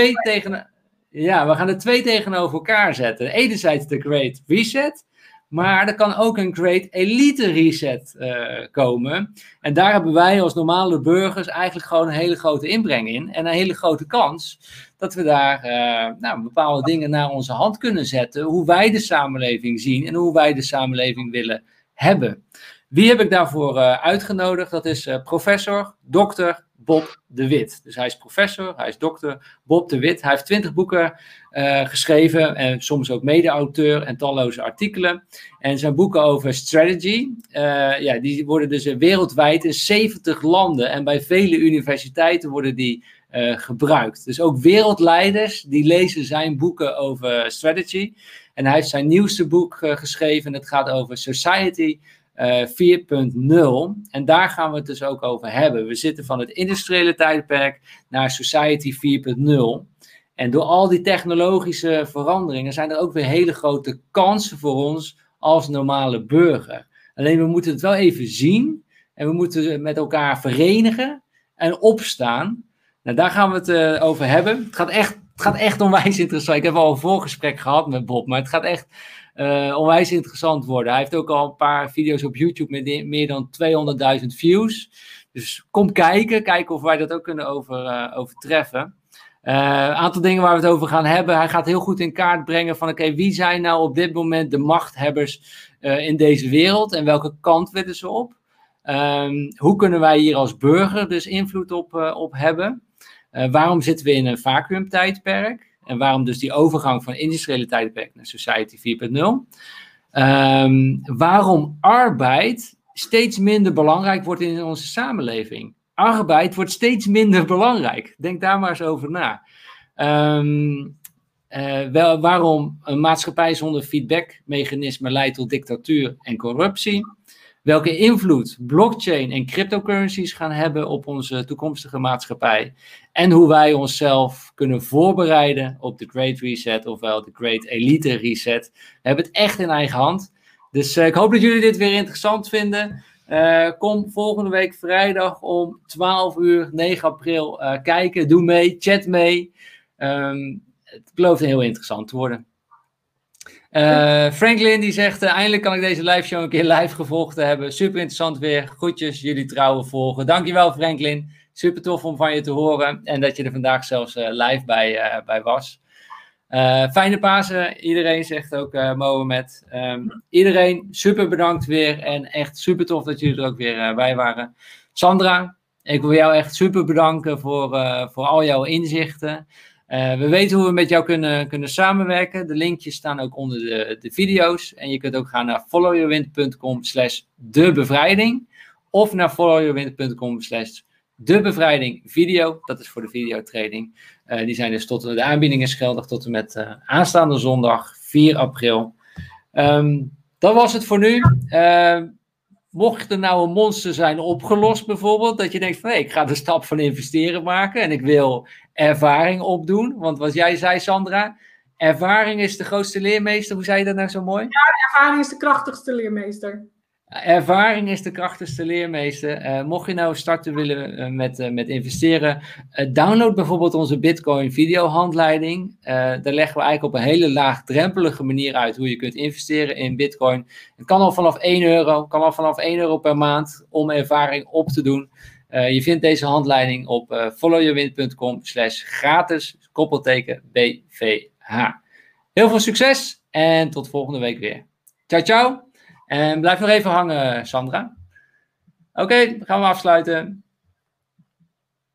gaan er twee tegenover elkaar zetten. Enerzijds de Great Reset. Maar er kan ook een Great Elite Reset komen. En daar hebben wij als normale burgers eigenlijk gewoon een hele grote inbreng in. En een hele grote kans dat we daar bepaalde dingen naar onze hand kunnen zetten. Hoe wij de samenleving zien en hoe wij de samenleving willen hebben. Wie heb ik daarvoor uitgenodigd? Dat is professor, dokter Bob de Wit. Dus hij is professor, hij is dokter Bob de Wit. Hij heeft 20 boeken geschreven en soms ook mede-auteur en talloze artikelen. En zijn boeken over strategy, die worden dus wereldwijd in 70 landen en bij vele universiteiten worden die gebruikt. Dus ook wereldleiders die lezen zijn boeken over strategy. En hij heeft zijn nieuwste boek geschreven. Het gaat over Society 4.0. En daar gaan we het dus ook over hebben. We zitten van het industriële tijdperk naar Society 4.0. En door al die technologische veranderingen zijn er ook weer hele grote kansen voor ons als normale burger. Alleen we moeten het wel even zien en we moeten het met elkaar verenigen en opstaan. Nou, daar gaan we het over hebben. Het gaat echt onwijs interessant. Ik heb al een voorgesprek gehad met Bob, maar het gaat echt onwijs interessant worden. Hij heeft ook al een paar video's op YouTube met meer dan 200.000 views. Dus kom kijken of wij dat ook kunnen overtreffen. Een aantal dingen waar we het over gaan hebben. Hij gaat heel goed in kaart brengen van wie zijn nou op dit moment de machthebbers in deze wereld en welke kant willen ze op? Hoe kunnen wij hier als burger dus invloed op hebben? Waarom zitten we in een vacuümtijdperk? En waarom dus die overgang van industriële tijdperk naar Society 4.0? Waarom arbeid steeds minder belangrijk wordt in onze samenleving? Arbeid wordt steeds minder belangrijk. Denk daar maar eens over na. Waarom een maatschappij zonder feedbackmechanisme leidt tot dictatuur en corruptie? Welke invloed blockchain en cryptocurrencies gaan hebben op onze toekomstige maatschappij. En hoe wij onszelf kunnen voorbereiden op de Great Reset, ofwel de Great Elite Reset. We hebben het echt in eigen hand. Dus ik hoop dat jullie dit weer interessant vinden. Kom volgende week vrijdag om 12 uur, 9 april, kijken. Doe mee, chat mee. Het belooft heel interessant te worden. Franklin die zegt, eindelijk kan ik deze live show een keer live gevolgd hebben. Super interessant weer. Groetjes, jullie trouwe volgen. Dankjewel Franklin. Super tof om van je te horen. En dat je er vandaag zelfs live bij was. Fijne Pasen, iedereen zegt ook Mohamed. Iedereen super bedankt weer. En echt super tof dat jullie er ook weer bij waren. Sandra, ik wil jou echt super bedanken voor al jouw inzichten. We weten hoe we met jou kunnen samenwerken. De linkjes staan ook onder de video's. En je kunt ook gaan naar followyourwind.com/debevrijding. Of naar followyourwind.com/de De Bevrijding Video. Dat is voor de videotraining. Die zijn dus de aanbieding is geldig tot en met aanstaande zondag 4 april. Dat was het voor nu. Mocht er nou een monster zijn opgelost bijvoorbeeld, dat je denkt van ik ga de stap van investeren maken en ik wil ervaring opdoen. Want wat jij zei, Sandra, ervaring is de grootste leermeester. Hoe zei je dat nou zo mooi? Ja, ervaring is de krachtigste leermeester. Ervaring is de krachtigste leermeester. Mocht je nou starten willen met investeren, download bijvoorbeeld onze Bitcoin videohandleiding. Daar leggen we eigenlijk op een hele laagdrempelige manier uit hoe je kunt investeren in Bitcoin. Het kan al vanaf €1, per maand om ervaring op te doen. Je vindt deze handleiding op followyourwind.com/gratis, _BVH. Heel veel succes en tot volgende week weer. Ciao, ciao. En blijf nog even hangen, Sandra. Oké, gaan we afsluiten.